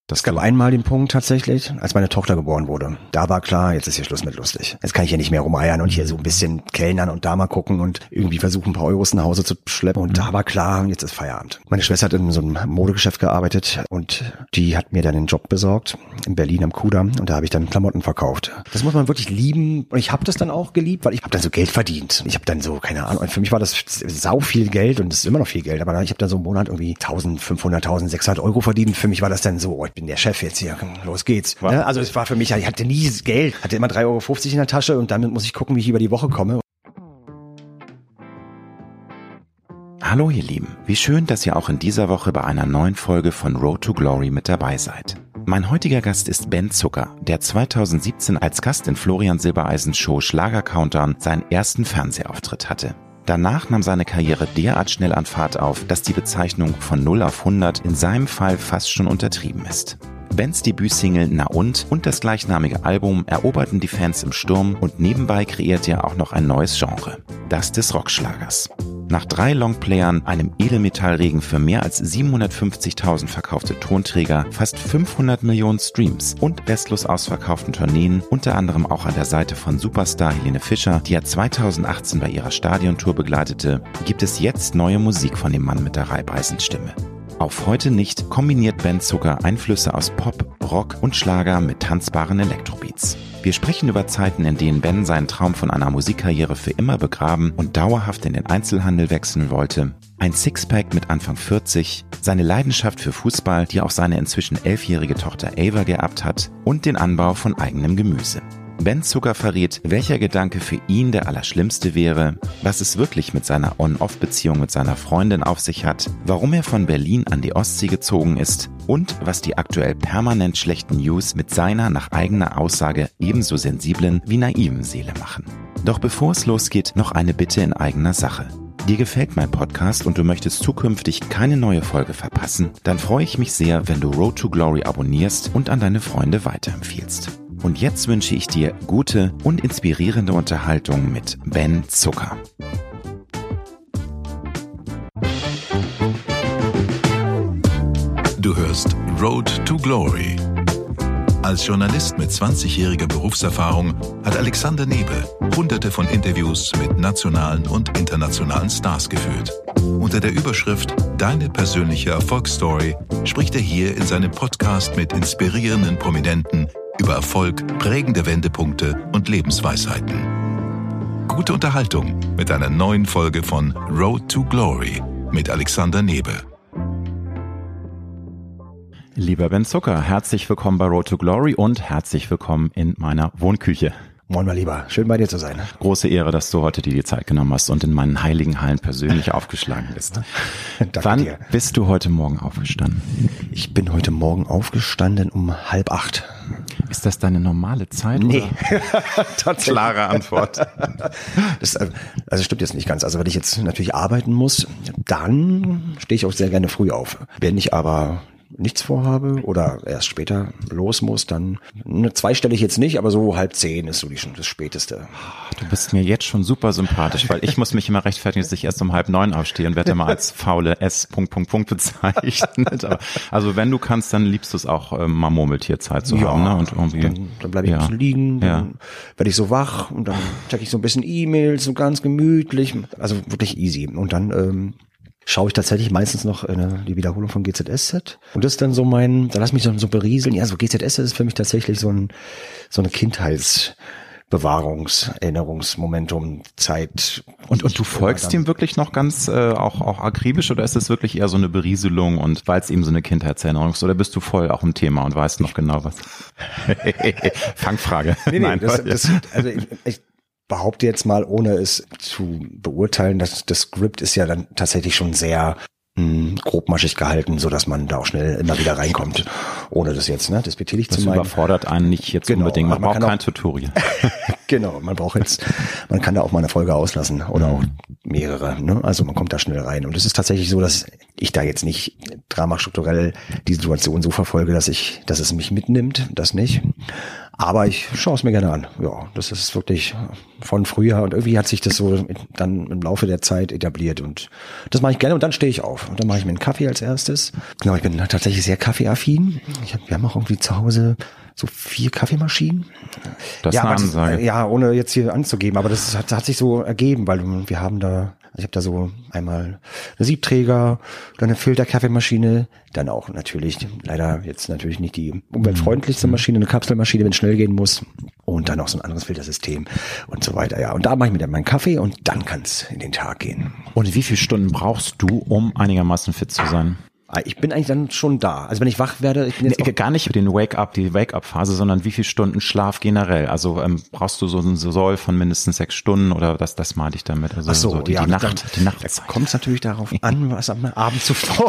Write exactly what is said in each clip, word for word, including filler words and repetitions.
Es gab einmal den Punkt tatsächlich, als meine Tochter geboren wurde. Da war klar, jetzt ist hier Schluss mit lustig. Jetzt kann ich hier nicht mehr rumeiern und hier so ein bisschen kellnern und da mal gucken und irgendwie versuchen, ein paar Euros nach Hause zu schleppen. Und da war klar, jetzt ist Feierabend. Meine Schwester hat in so einem Modegeschäft gearbeitet und die hat mir dann einen Job besorgt in Berlin am Kudamm und da habe ich dann Klamotten verkauft. Das muss man wirklich lieben und ich habe das dann auch geliebt, weil ich habe dann so Geld verdient. Ich habe dann so, keine Ahnung, für mich war das sau viel Geld und es ist immer noch viel Geld, aber ich habe dann so im Monat irgendwie eintausendfünfhundert, eintausendsechshundert Euro verdient. Für mich war das dann so, oh, ich bin der Chef jetzt hier, los geht's. Wow. Also es war für mich, ich hatte nie Geld, hatte immer drei Euro fünfzig in der Tasche und damit muss ich gucken, wie ich über die Woche komme. Hallo ihr Lieben, wie schön, dass ihr auch in dieser Woche bei einer neuen Folge von Road to Glory mit dabei seid. Mein heutiger Gast ist Ben Zucker, der zweitausendsiebzehn als Gast in Florian Silbereisens Show Schlager Countdown seinen ersten Fernsehauftritt hatte. Danach nahm seine Karriere derart schnell an Fahrt auf, dass die Bezeichnung von null auf hundert in seinem Fall fast schon untertrieben ist. Bens Debütsingle Na und und das gleichnamige Album eroberten die Fans im Sturm und nebenbei kreierte er auch noch ein neues Genre, das des Rockschlagers. Nach drei Longplayern, einem Edelmetallregen für mehr als siebenhundertfünfzigtausend verkaufte Tonträger, fast fünfhundert Millionen Streams und restlos ausverkauften Tourneen, unter anderem auch an der Seite von Superstar Helene Fischer, die er zweitausendachtzehn bei ihrer Stadiontour begleitete, gibt es jetzt neue Musik von dem Mann mit der Reibeisenstimme. Auf Heute nicht kombiniert Ben Zucker Einflüsse aus Pop, Rock und Schlager mit tanzbaren Elektrobeats. Wir sprechen über Zeiten, in denen Ben seinen Traum von einer Musikkarriere für immer begraben und dauerhaft in den Einzelhandel wechseln wollte, ein Sixpack mit Anfang vierzig, seine Leidenschaft für Fußball, die auch seine inzwischen elfjährige Tochter Ava geerbt hat, und den Anbau von eigenem Gemüse. Ben Zucker verrät, welcher Gedanke für ihn der allerschlimmste wäre, was es wirklich mit seiner On-Off-Beziehung mit seiner Freundin auf sich hat, warum er von Berlin an die Ostsee gezogen ist und was die aktuell permanent schlechten News mit seiner nach eigener Aussage ebenso sensiblen wie naiven Seele machen. Doch bevor es losgeht, noch eine Bitte in eigener Sache. Dir gefällt mein Podcast und du möchtest zukünftig keine neue Folge verpassen, dann freue ich mich sehr, wenn du Road to Glory abonnierst und an deine Freunde weiterempfiehlst. Und jetzt wünsche ich dir gute und inspirierende Unterhaltung mit Ben Zucker. Du hörst Road to Glory. Als Journalist mit zwanzigjähriger Berufserfahrung hat Alexander Nebe hunderte von Interviews mit nationalen und internationalen Stars geführt. Unter der Überschrift Deine persönliche Erfolgsstory spricht er hier in seinem Podcast mit inspirierenden Prominenten über Erfolg, prägende Wendepunkte und Lebensweisheiten. Gute Unterhaltung mit einer neuen Folge von Road to Glory mit Alexander Nebe. Lieber Ben Zucker, herzlich willkommen bei Road to Glory und herzlich willkommen in meiner Wohnküche. Moin mal lieber, schön bei dir zu sein. Große Ehre, dass du heute dir die Zeit genommen hast und in meinen heiligen Hallen persönlich aufgeschlagen bist. Danke Wann dir. Bist du heute Morgen aufgestanden? Ich bin heute Morgen aufgestanden um halb acht. Ist das deine normale Zeit? Nee. Tatsächlich. Klare Antwort. Das, also stimmt jetzt nicht ganz. Also wenn ich jetzt natürlich arbeiten muss, dann stehe ich auch sehr gerne früh auf. Wenn ich aber nichts vorhabe oder erst später los muss, dann eine zwei stelle ich jetzt nicht, aber so halb zehn ist so die, das Späteste. Du bist mir jetzt schon super sympathisch, weil ich muss mich immer rechtfertigen, dass ich erst um halb neun aufstehe und werde immer als faule S. Punkt, Punkt, Punkt bezeichnet. Aber, also wenn du kannst, dann liebst du es auch, äh, mal Murmeltierzeit zu ja, haben. Ne? Und irgendwie, dann, dann bleibe ich ja. ein bisschen liegen, dann ja. werde ich so wach und dann checke ich so ein bisschen E-Mails, so ganz gemütlich, also wirklich easy. Und dann ähm, schaue ich tatsächlich meistens noch eine, die Wiederholung von G Z S Z. Und das ist dann so mein, da lass mich dann so berieseln. Ja, so G Z S Z ist für mich tatsächlich so ein so eine Kindheitsbewahrungs-, Erinnerungsmomentum, Zeit. Und, und du folgst dem wirklich noch ganz äh, auch, auch akribisch oder ist es wirklich eher so eine Berieselung und weil es eben so eine Kindheitserinnerung ist oder bist du voll auch im Thema und weißt noch genau was? Fangfrage. Nee, nee, Nein, das, das, also ich, ich behaupte jetzt mal, ohne es zu beurteilen, dass das Skript ist ja dann tatsächlich schon sehr mh, grobmaschig gehalten, so dass man da auch schnell immer wieder reinkommt, ohne das jetzt, ne, despektierlich zu meinen. Das überfordert einen nicht jetzt genau, unbedingt, man, man braucht kein auch, Tutorial. Genau, man braucht jetzt, man kann da auch mal eine Folge auslassen oder auch mehrere, ne, also man kommt da schnell rein und es ist tatsächlich so, dass ich da jetzt nicht dramastrukturell die Situation so verfolge, dass ich, dass es mich mitnimmt, das nicht. Aber ich schaue es mir gerne an. Ja, das ist wirklich von früher und irgendwie hat sich das so dann im Laufe der Zeit etabliert und das mache ich gerne und dann stehe ich auf und dann mache ich mir einen Kaffee als erstes. Genau, ich bin tatsächlich sehr kaffeeaffin. Ich hab, wir haben auch irgendwie zu Hause so vier Kaffeemaschinen. Das ja, ist eine Ansage. Ja, ohne jetzt hier anzugeben, aber das hat, hat sich so ergeben, weil wir haben da, ich habe da so einmal eine Siebträger, dann eine Filterkaffeemaschine, dann auch natürlich, leider jetzt natürlich nicht die umweltfreundlichste Maschine, eine Kapselmaschine, wenn es schnell gehen muss und dann noch so ein anderes Filtersystem und so weiter. Ja, und da mache ich mir dann meinen Kaffee und dann kann es in den Tag gehen. Und wie viele Stunden brauchst du, um einigermaßen fit zu sein? Ich bin eigentlich dann schon da. Also wenn ich wach werde, ich bin jetzt nee, gar nicht den Wake-up, die Wake-up-Phase, sondern wie viele Stunden Schlaf generell? Also ähm, brauchst du so einen Soll von mindestens sechs Stunden oder das, das meinte ich damit? Also Ach so, so die, ja, die Nacht, dann, die Nachtzeit. Kommt es natürlich darauf an, was am Abend zuvor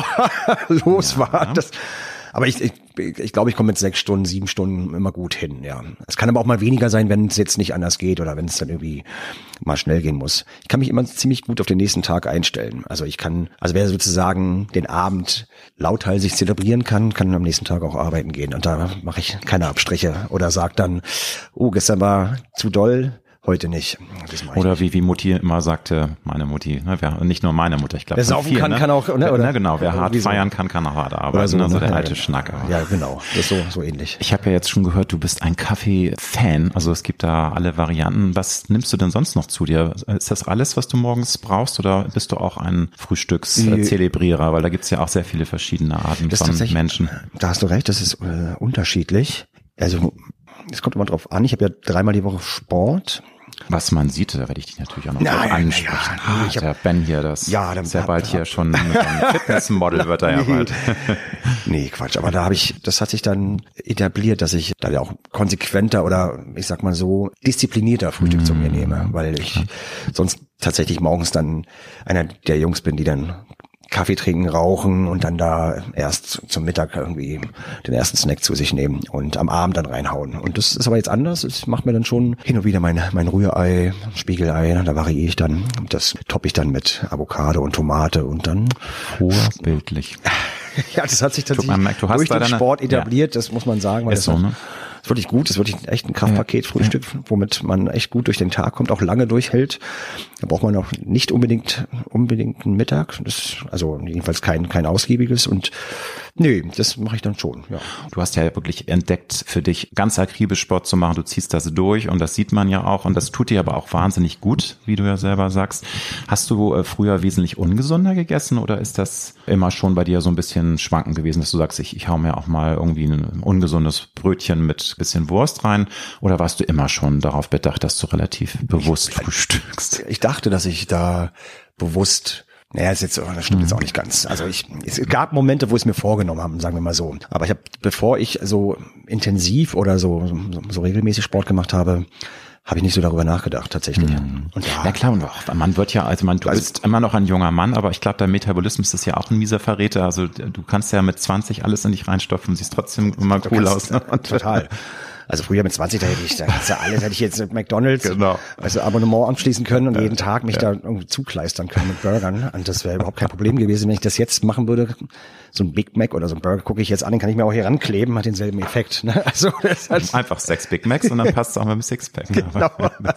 los ja. war. Das, aber ich, ich, ich glaube, ich komme mit sechs Stunden, sieben Stunden immer gut hin. Ja, es kann aber auch mal weniger sein, wenn es jetzt nicht anders geht oder wenn es dann irgendwie mal schnell gehen muss. Ich kann mich immer ziemlich gut auf den nächsten Tag einstellen. Also ich kann, also wer sozusagen den Abend lauthals zelebrieren kann, kann am nächsten Tag auch arbeiten gehen. Und da mache ich keine Abstriche oder sage dann, oh, gestern war zu doll. Heute nicht. Oder nicht. wie wie Mutti immer sagte, meine Mutti, ne, wer, nicht nur meine Mutter, ich glaube, wer saufen viel, kann, ne? kann auch, ne, oder? Ne, genau, wer hart feiern kann, kann auch hart arbeiten. So, ne? So der alte ja, Schnack. Aber. Ja, genau, das ist so, so ähnlich. Ich habe ja jetzt schon gehört, du bist ein Kaffee-Fan, also es gibt da alle Varianten. Was nimmst du denn sonst noch zu dir? Ist das alles, was du morgens brauchst oder bist du auch ein Frühstückszelebrierer? Weil da gibt's ja auch sehr viele verschiedene Arten das von Menschen. Da hast du recht, das ist äh, unterschiedlich. Also es kommt immer drauf an, ich habe ja dreimal die Woche Sport. Was man sieht, da werde ich dich natürlich auch noch nein, drauf ansprechen. Ja, ah, ich hab, der Ben hier, das ja, dann, ist ja bald hier schon ein Fitnessmodel, wird er ja nee. bald. Nee, Quatsch, aber da habe ich, das hat sich dann etabliert, dass ich da auch konsequenter oder ich sag mal so disziplinierter Frühstück mm. zu mir nehme, weil ich sonst tatsächlich morgens dann einer der Jungs bin, die dann Kaffee trinken, rauchen und dann da erst zum Mittag irgendwie den ersten Snack zu sich nehmen und am Abend dann reinhauen. Und das ist aber jetzt anders. Ich mache mir dann schon hin und wieder mein, mein Rührei, Spiegelei, da variiere ich dann. Das toppe ich dann mit Avocado und Tomate und dann vorbildlich. Ja, das hat sich tatsächlich merkt, du hast durch den deine, Sport etabliert, ja. Das muss man sagen. Weil ist das so, ne? ist wirklich gut, das ist wirklich echt ein Kraftpaket-Frühstück, ja. womit man echt gut durch den Tag kommt, auch lange durchhält. Da braucht man auch nicht unbedingt unbedingt einen Mittag, das, also jedenfalls kein kein ausgiebiges und nee, das mache ich dann schon, ja. Du hast ja wirklich entdeckt, für dich ganz akribisch Sport zu machen, du ziehst das durch und das sieht man ja auch und das tut dir aber auch wahnsinnig gut, wie du ja selber sagst. Hast du äh, früher wesentlich ungesunder gegessen oder ist das immer schon bei dir so ein bisschen schwanken gewesen, dass du sagst, ich, ich hau mir auch mal irgendwie ein ungesundes Brötchen mit bisschen Wurst rein oder warst du immer schon darauf bedacht, dass du relativ bewusst ich, frühstückst? Ich dachte, dass ich da bewusst, naja, ist jetzt, das stimmt mhm. jetzt auch nicht ganz. Also ich, es gab Momente, wo ich es mir vorgenommen habe, sagen wir mal so. Aber ich habe, bevor ich so intensiv oder so, so, so regelmäßig Sport gemacht habe, habe ich nicht so darüber nachgedacht, tatsächlich. Mhm. Und ja, ja klar, und auch, man wird ja, also man, du also, bist immer noch ein junger Mann, aber ich glaube, dein Metabolismus ist ja auch ein mieser Verräter. Also du kannst ja mit zwanzig alles in dich reinstopfen, siehst trotzdem immer cool kannst, aus. Ne? Total. Also früher mit zwanzig, da hätte ich, da hätte alles, hätte ich jetzt mit McDonald's, genau. also Abonnement anschließen können und ja. jeden Tag mich ja. da irgendwie zukleistern können mit Burgern. Und das wäre überhaupt kein Problem gewesen, wenn ich das jetzt machen würde. So ein Big Mac oder so ein Burger gucke ich jetzt an, den kann ich mir auch hier rankleben, hat denselben Effekt. Ne? Also das hat einfach sechs Big Macs und dann passt es auch mit dem Sixpack. Ne? Genau.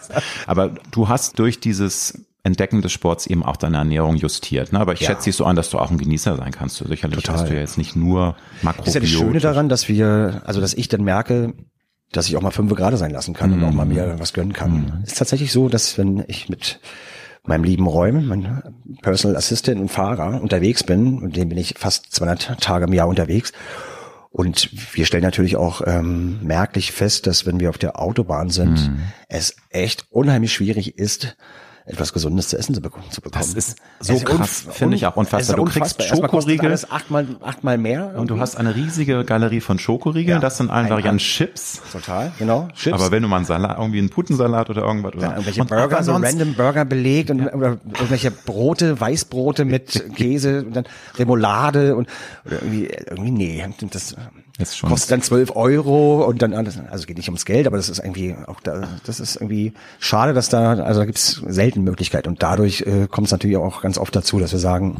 Aber du hast durch dieses Entdecken des Sports eben auch deine Ernährung justiert. Ne? Aber ich ja. schätze dich so an, dass du auch ein Genießer sein kannst. Sicherlich Total. Hast du ja jetzt nicht nur Makrobiotisch. Das ist ja das Schöne daran, dass wir, also dass ich dann merke, dass ich auch mal fünf Grad sein lassen kann mm. und auch mal mir was gönnen kann. Mm. Ist tatsächlich so, dass wenn ich mit meinem lieben Räum, mein Personal Assistant und Fahrer unterwegs bin, und dem bin ich fast zweihundert Tage im Jahr unterwegs, und wir stellen natürlich auch ähm, merklich fest, dass wenn wir auf der Autobahn sind, mm. es echt unheimlich schwierig ist, etwas Gesundes zu essen zu bekommen. Das ist so es krass, finde ich auch unfassbar. Du kriegst Schokoriegel, alles achtmal, achtmal mehr. Irgendwie. Und du hast eine riesige Galerie von Schokoriegeln, ja. das in allen ein, Varianten Chips. Total, genau. Chips. Aber wenn du mal einen Salat, irgendwie einen Putensalat oder irgendwas. Oder ja, irgendwelche Burger, so random Burger belegt und, ja. oder irgendwelche Brote, Weißbrote mit Käse und dann Remoulade und oder irgendwie, irgendwie nee. Das, ist schon kostet dann zwölf Euro und dann, also geht nicht ums Geld, aber das ist irgendwie auch da, das ist irgendwie schade, dass da, also da gibt's selten Möglichkeiten und dadurch äh, kommt es natürlich auch ganz oft dazu, dass wir sagen,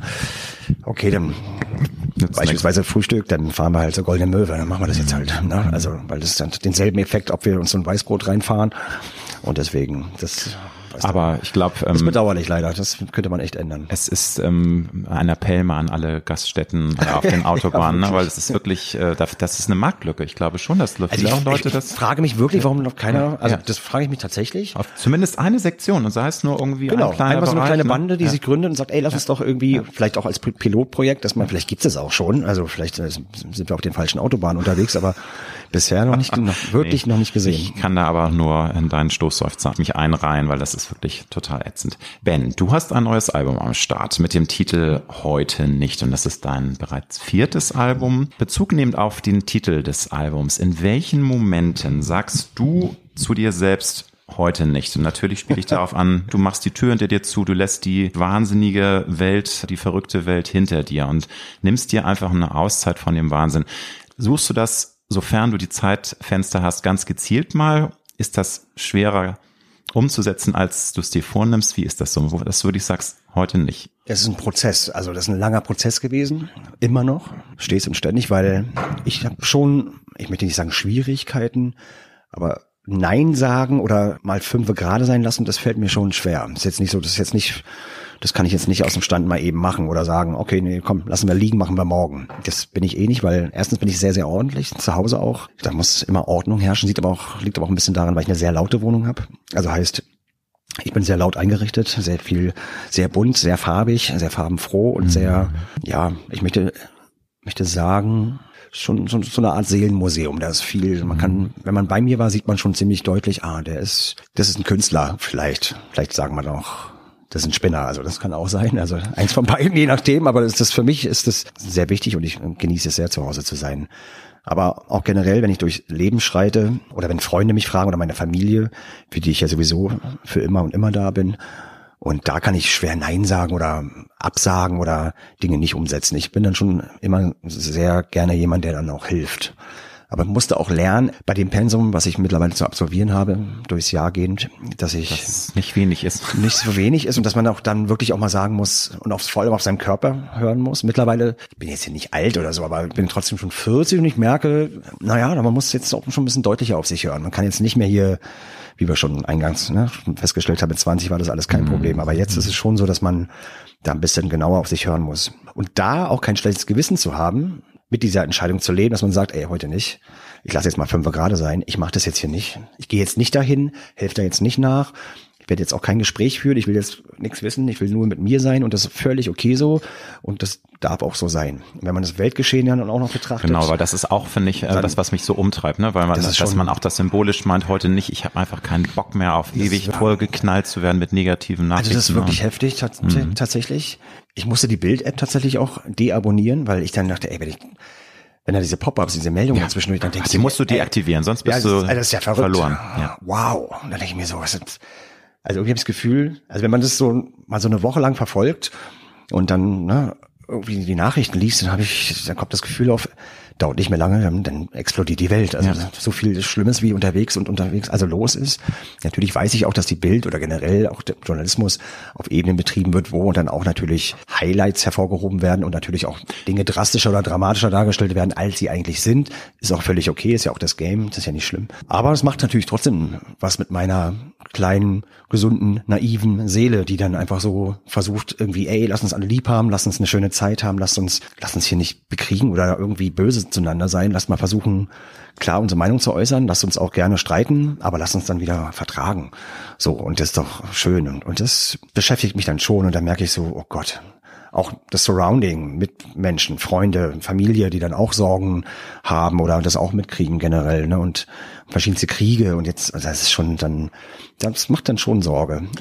okay, dann Jetzt beispielsweise nichts. Frühstück, dann fahren wir halt zur Goldene Möwe, dann machen wir das jetzt halt, ne? Also, weil das ist dann denselben Effekt, ob wir uns so ein Weißbrot reinfahren und deswegen, das Aber ich glaube, ähm, das ist bedauerlich leider. Das könnte man echt ändern. Es ist ähm, ein Appell mal an alle Gaststätten äh, auf den Autobahnen, ja, weil es ist wirklich, äh, das ist eine Marktlücke. Ich glaube schon, dass viele also ich, Leute ich, das. Ich frage mich wirklich, warum noch keiner. Also ja. das frage ich mich tatsächlich. Auf zumindest eine Sektion und sei es nur irgendwie genau, ein kleiner einfach so eine Bereich, kleine ne? Bande, die ja. sich gründet und sagt, ey, lass ja. uns doch irgendwie, ja. vielleicht auch als Pilotprojekt, dass man, vielleicht gibt es auch schon. Also vielleicht äh, sind wir auf den falschen Autobahnen unterwegs, aber bisher noch nicht, noch, wirklich nee, noch nicht gesehen. Ich kann da aber nur in deinen Stoßseufzer mich einreihen, weil das ist wirklich total ätzend. Ben, du hast ein neues Album am Start mit dem Titel Heute nicht und das ist dein bereits viertes Album. Bezug nehmend auf den Titel des Albums, in welchen Momenten sagst du zu dir selbst heute nicht? Und natürlich spiele ich darauf an, du machst die Tür hinter dir zu, du lässt die wahnsinnige Welt, die verrückte Welt hinter dir und nimmst dir einfach eine Auszeit von dem Wahnsinn. Suchst du das, sofern du die Zeitfenster hast, ganz gezielt mal? Ist das schwerer umzusetzen, als du es dir vornimmst? Wie ist das so? Das würde ich sagen, heute nicht. Es ist ein Prozess, also das ist ein langer Prozess gewesen, immer noch, stets und ständig, weil ich habe schon, ich möchte nicht sagen Schwierigkeiten, aber Nein sagen oder mal fünfe gerade sein lassen, das fällt mir schon schwer. Das ist jetzt nicht so, das ist jetzt nicht, das kann ich jetzt nicht aus dem Stand mal eben machen oder sagen, okay, nee, komm, lassen wir liegen, machen wir morgen. Das bin ich eh nicht, weil erstens bin ich sehr, sehr ordentlich, zu Hause auch. Da muss immer Ordnung herrschen, sieht aber auch, liegt aber auch ein bisschen daran, weil ich eine sehr laute Wohnung habe. Also heißt, ich bin sehr laut eingerichtet, sehr viel, sehr bunt, sehr farbig, sehr farbenfroh und sehr, ja, ich möchte, möchte sagen, schon so, so eine Art Seelenmuseum. Da ist viel, man kann, wenn man bei mir war, sieht man schon ziemlich deutlich, ah, der ist, das ist ein Künstler, vielleicht, vielleicht sagen wir noch, das ist ein Spinner, also das kann auch sein, also eins von beiden, je nachdem, aber das ist, für mich ist das sehr wichtig und ich genieße es sehr, zu Hause zu sein. Aber auch generell, wenn ich durchs Leben schreite oder wenn Freunde mich fragen oder meine Familie, für die ich ja sowieso für immer und immer da bin, und da kann ich schwer Nein sagen oder absagen oder Dinge nicht umsetzen. Ich bin dann schon immer sehr gerne jemand, der dann auch hilft. Aber musste auch lernen, bei dem Pensum, was ich mittlerweile zu absolvieren habe, durchs Jahr gehend, dass ich das nicht wenig ist. Nicht so wenig ist und dass man auch dann wirklich auch mal sagen muss und aufs vor allem auf seinen Körper hören muss. Mittlerweile, ich bin jetzt hier nicht alt oder so, aber ich bin trotzdem schon vierzig und ich merke, naja, man muss jetzt auch schon ein bisschen deutlicher auf sich hören. Man kann jetzt nicht mehr hier, wie wir schon eingangs ne, festgestellt haben, mit zwanzig war das alles kein mhm. Problem. Aber jetzt ist es schon so, dass man da ein bisschen genauer auf sich hören muss. Und da auch kein schlechtes Gewissen zu haben, mit dieser Entscheidung zu leben, dass man sagt, ey, heute nicht. Ich lasse jetzt mal fünf gerade sein. Ich mache das jetzt hier nicht. Ich gehe jetzt nicht dahin, helfe da jetzt nicht nach. Ich werde jetzt auch kein Gespräch führen. Ich will jetzt nichts wissen. Ich will nur mit mir sein und das ist völlig okay so. Und das darf auch so sein. Und wenn man das Weltgeschehen ja dann auch noch betrachtet. Genau, weil das ist auch, finde ich, äh, das, was mich so umtreibt, ne? Weil man, das dass man auch das symbolisch meint, heute nicht. Ich habe einfach keinen Bock mehr auf ewig ja. vollgeknallt zu werden mit negativen Nachrichten. Also das ist wirklich heftig, tats- mhm. tatsächlich. Ich musste die Bild-App tatsächlich auch deabonnieren, weil ich dann dachte, ey, wenn ich wenn da diese Pop-ups, diese Meldungen ja. zwischendurch, dann denkst Ach, die du, musst du deaktivieren, sonst bist ja, du ist, also das ist ja verloren. Ja. Wow. Und dann denke ich mir so, was ist, also irgendwie habe ich das Gefühl, also wenn man das so mal so eine Woche lang verfolgt und dann ne, irgendwie die Nachrichten liest, dann habe ich, dann kommt das Gefühl auf, dauert nicht mehr lange, dann, dann explodiert die Welt. Also ja. so viel Schlimmes wie unterwegs und unterwegs also los ist. Natürlich weiß ich auch, dass die Bild oder generell auch der Journalismus auf Ebenen betrieben wird, wo dann auch natürlich Highlights hervorgehoben werden und natürlich auch Dinge drastischer oder dramatischer dargestellt werden, als sie eigentlich sind. Ist auch völlig okay, ist ja auch das Game, das ist ja nicht schlimm. Aber es macht natürlich trotzdem was mit meiner kleinen, gesunden, naiven Seele, die dann einfach so versucht irgendwie, ey, lass uns alle lieb haben, lass uns eine schöne Zeit haben, lass uns, lass uns hier nicht bekriegen oder irgendwie böse zueinander sein, lass mal versuchen, klar unsere Meinung zu äußern, lass uns auch gerne streiten, aber lass uns dann wieder vertragen. So, und das ist doch schön. Und, und das beschäftigt mich dann schon und dann merke ich so, oh Gott, auch das Surrounding mit Menschen, Freunde, Familie, die dann auch Sorgen haben oder das auch mitkriegen generell, ne, und verschiedenste Kriege und jetzt, also das ist schon dann, das macht dann schon Sorge.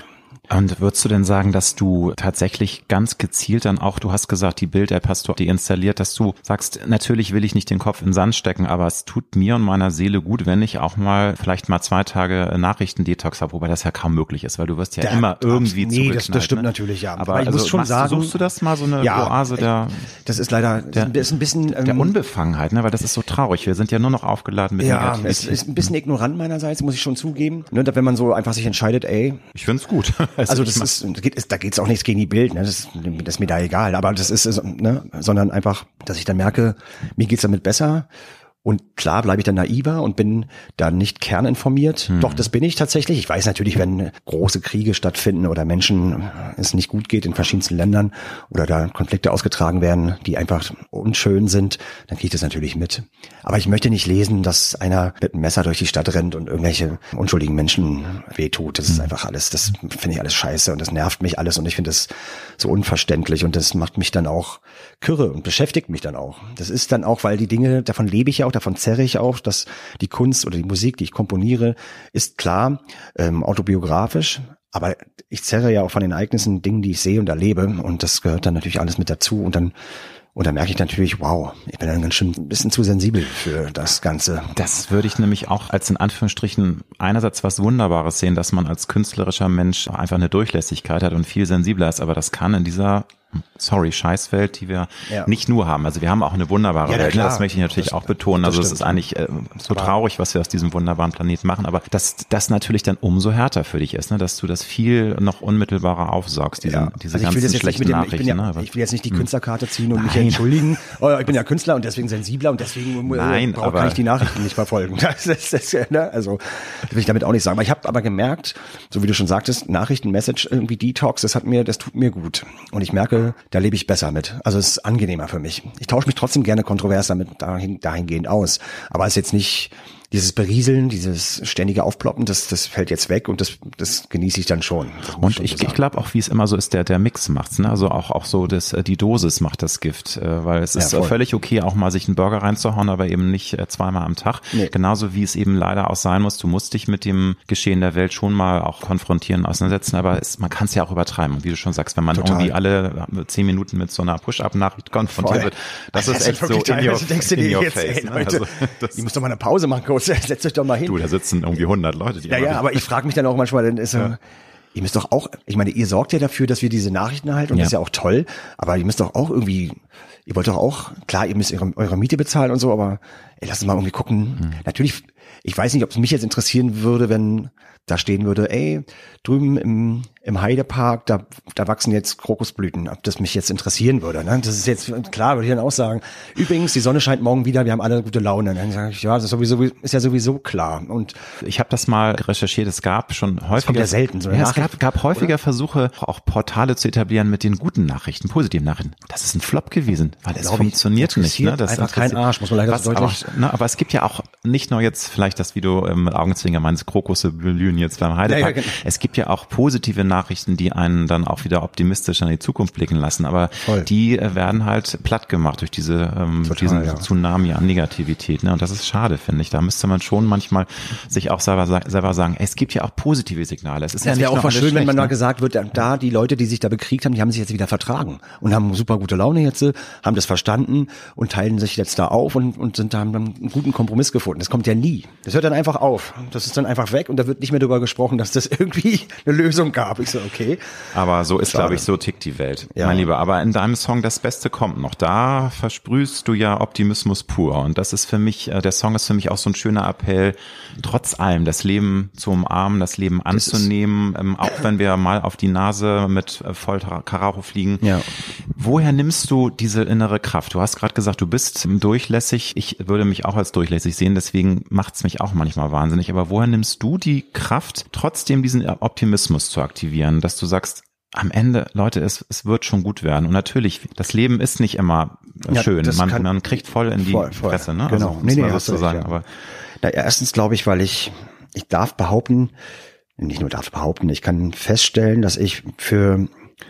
Und würdest du denn sagen, dass du tatsächlich ganz gezielt dann auch, du hast gesagt, die Bild-App hast du die installiert, dass du sagst, natürlich will ich nicht den Kopf in den Sand stecken, aber es tut mir und meiner Seele gut, wenn ich auch mal vielleicht mal zwei Tage Nachrichtendetox habe, wobei das ja kaum möglich ist, weil du wirst ja da, immer irgendwie nee, zugeknallt. Das, das stimmt ne? natürlich, ja. Aber, aber ich also, muss schon machst, sagen, suchst du das mal so eine ja, Oase der, das ist leider, der, das ist ein bisschen, ähm, der Unbefangenheit, ne? Weil das ist so traurig. Wir sind ja nur noch aufgeladen mit ja, Negativität. es ist ein bisschen ignorant meinerseits, muss ich schon zugeben. Ne, wenn man so einfach sich entscheidet, ey. Ich find's gut. Also, also das ist, da geht, da geht's auch nichts gegen die Bild, ne? Das, das ist mir da egal. Aber das ist, ne, sondern einfach, dass ich dann merke, mir geht's damit besser. Und klar bleibe ich dann naiver und bin dann nicht kerninformiert. Hm. Doch, das bin ich tatsächlich. Ich weiß natürlich, wenn große Kriege stattfinden oder Menschen es nicht gut geht in verschiedensten Ländern oder da Konflikte ausgetragen werden, die einfach unschön sind, dann kriege ich das natürlich mit. Aber ich möchte nicht lesen, dass einer mit einem Messer durch die Stadt rennt und irgendwelche unschuldigen Menschen wehtut. Das hm. ist einfach alles, das finde ich alles scheiße und das nervt mich alles und ich finde das so unverständlich und das macht mich dann auch kirre und beschäftigt mich dann auch. Das ist dann auch, weil die Dinge, davon lebe ich ja auch, davon zerre ich auch, dass die Kunst oder die Musik, die ich komponiere, ist klar ähm, autobiografisch, aber ich zerre ja auch von den Ereignissen, Dingen, die ich sehe und erlebe und das gehört dann natürlich alles mit dazu und dann Und da merke ich natürlich, wow, ich bin dann ganz schön ein bisschen zu sensibel für das Ganze. Das würde ich nämlich auch als in Anführungsstrichen einerseits was Wunderbares sehen, dass man als künstlerischer Mensch einfach eine Durchlässigkeit hat und viel sensibler ist. Aber das kann in dieser, sorry, Scheißwelt, die wir ja. nicht nur haben. Also wir haben auch eine wunderbare ja, Welt. Klar. Das möchte ich natürlich das, auch betonen. Also es ist eigentlich äh, so traurig, was wir aus diesem wunderbaren Planeten machen. Aber dass das natürlich dann umso härter für dich ist, ne? Dass du das viel noch unmittelbarer aufsaugst, diese, ja. diese also ich ganzen schlechten dem, Nachrichten. Ich, ja, ne? ich will jetzt nicht die Künstlerkarte ziehen und Nein. mich entschuldigen. Oh, ich bin ja Künstler und deswegen sensibler und deswegen Nein, brauch, kann ich die Nachrichten nicht verfolgen. Das ist, das, ne? Also das will ich damit auch nicht sagen. Aber ich habe aber gemerkt, so wie du schon sagtest, Nachrichten, Message, irgendwie Detox, das hat mir, das tut mir gut. Und ich merke, da lebe ich besser mit. Also es ist angenehmer für mich. Ich tausche mich trotzdem gerne kontrovers damit dahin, dahingehend aus. Aber es ist jetzt nicht dieses Berieseln, dieses ständige Aufploppen, das, das fällt jetzt weg und das, das genieße ich dann schon. Und schon ich, so ich glaube auch, wie es immer so ist, der, der Mix macht's, ne? Also auch, auch so das, die Dosis macht das Gift, äh, weil es ist ja, völlig okay, auch mal sich einen Burger reinzuhauen, aber eben nicht äh, zweimal am Tag. Nee. Genauso wie es eben leider auch sein muss, du musst dich mit dem Geschehen der Welt schon mal auch konfrontieren, auseinandersetzen, aber es, man kann es ja auch übertreiben. Und wie du schon sagst, wenn man Total. irgendwie alle zehn Minuten mit so einer Push-Up-Nachricht konfrontiert Voll. wird, das also ist echt so in your, denkst in your jetzt, face. Ey, ne? also, ich muss doch mal eine Pause machen, kurz, setzt euch doch mal hin. Du, da sitzen irgendwie hundert Leute. Die ja, ja, aber ich frage mich dann auch manchmal, dann ist ja. ihr müsst doch auch, ich meine, ihr sorgt ja dafür, dass wir diese Nachrichten erhalten und ja. das ist ja auch toll, aber ihr müsst doch auch irgendwie, ihr wollt doch auch, klar, ihr müsst eure, eure Miete bezahlen und so, aber ey, lasst uns mal irgendwie gucken. Mhm. Natürlich, ich weiß nicht, ob es mich jetzt interessieren würde, wenn da stehen würde, ey, drüben im, im Heidepark, da, da wachsen jetzt Krokusblüten, ob das mich jetzt interessieren würde. Ne? Das ist jetzt, klar, würde ich dann auch sagen, übrigens, die Sonne scheint morgen wieder, wir haben alle gute Laune. Dann sage ich, ja, das ist, sowieso, ist ja sowieso klar. Und ich habe das mal recherchiert, es gab schon häufiger, das kommt ja selten, so ja, es gab, gab häufiger oder? Versuche, auch Portale zu etablieren mit den guten Nachrichten, positiven Nachrichten. Das ist ein Flop gewesen, weil es funktioniert nicht. Ne? Das einfach kein Arsch, muss man leider so deutlich. Aber, ne, aber es gibt ja auch nicht nur jetzt vielleicht das, wie du ähm, mit Augenzwinkern meinst, Krokusse blühen jetzt beim Heidepark. Ja, ja, genau. Es gibt ja auch positive Nachrichten, die einen dann auch wieder optimistisch an die Zukunft blicken lassen, aber Voll. die äh, werden halt platt gemacht durch diese ähm, Total, diesen ja. Tsunami an Negativität, ne? Und das ist schade, finde ich. Da müsste man schon manchmal sich auch selber, selber sagen, es gibt ja auch positive Signale. Es ist das ja wäre auch mal schön, wenn man ne? da gesagt wird, da die Leute, die sich da bekriegt haben, die haben sich jetzt wieder vertragen und haben super gute Laune jetzt, haben das verstanden und teilen sich jetzt da auf und, und sind da haben dann einen guten Kompromiss gefunden. Das kommt ja nie. Das hört dann einfach auf. Das ist dann einfach weg und da wird nicht mehr darüber gesprochen, dass das irgendwie eine Lösung gab. Ich so, okay. Aber so ist, glaube ich, so tickt die Welt, ja. mein Lieber. Aber in deinem Song Das Beste kommt noch. Da versprühst du ja Optimismus pur. Und das ist für mich, der Song ist für mich auch so ein schöner Appell, trotz allem das Leben zu umarmen, das Leben anzunehmen, ähm, auch wenn wir mal auf die Nase mit voll Karacho fliegen. Ja. Woher nimmst du diese innere Kraft? Du hast gerade gesagt, du bist durchlässig. Ich würde mich auch als durchlässig sehen, deswegen macht's mich auch manchmal wahnsinnig. Aber woher nimmst du die Kraft, trotzdem diesen Optimismus zu aktivieren, dass du sagst, am Ende, Leute, es, es wird schon gut werden. Und natürlich, das Leben ist nicht immer ja, schön. Man, kann, man kriegt voll in die voll, voll. Fresse, ne? Genau. Also, nee, nee, so sagen. Ja. Aber Na, erstens glaube ich, weil ich, ich darf behaupten, nicht nur darf behaupten, ich kann feststellen, dass ich für,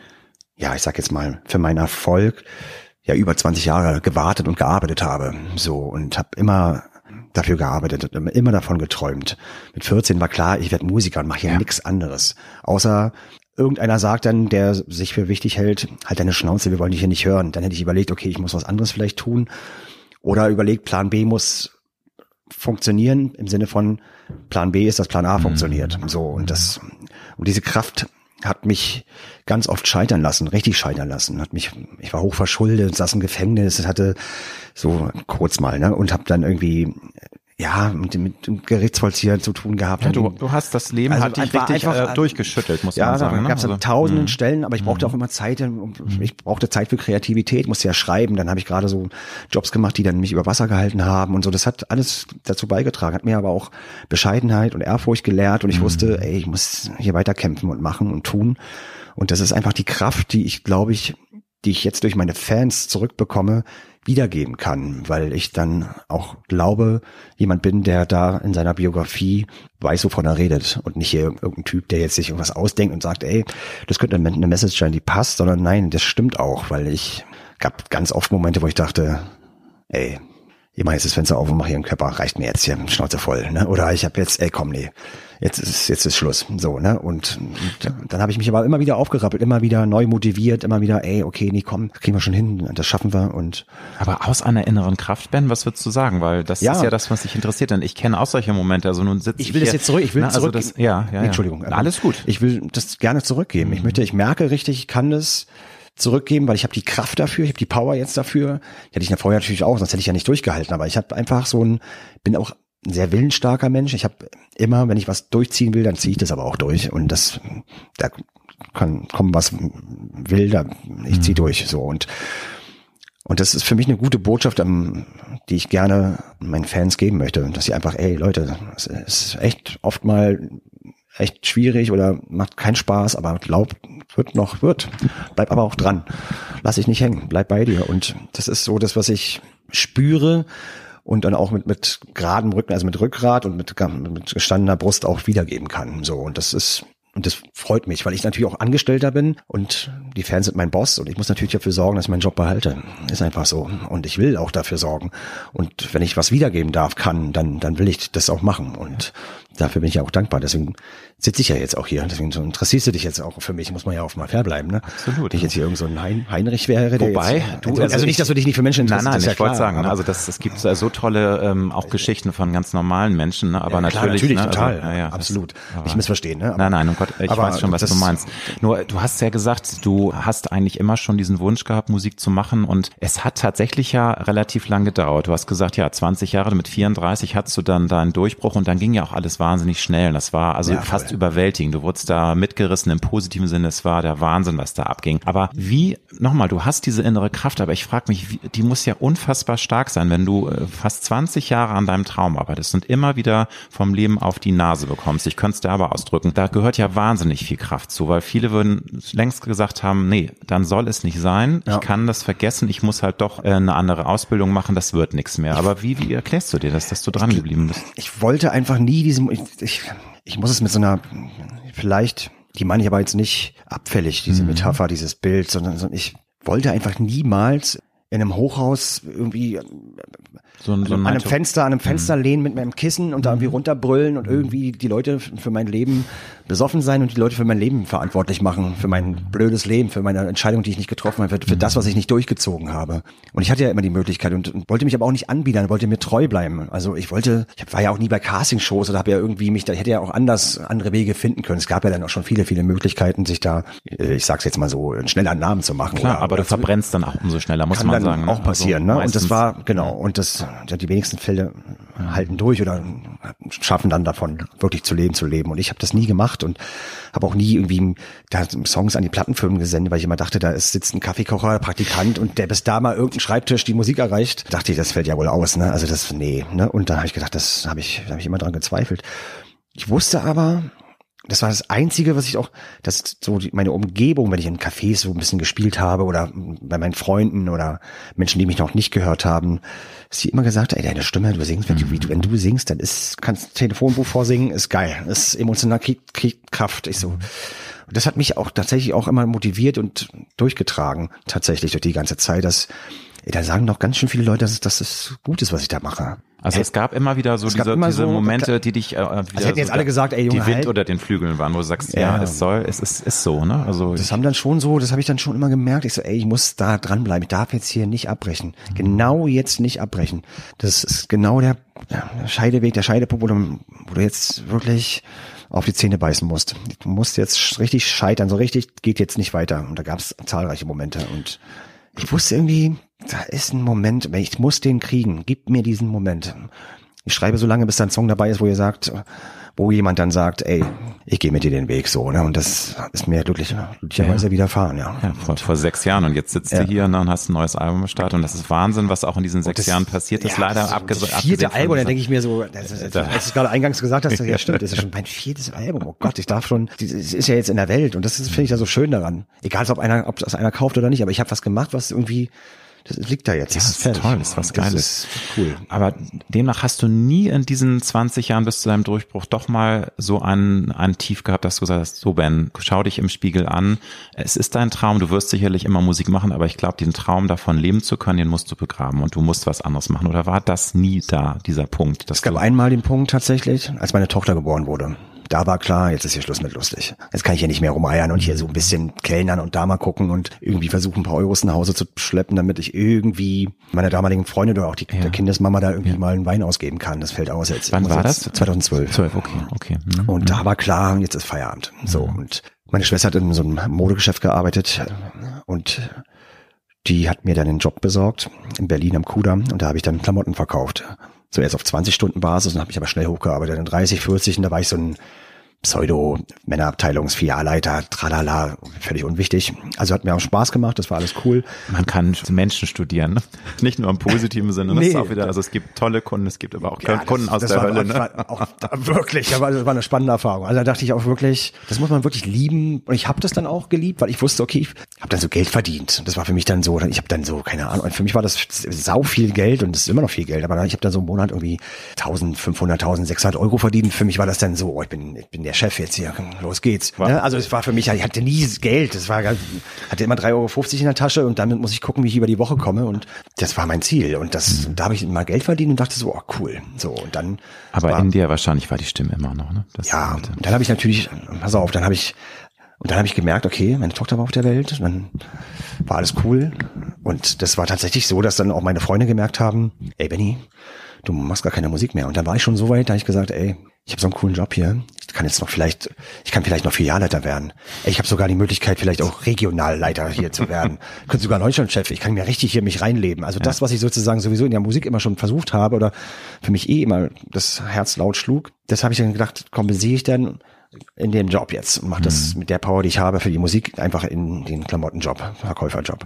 ja, ich sag jetzt mal, für meinen Erfolg ja über zwanzig Jahre gewartet und gearbeitet habe. So, und habe immer dafür gearbeitet, immer davon geträumt. Mit vierzehn war klar, ich werde Musiker und mache hier ja. nichts anderes, außer irgendeiner sagt dann, der sich für wichtig hält, halt deine Schnauze, wir wollen dich hier nicht hören. Dann hätte ich überlegt, okay, ich muss was anderes vielleicht tun. Oder überlegt, Plan B muss funktionieren, im Sinne von Plan B ist, dass Plan A mhm. funktioniert. So, und das, und diese Kraft hat mich ganz oft scheitern lassen, richtig scheitern lassen. Hat mich, ich war hochverschuldet, saß im Gefängnis, hatte so kurz mal, ne, und habe dann irgendwie ja mit, mit dem Gerichtsvollzieher zu tun gehabt. Ja, du, du hast das Leben also halt dich einfach, richtig einfach, äh, durchgeschüttelt, muss ja, man sagen. Ja, da gab es ne? an tausenden also, Stellen, aber ich brauchte mhm. auch immer Zeit. Ich brauchte Zeit für Kreativität, musste ja schreiben. Dann habe ich gerade so Jobs gemacht, die dann mich über Wasser gehalten haben und so. Das hat alles dazu beigetragen, hat mir aber auch Bescheidenheit und Ehrfurcht gelehrt und ich mhm. wusste, ey, ich muss hier weiter kämpfen und machen und tun. Und das ist einfach die Kraft, die ich, glaube ich, die ich jetzt durch meine Fans zurückbekomme, wiedergeben kann, weil ich dann auch glaube, jemand bin, der da in seiner Biografie weiß, wovon er redet und nicht hier irgendein Typ, der jetzt sich irgendwas ausdenkt und sagt, ey, das könnte eine Message sein, die passt, sondern nein, das stimmt auch, weil ich gab ganz oft Momente, wo ich dachte, ey, ich mache jetzt das Fenster auf und mache hier einen Körper, reicht mir jetzt hier, Schnauze voll, ne? Oder ich habe jetzt, ey, komm, nee, jetzt ist jetzt ist Schluss, so, ne? Und, und dann habe ich mich aber immer wieder aufgerappelt, immer wieder neu motiviert, immer wieder, ey, okay, nee, komm, kriegen wir schon hin, das schaffen wir und. Aber aus einer inneren Kraft, Ben, was würdest du sagen? Weil das ja. ist ja das, was dich interessiert, denn ich kenne auch solche Momente, also nun sitze ich Ich will hier, das jetzt zurück, ich will na, zurück. Also das, ja, ja, ja. Nee, Entschuldigung. Alles gut. Ich will das gerne zurückgeben. Mhm. Ich möchte, ich merke richtig, ich kann das zurückgeben, weil ich habe die Kraft dafür, ich habe die Power jetzt dafür. Die hatte ich ja vorher natürlich auch, sonst hätte ich ja nicht durchgehalten. Aber ich habe einfach so ein, bin auch ein sehr willensstarker Mensch. Ich habe immer, wenn ich was durchziehen will, dann ziehe ich das aber auch durch. Und das, da kann kommen, was will, da ich ziehe durch. So und und das ist für mich eine gute Botschaft, die ich gerne meinen Fans geben möchte, dass sie einfach, ey Leute, es ist echt oft mal echt schwierig oder macht keinen Spaß, aber glaub, wird noch, wird. Bleib aber auch dran. Lass dich nicht hängen, bleib bei dir. Und das ist so das, was ich spüre und dann auch mit, mit geradem Rücken, also mit Rückgrat und mit, mit gestandener Brust auch wiedergeben kann. So, und das ist, und das freut mich, weil ich natürlich auch Angestellter bin und die Fans sind mein Boss und ich muss natürlich dafür sorgen, dass ich meinen Job behalte. Ist einfach so. Und ich will auch dafür sorgen. Und wenn ich was wiedergeben darf, kann, dann, dann will ich das auch machen. Und dafür bin ich ja auch dankbar. Deswegen sitze ich ja jetzt auch hier. Deswegen so interessierst du dich jetzt auch für mich. Muss man ja auch mal fair bleiben, ne? Absolut. Wenn ich jetzt hier irgend so ein hein, Heinrich wäre. Der Wobei, jetzt, du, also, also nicht, dass du dich nicht für Menschen interessierst. Nein, nein, ja ich wollte klar, sagen, also das, es gibt so tolle ähm, auch Geschichten von ganz normalen Menschen, ne? Aber ja, klar, natürlich, natürlich ne? total, also, ja, ja, absolut. Das, nicht missverstehen, ne? Aber, nein, nein, um Gott, ich weiß schon, was du meinst. Nur, du hast ja gesagt, du hast eigentlich immer schon diesen Wunsch gehabt, Musik zu machen und es hat tatsächlich ja relativ lang gedauert. Du hast gesagt, ja, zwanzig Jahre, mit vierunddreißig hattest du dann deinen Durchbruch und dann ging ja auch alles wahnsinnig schnell und das war also ja, fast überwältigend. Du wurdest da mitgerissen im positiven Sinne, es war der Wahnsinn, was da abging. Aber wie, nochmal, du hast diese innere Kraft, aber ich frage mich, wie, die muss ja unfassbar stark sein, wenn du fast zwanzig Jahre an deinem Traum arbeitest und immer wieder vom Leben auf die Nase bekommst. Ich könnte es dir aber ausdrücken. Da gehört ja wahnsinnig viel Kraft zu, weil viele würden längst gesagt haben, nee, dann soll es nicht sein. Ja. Ich kann das vergessen. Ich muss halt doch eine andere Ausbildung machen. Das wird nichts mehr. Aber wie, wie erklärst du dir das, dass du dran geblieben bist? Ich wollte einfach nie diesem, ich, ich, ich muss es mit so einer, vielleicht, die meine ich aber jetzt nicht abfällig, diese mhm. Metapher, dieses Bild, sondern, sondern ich wollte einfach niemals in einem Hochhaus irgendwie so ein, so an, einem Fenster, an einem Fenster mhm. lehnen mit meinem Kissen und da irgendwie runterbrüllen und irgendwie die Leute für mein Leben besoffen sein und die Leute für mein Leben verantwortlich machen, für mein blödes Leben, für meine Entscheidung, die ich nicht getroffen habe, für, für das, was ich nicht durchgezogen habe. Und ich hatte ja immer die Möglichkeit und, und wollte mich aber auch nicht anbiedern, wollte mir treu bleiben. Also ich wollte, ich war ja auch nie bei Castingshows oder habe ja irgendwie mich, da hätte ja auch anders andere Wege finden können. Es gab ja dann auch schon viele, viele Möglichkeiten, sich da, ich sag's jetzt mal so, einen schnelleren Namen zu machen. Klar, oder, aber oder du verbrennst dann auch umso schneller, muss man sagen. Auch passieren, also, ne? Und das war, genau, und das, die wenigsten Fälle halten durch oder schaffen dann davon, wirklich zu leben, zu leben. Und ich habe das nie gemacht und habe auch nie irgendwie da Songs an die Plattenfirmen gesendet, weil ich immer dachte, da ist, sitzt ein Kaffeekocher, Praktikant und der bis da mal irgendein Schreibtisch die Musik erreicht. Dachte ich, das fällt ja wohl aus, ne? Also das, nee, ne? Und da habe ich gedacht, das habe ich, da habe ich immer dran gezweifelt. Ich wusste aber, das war das Einzige, was ich auch, das so die, meine Umgebung, wenn ich in Cafés so ein bisschen gespielt habe oder bei meinen Freunden oder Menschen, die mich noch nicht gehört haben, dass sie immer gesagt, ey, deine Stimme, du singst, wenn du, wenn du singst, dann ist, kannst Telefonbuch vorsingen, ist geil, ist emotional, kriegt, kriegt Kraft. Ich so, und das hat mich auch tatsächlich auch immer motiviert und durchgetragen, tatsächlich durch die ganze Zeit, dass Da sagen doch ganz schön viele Leute, dass es, dass es gut ist, was ich da mache. Also es gab immer wieder so diese, immer diese so, Momente, die dich äh, wieder also hätten jetzt so alle gesagt, ey Junge, die Wind halt. oder den Flügeln waren, wo du sagst, ja, Ja. es soll, es ist, ist so, ne? Also Das ich, haben dann schon so, das habe ich dann schon immer gemerkt. Ich so, ey, ich muss da dranbleiben. Ich darf jetzt hier nicht abbrechen. Genau jetzt nicht abbrechen. Das ist genau der, ja, der Scheideweg, der Scheidepunkt, wo du, wo du jetzt wirklich auf die Zähne beißen musst. Du musst jetzt richtig scheitern, so richtig geht jetzt nicht weiter. Und da gab es zahlreiche Momente. Und ich wusste irgendwie, da ist ein Moment, ich muss den kriegen. Gib mir diesen Moment. Ich schreibe so lange, bis da ein Song dabei ist, wo ihr sagt, wo jemand dann sagt, ey, ich gehe mit dir den Weg so, ne? Und das ist mir glücklich, glücklicherweise Ja. widerfahren, ja. ja, vor, vor sechs Jahren und jetzt sitzt Ja. du hier ne, und hast ein neues Album gestartet und das ist Wahnsinn, was auch in diesen sechs das- Jahren passiert ist. Ja, Leider so abgesehen. das vierte Album, dann denke ich mir so, das ist, als du es gerade eingangs gesagt hast, ja stimmt, das ist schon mein viertes Album. Oh Gott, ich darf schon, es ist ja jetzt in der Welt und das ist, finde ich ja so schön daran. Egal, ob einer, ob das einer kauft oder nicht, aber ich habe was gemacht, was irgendwie, das liegt da jetzt. Ja, Das ist toll, das ist was Geiles. Das ist cool. Aber demnach hast du nie in diesen zwanzig Jahren bis zu deinem Durchbruch doch mal so einen, einen Tief gehabt, dass du gesagt hast, so Ben, schau dich im Spiegel an. Es ist dein Traum, du wirst sicherlich immer Musik machen, aber ich glaube, den Traum davon leben zu können, den musst du begraben und du musst was anderes machen. Oder war das nie da, dieser Punkt? Dass Es gab du, einmal den Punkt tatsächlich, als meine Tochter geboren wurde. Da war klar, jetzt ist hier Schluss mit lustig. Jetzt kann ich hier nicht mehr rumeiern und hier so ein bisschen kellnern und da mal gucken und irgendwie versuchen, ein paar Euros nach Hause zu schleppen, damit ich irgendwie meiner damaligen Freundin oder auch die, Ja. der Kindesmama da irgendwie Ja. mal einen Wein ausgeben kann. Das fällt aus jetzt. Wann Ich muss war jetzt das? zweitausendzwölf. zwölf, okay, okay. Mhm. Und da war klar, jetzt ist Feierabend. So, und meine Schwester hat in so einem Modegeschäft gearbeitet und die hat mir dann einen Job besorgt in Berlin am Kudamm und da habe ich dann Klamotten verkauft. Zuerst auf zwanzig Stunden Basis und habe mich aber schnell hochgearbeitet in dreißig, vierzig und da war ich so ein Pseudo-Männerabteilungsfilialleiter, tralala, völlig unwichtig. Also hat mir auch Spaß gemacht, das war alles cool. Man kann Menschen studieren, ne? Nicht nur im positiven Sinne. Das Nee. ist auch wieder, also es gibt tolle Kunden, es gibt aber auch Ja, Kunden das, aus das der war, Hölle. das Ne? war auch, wirklich, aber das war eine spannende Erfahrung. Also da dachte ich auch wirklich, das muss man wirklich lieben. Und ich habe das dann auch geliebt, weil ich wusste, okay, ich habe dann so Geld verdient. Das war für mich dann so, ich habe dann so, keine Ahnung, und für mich war das sau viel Geld und das ist immer noch viel Geld. Aber ich habe dann so im Monat irgendwie eintausendfünfhundert, eintausendsechshundert Euro verdient. Für mich war das dann so, oh, ich bin, ich bin der Chef jetzt hier, los geht's. Wow. Ne? Also es war für mich, ich hatte nie Geld. Das war, hatte immer drei Euro fünfzig in der Tasche und damit muss ich gucken, wie ich über die Woche komme. Und das war mein Ziel. Und das, da habe ich mal Geld verdient und dachte so, oh cool. So und dann. Aber war, in dir wahrscheinlich war die Stimme immer noch, ne? Das ja, und dann habe ich natürlich, pass auf, dann habe ich, und dann habe ich gemerkt, okay, meine Tochter war auf der Welt, dann war alles cool. Und das war tatsächlich so, dass dann auch meine Freunde gemerkt haben, ey Benny, du machst gar keine Musik mehr. Und dann war ich schon so weit, da habe ich gesagt, ey, ich habe so einen coolen Job hier. Ich kann jetzt noch vielleicht, ich kann vielleicht noch Filialleiter werden. Ey, ich habe sogar die Möglichkeit, vielleicht auch Regionalleiter hier zu werden. Ich könnte sogar Deutschlandchef. Ich kann mir richtig hier mich reinleben. Also das, was ich sozusagen sowieso in der Musik immer schon versucht habe oder für mich eh immer das Herz laut schlug, das habe ich dann gedacht, kompensiere ich dann in dem Job jetzt und mache das mit der Power, die ich habe für die Musik, einfach in den Klamottenjob, Verkäuferjob.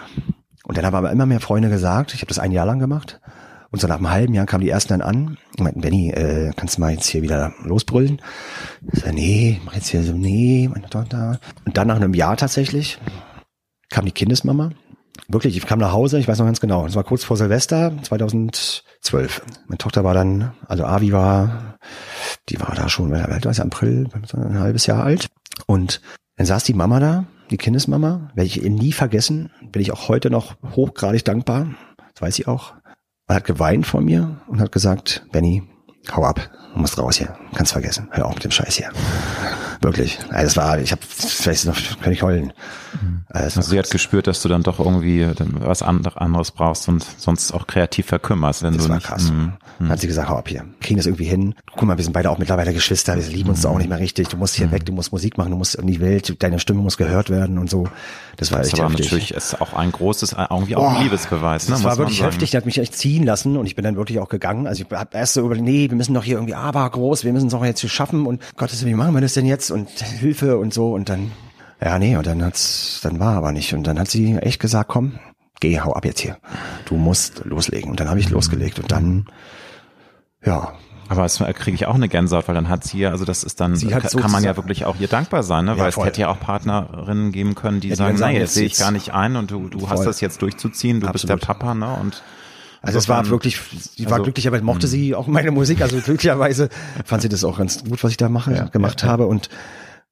Und dann haben aber immer mehr Freunde gesagt, ich habe das ein Jahr lang gemacht. Und so nach einem halben Jahr kamen die ersten dann an und meinten, Benny, äh, kannst du mal jetzt hier wieder losbrüllen? Ich sag, nee, mach jetzt hier so, nee, meine Tochter. Und dann nach einem Jahr tatsächlich kam die Kindesmama. Wirklich, ich kam nach Hause, ich weiß noch ganz genau, das war kurz vor Silvester zweitausendzwölf. Meine Tochter war dann, also Avi war, die war da schon, wie alt war sie, April, ein halbes Jahr alt. Und dann saß die Mama da, die Kindesmama, werde ich ihr nie vergessen, bin ich auch heute noch hochgradig dankbar, das weiß ich auch. Und hat geweint vor mir und hat gesagt, Benny, hau ab, du musst raus hier, kannst vergessen, hör auf mit dem Scheiß hier. Wirklich, also das war, ich habe, vielleicht noch, kann ich heulen. Also, also sie hat gespürt, dass du dann doch irgendwie was anderes brauchst und sonst auch kreativ verkümmerst, wenn das du war nicht. krass. Mm, Dann hat sie gesagt, hau ab hier, kriegen das irgendwie hin. Guck mal, wir sind beide auch mittlerweile Geschwister, wir lieben uns mm. auch nicht mehr richtig. Du musst hier mm. weg, du musst Musik machen, du musst in die Welt, deine Stimme muss gehört werden und so. Das war das echt aber heftig. natürlich ist auch ein großes, irgendwie auch ein Oh, Liebesbeweis. Ne, das muss war wirklich man sagen. heftig, der hat mich echt ziehen lassen und ich bin dann wirklich auch gegangen. Also ich habe erst so überlegt, nee, wir müssen doch hier irgendwie aber groß, wir müssen es doch jetzt hier schaffen und Gottes Willen, wie machen wir das denn jetzt und Hilfe und so und dann, ja nee, und dann hat's, dann war aber nicht und dann hat sie echt gesagt, komm, geh, hau ab jetzt hier, du musst loslegen und dann habe ich losgelegt und dann, ja. Aber es kriege ich auch eine Gänsehaut, weil dann hat sie ja, also das ist dann, Sie hat kann man ja sozusagen- wirklich auch ihr dankbar sein, ne? Ja, weil voll. es hätte ja auch Partnerinnen geben können, die Ja, die sagen, dann sagen, nein, jetzt jetzt sehe ich jetzt- gar nicht ein und du, du hast Voll. das jetzt durchzuziehen, du Absolut. bist der Papa, ne? Und Also es war insofern- wirklich, sie war also- glücklich, aber mochte sie auch meine Musik. Also glücklicherweise fand sie das auch ganz gut, was ich da mache, Ja, gemacht ja, ja. habe. Und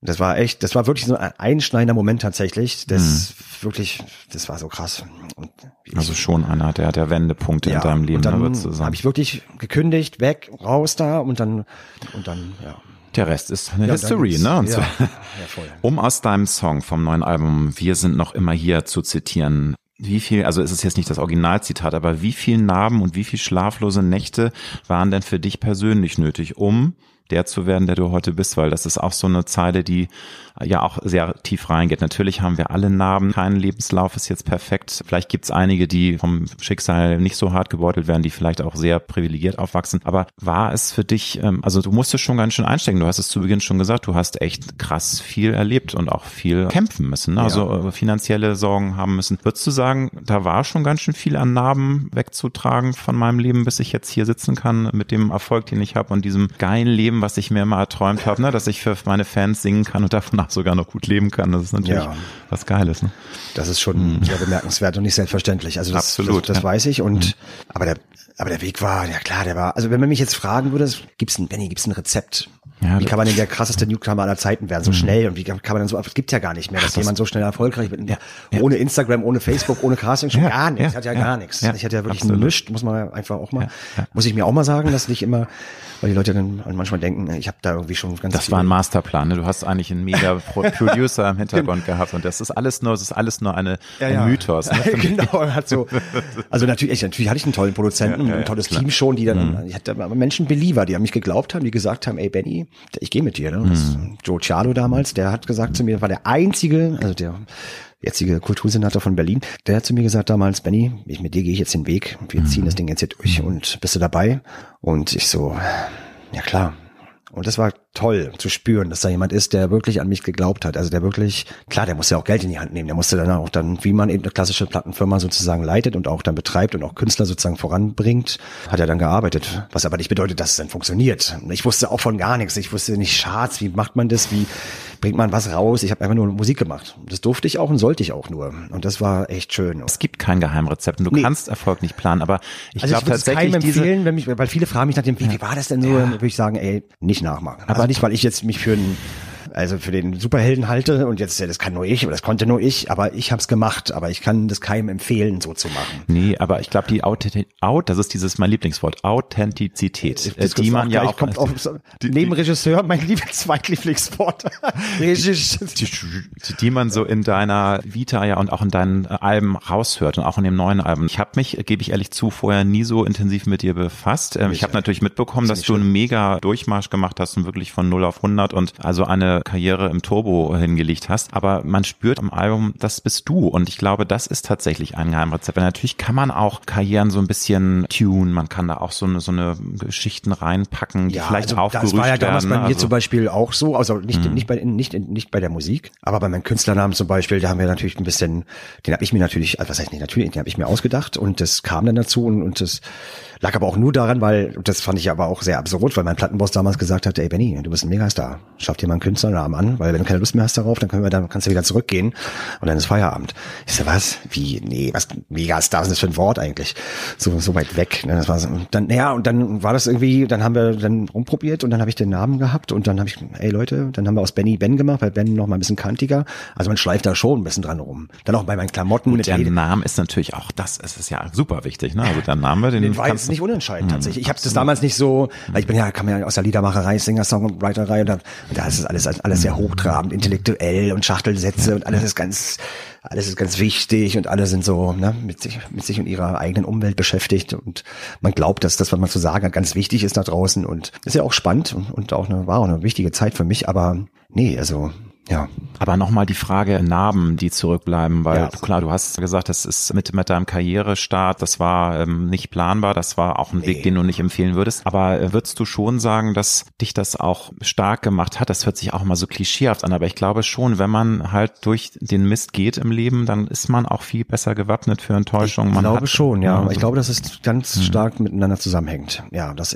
Das war echt, das war wirklich so ein einschneidender Moment tatsächlich. Das mhm. wirklich, das war so krass. Und also schon einer der, der Wendepunkte ja, in deinem Leben. Und dann ne, habe ich wirklich gekündigt, weg, raus da und dann, und dann, ja. Der Rest ist eine ja, History, ne? Und ja, so. ja, voll. Um aus deinem Song vom neuen Album Wir sind noch immer hier zu zitieren, wie viel, also es ist jetzt nicht das Originalzitat, aber wie viel Narben und wie viel schlaflose Nächte waren denn für dich persönlich nötig, um der zu werden, der du heute bist? Weil das ist auch so eine Zeile, die ja auch sehr tief reingeht. Natürlich haben wir alle Narben, kein Lebenslauf ist jetzt perfekt. Vielleicht gibt es einige, die vom Schicksal nicht so hart gebeutelt werden, die vielleicht auch sehr privilegiert aufwachsen. Aber war es für dich, also du musstest schon ganz schön einstecken. Du hast es zu Beginn schon gesagt, du hast echt krass viel erlebt und auch viel kämpfen müssen, ne? Ja. Also finanzielle Sorgen haben müssen. Würdest du sagen, da war schon ganz schön viel an Narben wegzutragen von meinem Leben, bis ich jetzt hier sitzen kann mit dem Erfolg, den ich habe und diesem geilen Leben, was ich mir immer erträumt habe, ne? Dass ich für meine Fans singen kann und davon auch sogar noch gut leben kann. Das ist natürlich ja. was Geiles. Ne? Das ist schon mhm. sehr bemerkenswert und nicht selbstverständlich. Also das, Absolut, das, das ja. weiß ich. Und mhm. aber der aber der Weg war, ja klar, der war. Also wenn man mich jetzt fragen würde, gibt's ein Benny, gibt's ein Rezept? Ja, wie kann man denn der krasseste Newcomer aller Zeiten werden, so mhm. schnell? Und wie kann man dann so, es gibt ja gar nicht mehr, dass Ach, das jemand so schnell erfolgreich wird. Ja, ja. Ohne Instagram, ohne Facebook, ohne Casting, schon ja, gar nichts. Ja, ich hatte ja, ja gar nichts. Ja, ich hatte ja wirklich Absolut. nichts, muss man einfach auch mal, ja, ja. muss ich mir auch mal sagen, dass nicht immer, weil die Leute dann manchmal denken, ich habe da irgendwie schon ganz Das viel. war ein Masterplan, ne? Du hast eigentlich einen mega Producer im Hintergrund gehabt und das ist alles nur, das ist alles nur eine, ja, ein ja. Mythos. Ne? Genau, hat so, also natürlich, natürlich hatte ich einen tollen Produzenten, ja, ja, ein tolles ja, Team schon, die dann, mhm. ich hatte Menschen Believer, die an mich geglaubt haben, die gesagt haben, ey Benny, ich gehe mit dir. Ne? Das, mhm. Joe Cialo damals, der hat gesagt zu mir, war der einzige, also der jetzige Kultursenator von Berlin, der hat zu mir gesagt damals, Benny, ich, mit dir gehe ich jetzt den Weg, wir mhm. ziehen das Ding jetzt hier durch und bist du dabei? Und ich so, ja klar. Und das war toll zu spüren, dass da jemand ist, der wirklich an mich geglaubt hat. Also der wirklich, klar, der musste ja auch Geld in die Hand nehmen. Der musste dann auch dann, wie man eben eine klassische Plattenfirma sozusagen leitet und auch dann betreibt und auch Künstler sozusagen voranbringt, hat er dann gearbeitet. Was aber nicht bedeutet, dass es dann funktioniert. Ich wusste auch von gar nichts. Ich wusste nicht, Charts, wie macht man das, wie bringt man was raus. Ich habe einfach nur Musik gemacht. Das durfte ich auch und sollte ich auch nur. Und das war echt schön. Es gibt kein Geheimrezept und du nee. kannst Erfolg nicht planen, aber ich also glaube tatsächlich ich würde es keinem empfehlen, diese wenn mich, weil viele fragen mich nach dem, wie, wie war das denn so? Ja. Würde ich sagen, ey, nicht nachmachen. Aber also, nicht, weil ich jetzt mich für einen also für den Superhelden halte und jetzt, das kann nur ich, oder das konnte nur ich, aber ich habe es gemacht, aber ich kann das keinem empfehlen, so zu machen. Nee, aber ich glaube, die Authentizität, Out, das ist dieses, mein Lieblingswort, Authentizität, das die man ja auch, kommt auf, die, neben Regisseur, mein liebes Zweitlieblingswort, Regisseur. Die, die, die man so in deiner Vita ja und auch in deinen Alben raushört und auch in dem neuen Album. Ich habe mich, gebe ich ehrlich zu, vorher nie so intensiv mit dir befasst. Ich, ich habe natürlich mitbekommen, das dass du einen mega Durchmarsch gemacht hast und wirklich von null auf hundert und also eine Karriere im Turbo hingelegt hast, aber man spürt am Album, das bist du und ich glaube, das ist tatsächlich ein Geheimrezept. Weil natürlich kann man auch Karrieren so ein bisschen tunen, man kann da auch so eine, so eine Geschichten reinpacken, die ja, vielleicht also aufgerüstet werden. Das war ja damals bei mir also, zum Beispiel auch so, also nicht, mhm. nicht, bei, nicht, nicht bei der Musik, aber bei meinem Künstlernamen zum Beispiel, da haben wir natürlich ein bisschen, den habe ich mir natürlich, also was heißt nicht natürlich, den habe ich mir ausgedacht und das kam dann dazu und, und das lag aber auch nur daran, weil, das fand ich aber auch sehr absurd, weil mein Plattenboss damals gesagt hat, ey Benny, du bist ein Megastar, schaff dir mal einen Künstlernamen an, weil wenn du keine Lust mehr hast darauf, dann können wir dann kannst du wieder zurückgehen und dann ist Feierabend. Ich so, was? Wie? Nee, was? Megastar, was ist das für ein Wort eigentlich? So so weit weg. Das war so, dann, ja, und dann war das irgendwie, dann haben wir dann rumprobiert und dann habe ich den Namen gehabt und dann habe ich, ey Leute, dann haben wir aus Benny Ben gemacht, weil Ben noch mal ein bisschen kantiger. Also man schleift da schon ein bisschen dran rum. Dann auch bei meinen Klamotten. Und der Name ist natürlich auch das, es ist ja super wichtig, ne? Also der Name, den, den war jetzt nicht unentscheidend hm, tatsächlich. Ich habe das damals nicht so, weil ich bin ja, kam ja aus der Liedermacherei, Singer, Songwriterei und da, und da ist es alles, alles sehr hochtrabend, intellektuell und Schachtelsätze und alles ist ganz, alles ist ganz wichtig und alle sind so, ne, mit sich, mit sich und ihrer eigenen Umwelt beschäftigt und man glaubt, dass das, was man zu sagen hat, ganz wichtig ist da draußen und das ist ja auch spannend und, und auch eine, war auch eine wichtige Zeit für mich, aber nee, also, ja. Aber nochmal die Frage Narben, die zurückbleiben, weil ja. klar, du hast gesagt, das ist mit, mit deinem Karrierestart, das war ähm, nicht planbar, das war auch ein nee. Weg, den du nicht empfehlen würdest. Aber äh, würdest du schon sagen, dass dich das auch stark gemacht hat? Das hört sich auch immer so klischeehaft an, aber ich glaube schon, wenn man halt durch den Mist geht im Leben, dann ist man auch viel besser gewappnet für Enttäuschung. Ich man glaube hat, schon, ja. ja Ich glaube, dass es ganz mhm. stark miteinander zusammenhängt. Ja, dass ich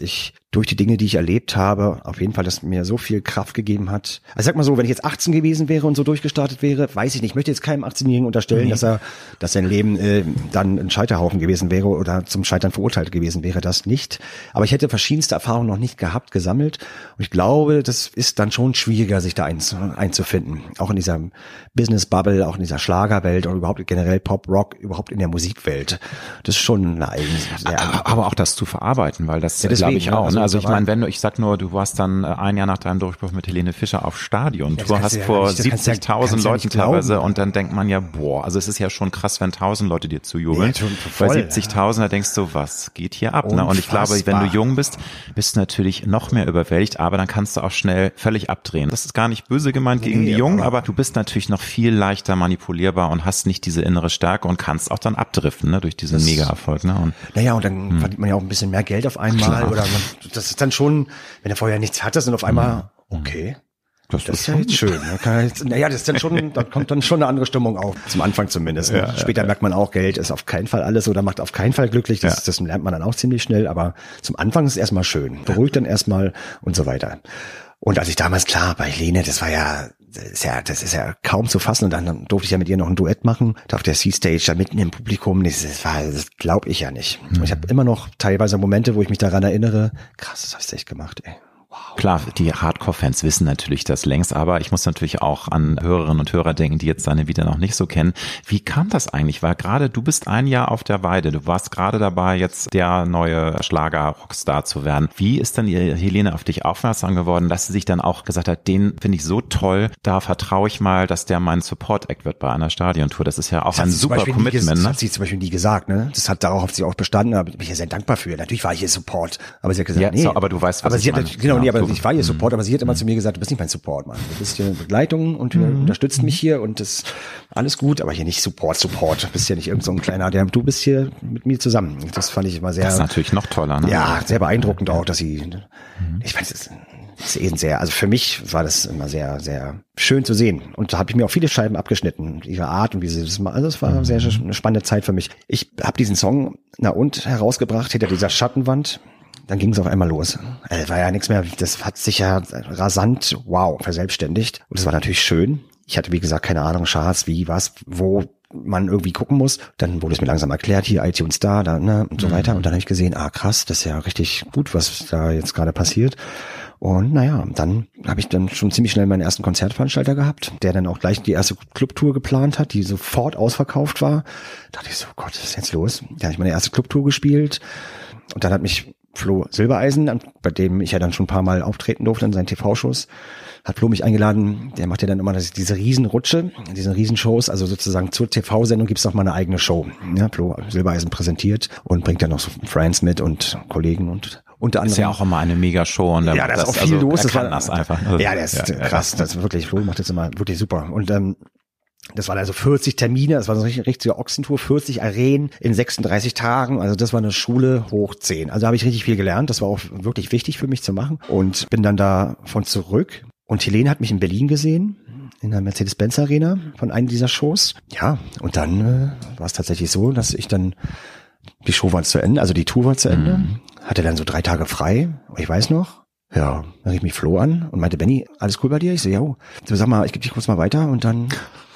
durch die Dinge, die ich erlebt habe, auf jeden Fall, dass mir so viel Kraft gegeben hat. Also sag mal so, wenn ich jetzt achtzehn gewesen wäre und so durchgestartet wäre, weiß ich nicht, ich möchte jetzt keinem achtzehnjährigen unterstellen, nee. dass er, dass sein Leben äh, dann ein Scheiterhaufen gewesen wäre oder zum Scheitern verurteilt gewesen wäre, das nicht. Aber ich hätte verschiedenste Erfahrungen noch nicht gehabt, gesammelt. Und ich glaube, das ist dann schon schwieriger, sich da ein, einzufinden. Auch in dieser Business-Bubble, auch in dieser Schlagerwelt oder überhaupt generell Pop-Rock, überhaupt in der Musikwelt. Das ist schon eine eigene. Aber auch das zu verarbeiten, weil das ja, glaube ich auch. Also, also ich meine, wenn du, ich sag nur, du warst dann ein Jahr nach deinem Durchbruch mit Helene Fischer auf Stadiontour, ja, hast ja, vor siebzigtausend ja, Leuten teilweise ja und dann denkt man ja, boah, also es ist ja schon krass, wenn tausend Leute dir zujubeln. Ja, bei siebzigtausend, da denkst du, was geht hier ab? Ne? Und ich glaube, wenn du jung bist, bist du natürlich noch mehr überwältigt, aber dann kannst du auch schnell völlig abdrehen. Das ist gar nicht böse gemeint gegen nee, die Jungen, aber du bist natürlich noch viel leichter manipulierbar und hast nicht diese innere Stärke und kannst auch dann abdriften, ne, durch diesen Mega-Erfolg. Ne? Und, naja, und dann hm. verdient man ja auch ein bisschen mehr Geld auf einmal. Klar. Oder man, das ist dann schon, wenn du vorher nichts hattest und auf einmal, okay, das, das ist ja jetzt schön. Naja, das ist dann schon, da kommt dann schon eine andere Stimmung auf. Zum Anfang zumindest. Ja, Später ja, merkt man auch, Geld ist auf keinen Fall alles oder macht auf keinen Fall glücklich. Das, ja. das lernt man dann auch ziemlich schnell. Aber zum Anfang ist es erstmal schön. Beruhigt dann erstmal und so weiter. Und als ich damals, klar, bei Helene, das war ja, das ist ja, das ist ja kaum zu fassen. Und dann durfte ich ja mit ihr noch ein Duett machen. Da auf der C-Stage, da mitten im Publikum. Das, das war, das glaube ich ja nicht. Mhm. Und ich habe immer noch teilweise Momente, wo ich mich daran erinnere. Krass, das hast du echt gemacht, ey. Wow. Klar, die Hardcore-Fans wissen natürlich das längst, aber ich muss natürlich auch an Hörerinnen und Hörer denken, die jetzt deine Vita noch nicht so kennen. Wie kam das eigentlich? Weil gerade du bist ein Jahr auf der Weide, du warst gerade dabei, jetzt der neue Schlager-Rockstar zu werden. Wie ist dann Helene auf dich aufmerksam geworden, dass sie sich dann auch gesagt hat, den finde ich so toll, da vertraue ich mal, dass der mein Support-Act wird bei einer Stadiontour. Das ist ja auch ein super Commitment. Das ne? hat sie zum Beispiel nie gesagt, ne? Das hat darauf hat sie auch bestanden, da bin ich ja sehr dankbar für. Natürlich war ich ihr Support, aber sie hat gesagt, ja, nee. So, aber du weißt, was aber ich sie meine. Hat, genau, nee, aber ich war ihr Support, aber sie hat immer mhm. zu mir gesagt, du bist nicht mein Support, Mann. Du bist hier Begleitung und du mhm. unterstützt mich hier und das alles gut, aber hier nicht Support, Support. Du bist ja nicht irgend so ein kleiner, der, du bist hier mit mir zusammen. Das fand ich immer sehr. Das ist natürlich noch toller, ne? Ja, sehr beeindruckend auch, dass sie, mhm. ich weiß, das ist eben sehr, also für mich war das immer sehr, sehr schön zu sehen. Und da habe ich mir auch viele Scheiben abgeschnitten, ihre Art und wie sie das machen. Also es war mhm. sehr eine spannende Zeit für mich. Ich habe diesen Song, na und, herausgebracht, hinter dieser Schattenwand. Dann ging es auf einmal los. Also war ja nichts mehr, das hat sich ja rasant, wow, verselbstständigt. Und das war natürlich schön. Ich hatte, wie gesagt, keine Ahnung, Charts, wie, was, wo man irgendwie gucken muss. Dann wurde es mir langsam erklärt, hier iTunes da, da, ne, und so mhm. weiter. Und dann habe ich gesehen, ah krass, das ist ja richtig gut, was da jetzt gerade passiert. Und naja, dann habe ich dann schon ziemlich schnell meinen ersten Konzertveranstalter gehabt, der dann auch gleich die erste Clubtour geplant hat, die sofort ausverkauft war. Da dachte ich so, Gott, was ist jetzt los? Da habe ich meine erste Clubtour gespielt. Und dann hat mich Flo Silbereisen, bei dem ich ja dann schon ein paar Mal auftreten durfte in seinen T V-Shows, hat Flo mich eingeladen, der macht ja dann immer diese Riesenrutsche, diese Riesenshows, also sozusagen zur T V-Sendung gibt's noch mal eine eigene Show. Ja, Flo Silbereisen präsentiert und bringt dann noch so Friends mit und Kollegen und unter anderem. Ist ja auch immer eine Mega-Show. Und ja, da ist auch viel also, los. Er kann das einfach. Also, ja, der ist ja, krass, das ist wirklich, Flo macht das immer wirklich super. Und ähm, das waren also vierzig Termine, das war so eine richtige Ochsentour, vierzig Arenen in sechsunddreißig Tagen, also das war eine Schule hoch zehn. Also habe ich richtig viel gelernt, das war auch wirklich wichtig für mich zu machen und bin dann davon zurück. Und Helene hat mich in Berlin gesehen, in der Mercedes-Benz Arena von einem dieser Shows. Ja, und dann äh, war es tatsächlich so, dass ich dann, die Show war zu Ende, also die Tour war zu Ende, mhm. hatte dann so drei Tage frei, ich weiß noch. Ja, dann rief mich Flo an und meinte, Benni, alles cool bei dir? Ich so, ja, so, sag mal, ich gebe dich kurz mal weiter und dann...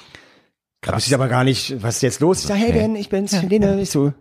Krass. Aber ich aber gar nicht, was ist jetzt los? Ich sag, hey Ben, ich bin's, Helene. Ich so,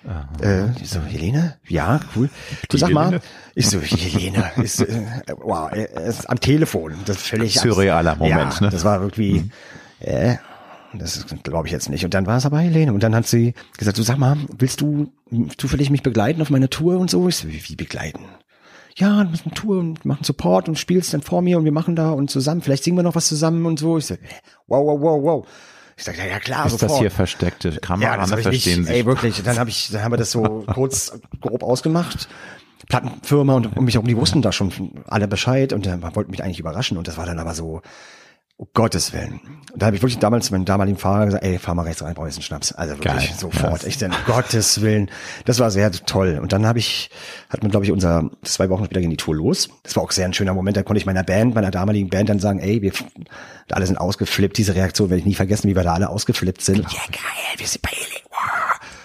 äh, ich so, Helene? Ja, cool. Du sag mal, ich so, Helene, ist, äh, wow, er ist am Telefon. Das ist völlig surrealer Moment, ja, ne? Das war irgendwie, mhm. äh, das glaube ich jetzt nicht. Und dann war es aber Helene. Und dann hat sie gesagt, du sag mal, willst du zufällig mich begleiten auf meine Tour und so? Ich so, wie, wie begleiten? Ja, du machst eine Tour und machen Support und spielst dann vor mir und wir machen da und zusammen, vielleicht singen wir noch was zusammen und so. Ich so, wow, wow, wow, wow. Ich sag, ja, ja klar, ist sofort. Das hier versteckte Kamera, ja, das ne, verstehen nicht, sich. Ey, wirklich, dann habe ich, dann haben wir das so kurz grob ausgemacht. Plattenfirma und um mich herum, die wussten da schon alle Bescheid und äh, wollten mich eigentlich überraschen und das war dann aber so, um Gottes Willen. Und da habe ich wirklich damals meinem damaligen Fahrer gesagt, ey, fahr mal rechts rein, brauch jetzt einen Schnaps. Also wirklich geil, sofort. Krass. Ich dann, um Gottes Willen. Das war sehr toll. Und dann habe ich, hat man, glaube ich, unser, zwei Wochen später ging die Tour los. Das war auch sehr ein schöner Moment. Da konnte ich meiner Band, meiner damaligen Band dann sagen, ey, wir alle sind ausgeflippt. Diese Reaktion werde ich nie vergessen, wie wir da alle ausgeflippt sind. Ja, geil, wir sind bei Helene.